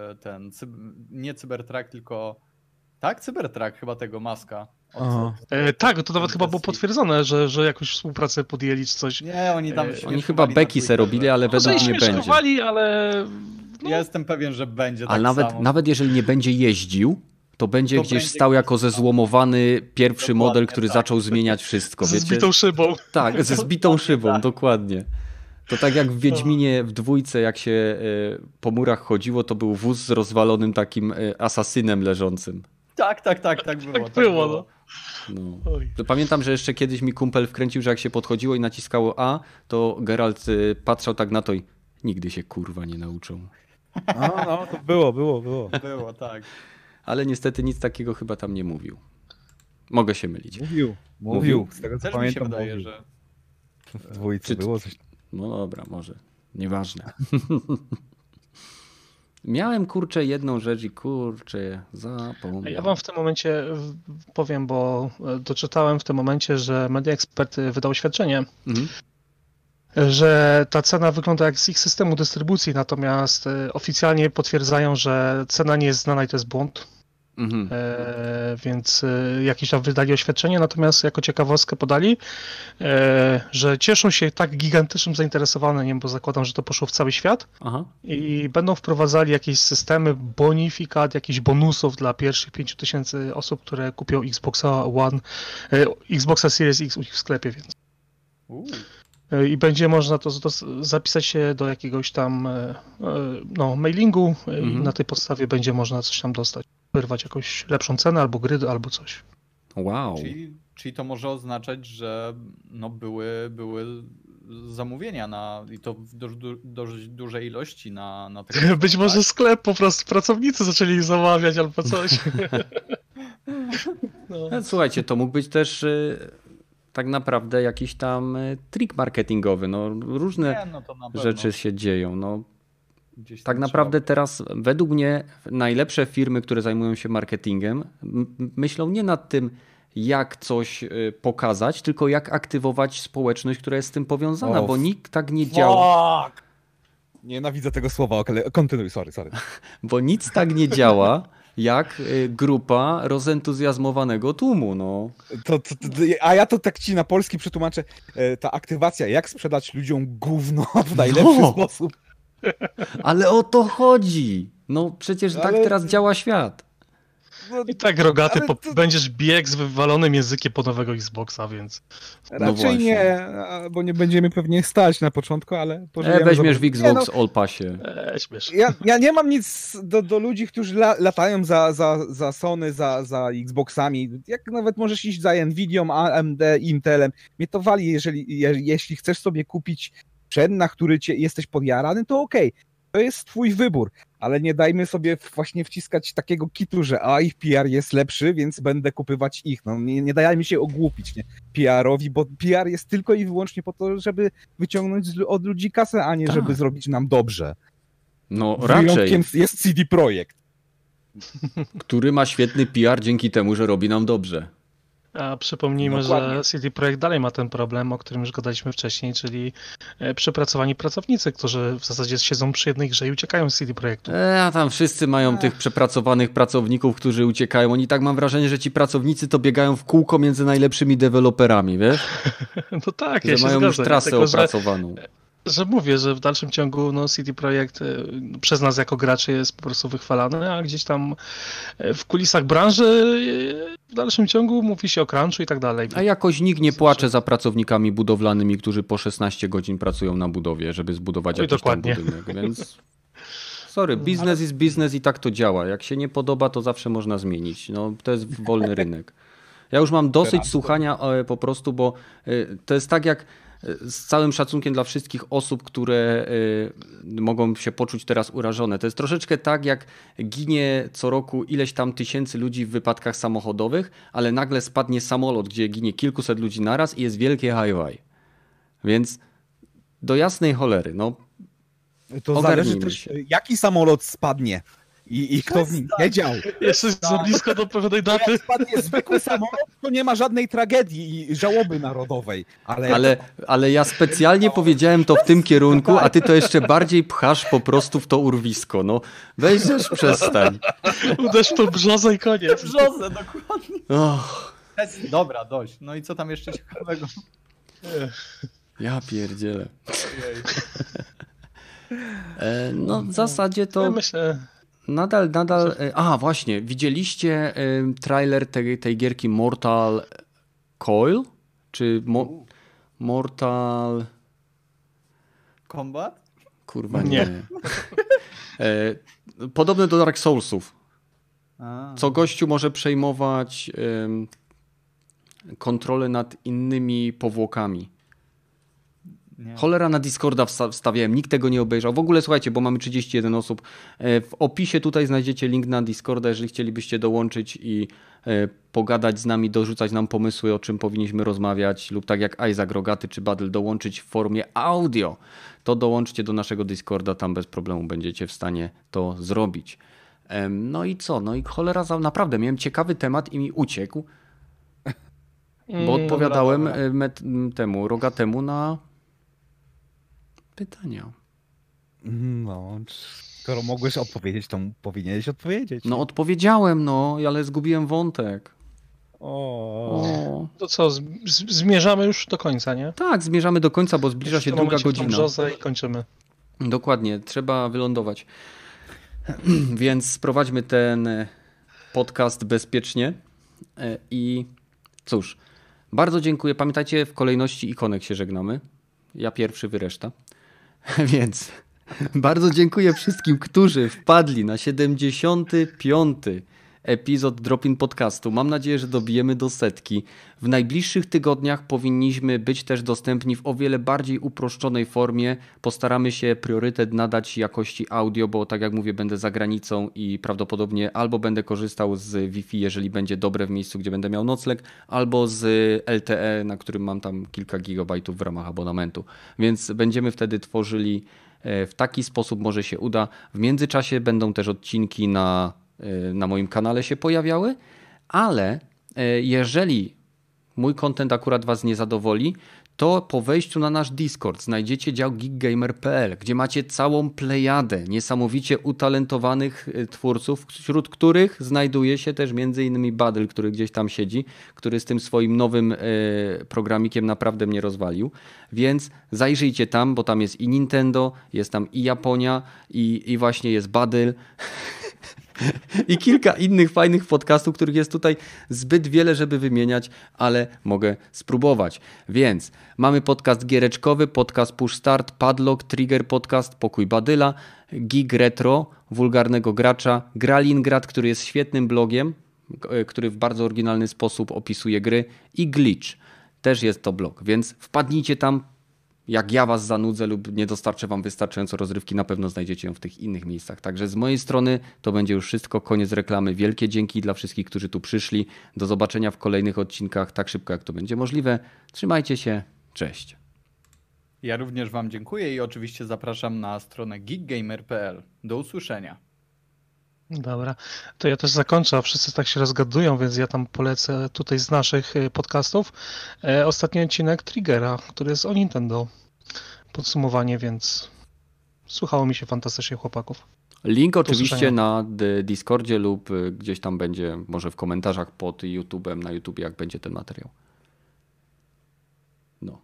nie Cybertruck, tylko... Tak? Cybertruck chyba tego, Maska.
Tak, to nawet chyba było potwierdzone, że jakąś współpracę podjęli czy coś.
Nie, oni tam
Oni chyba beki se robili, ale
Może
według
i
mnie będzie.
śmieszkowali, ale... No,
Ja jestem pewien, że będzie
Ale
tak samo.
nawet jeżeli nie będzie jeździł, to będzie
To
gdzieś
będzie
stał jako
gdzieś tam.
zezłomowany pierwszy
Dokładnie
model, który
tak.
zaczął zmieniać wszystko.
z
Wiecie?
zbitą szybą.
Tak, ze zbitą
Dokładnie
szybą,
tak.
dokładnie. To tak jak w Wiedźminie w 2, jak się po murach chodziło, to był wóz z rozwalonym takim asasynem leżącym.
Tak było.
Tak było, no.
No.
Oj.
To pamiętam, że jeszcze kiedyś mi kumpel wkręcił, że jak się podchodziło i naciskało A, to Geralt patrzał tak na to i nigdy się kurwa nie nauczą.
No, to było.
Było, tak.
Ale niestety nic takiego chyba tam nie mówił. Mogę się mylić.
Mówił. Z tego co
Też mi się
pamiętam,
wydaje,
mówił.
że...
W dwójce
Czy-
było coś.
No dobra, może. Nieważne. Miałem kurczę jedną rzecz i kurczę zapomniałem.
Ja wam w tym momencie powiem, bo doczytałem w tym momencie, że Media Expert wydał oświadczenie,
Mhm.
że ta cena wygląda jak z ich systemu dystrybucji, natomiast oficjalnie potwierdzają, że cena nie jest znana i to jest błąd.
Mhm.
Więc jakieś tam wydali oświadczenie, natomiast jako ciekawostkę podali, że cieszą się tak gigantycznym zainteresowaniem, bo zakładam, że to poszło w cały świat
Aha.
i będą wprowadzali jakieś systemy bonifikat, jakichś bonusów dla pierwszych 5000 osób, które kupią Xboxa One, Xboxa Series X u nich w sklepie, więc. I będzie można to zapisać się do jakiegoś tam mailingu i na tej podstawie będzie można coś tam dostać. Wyrwać jakąś lepszą cenę albo gry, albo coś.
Wow.
Czyli to może oznaczać, że no były zamówienia i to w dość dużej ilości na tego.
Być może sklep, po prostu pracownicy zaczęli zamawiać albo coś. No.
Słuchajcie, to mógł być też tak naprawdę jakiś tam trik marketingowy. No, różne
to na pewno.
rzeczy się dzieją. No,
Gdzieś
Tak
tam
naprawdę teraz według mnie najlepsze firmy, które zajmują się marketingiem, myślą nie nad tym, jak coś pokazać, tylko jak aktywować społeczność, która jest z tym powiązana, bo nikt tak nie działa.
Fuck! Nienawidzę tego słowa, ale kontynuuj, sorry.
Bo nic tak nie działa, jak grupa rozentuzjazmowanego tłumu. No.
A ja to tak ci na polski przetłumaczę. Ta aktywacja, jak sprzedać ludziom gówno w najlepszy sposób.
Ale o to chodzi. No przecież tak teraz działa świat.
No,
I tak, Rogaty,
ale to-
będziesz biegł z wywalonym językiem po nowego Xboxa, więc...
No
raczej
właśnie.
nie, bo nie będziemy pewnie stać na początku, ale pożyjemy.
Weźmiesz w
zobaczymy.
Xbox All Passie.
Śmiesz.
Ja nie mam nic do ludzi, którzy latają za Sony, za Xboxami. Jak nawet możesz iść za Nvidią, AMD, Intelem. Mnie to wali, jeśli chcesz sobie kupić sprzęt, na który jesteś podjarany, to okej. To jest twój wybór, ale nie dajmy sobie właśnie wciskać takiego kitu, że ich PR jest lepszy, więc będę kupywać ich. No, nie dajmy się ogłupić, nie? PR-owi, bo PR jest tylko i wyłącznie po to, żeby wyciągnąć od ludzi kasę, a nie
Tak.
żeby zrobić nam dobrze.
No raczej,
Wyjątkiem jest CD Projekt.
który ma świetny PR dzięki temu, że robi nam dobrze.
A przypomnijmy,
Dokładnie.
że CD Projekt dalej ma ten problem, o którym już gadaliśmy wcześniej, czyli przepracowani pracownicy, którzy w zasadzie siedzą przy jednej grze i uciekają z CD Projektu.
A tam wszyscy mają tych przepracowanych pracowników, którzy uciekają. Oni tak mam wrażenie, że ci pracownicy to biegają w kółko między najlepszymi deweloperami, wiesz?
No tak,
Że
ja się
mają
zgadzam.
już trasę
tylko,
opracowaną.
że mówię, że w dalszym ciągu CD Projekt przez nas jako graczy jest po prostu wychwalany, a gdzieś tam w kulisach branży w dalszym ciągu mówi się o crunchu i tak dalej.
A jakoś nikt nie płacze za pracownikami budowlanymi, którzy po 16 godzin pracują na budowie, żeby zbudować
Oj,
jakiś tam
dokładnie.
budynek, więc... Sorry, biznes jest biznes i tak to działa. Jak się nie podoba, to zawsze można zmienić. No, to jest wolny rynek. Ja już mam dosyć słuchania po prostu, bo to jest tak jak z całym szacunkiem dla wszystkich osób, które mogą się poczuć teraz urażone. To jest troszeczkę tak, jak ginie co roku ileś tam tysięcy ludzi w wypadkach samochodowych, ale nagle spadnie samolot, gdzie ginie kilkuset ludzi naraz i jest wielkie high-fi. Więc do jasnej cholery, no
To
Ogarnijmy
zależy też,
się.
jaki samolot spadnie i kto w nim siedział.
Jesteś za blisko do pewnej daty.
Jak spadnie zwykły samolot, to nie ma żadnej tragedii i żałoby narodowej.
Ale ja specjalnie powiedziałem to w tym kierunku, a ty to jeszcze bardziej pchasz po prostu w to urwisko. No weź też przestań.
Uderz w tą brzozę i koniec.
Brzozę, dokładnie.
Och,
Dobra, dość. No i co tam jeszcze ciekawego?
ja pierdzielę. No w zasadzie
Ja
to
myślę,
nadal... A właśnie, widzieliście trailer tej gierki Mortal Coil? Czy Mortal...
Combat?
Kurwa
Nie.
nie. Podobne do Dark Soulsów. Co gościu może przejmować kontrolę nad innymi powłokami.
Nie.
Cholera, na Discorda wstawiałem, nikt tego nie obejrzał. W ogóle słuchajcie, bo mamy 31 osób. W opisie tutaj znajdziecie link na Discorda, jeżeli chcielibyście dołączyć i pogadać z nami, dorzucać nam pomysły, o czym powinniśmy rozmawiać, lub tak jak Isaac, Rogaty czy Battle dołączyć w formie audio, to dołączcie do naszego Discorda, tam bez problemu będziecie w stanie to zrobić. No i co? No i cholera, naprawdę miałem ciekawy temat i mi uciekł, bo odpowiadałem temu Rogatemu na pytania.
No, skoro mogłeś odpowiedzieć, to powinieneś odpowiedzieć.
No odpowiedziałem, no, ale zgubiłem wątek.
O.
to co, zmierzamy już do końca, nie?
Tak, zmierzamy do końca, bo zbliża
Już w
się
tym
druga
momencie w tą
godzina.
brzozę i kończymy.
Dokładnie, trzeba wylądować. Więc sprowadźmy ten podcast bezpiecznie. I cóż, bardzo dziękuję. Pamiętajcie, w kolejności ikonek się żegnamy. Ja pierwszy, wy reszta. Więc bardzo dziękuję wszystkim, którzy wpadli na 75. epizod Drop-in Podcastu. Mam nadzieję, że dobijemy do 100. W najbliższych tygodniach powinniśmy być też dostępni w o wiele bardziej uproszczonej formie. Postaramy się priorytet nadać jakości audio, bo tak jak mówię, będę za granicą i prawdopodobnie albo będę korzystał z Wi-Fi, jeżeli będzie dobre w miejscu, gdzie będę miał nocleg, albo z LTE, na którym mam tam kilka gigabajtów w ramach abonamentu. Więc będziemy wtedy tworzyli W taki sposób może się uda. W międzyczasie będą też odcinki na moim kanale się pojawiały, ale jeżeli mój content akurat was nie zadowoli, to po wejściu na nasz Discord znajdziecie dział geekgamer.pl, gdzie macie całą plejadę niesamowicie utalentowanych twórców, wśród których znajduje się też m.in. Badl, który gdzieś tam siedzi, który z tym swoim nowym programikiem naprawdę mnie rozwalił. Więc zajrzyjcie tam, bo tam jest i Nintendo, jest tam i Japonia, i właśnie jest Badl. I kilka innych fajnych podcastów, których jest tutaj zbyt wiele, żeby wymieniać, ale mogę spróbować. Więc mamy podcast giereczkowy, podcast Push Start, Padlock, Trigger Podcast, Pokój Badyla, Gig Retro, Wulgarnego Gracza, Gralingrad, który jest świetnym blogiem, który w bardzo oryginalny sposób opisuje gry, i Glitch. Też jest to blog, więc wpadnijcie tam. Jak ja was zanudzę lub nie dostarczę wam wystarczająco rozrywki, na pewno znajdziecie ją w tych innych miejscach. Także z mojej strony to będzie już wszystko. Koniec reklamy. Wielkie dzięki dla wszystkich, którzy tu przyszli. Do zobaczenia w kolejnych odcinkach tak szybko, jak to będzie możliwe. Trzymajcie się. Cześć.
Ja również wam dziękuję i oczywiście zapraszam na stronę geekgamer.pl. Do usłyszenia.
Dobra, to ja też zakończę, a wszyscy tak się rozgadują, więc ja tam polecę tutaj z naszych podcastów ostatni odcinek Triggera, który jest o Nintendo. Podsumowanie, więc słuchało mi się fantastycznie, chłopaków.
Link oczywiście na Discordzie lub gdzieś tam będzie, może w komentarzach pod YouTube'em, na YouTube, jak będzie ten materiał. No.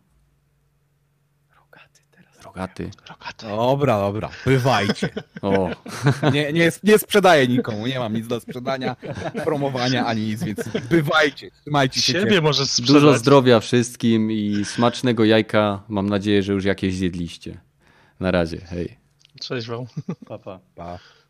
Rogaty.
Dobra, bywajcie.
O.
Nie sprzedaję nikomu, nie mam nic do sprzedania, promowania ani nic, więc bywajcie, trzymajcie się.
Siebie możesz sprzedać.
Dużo zdrowia wszystkim i smacznego jajka. Mam nadzieję, że już jakieś zjedliście. Na razie, hej.
Cześć wam.
Pa, pa.
Pa.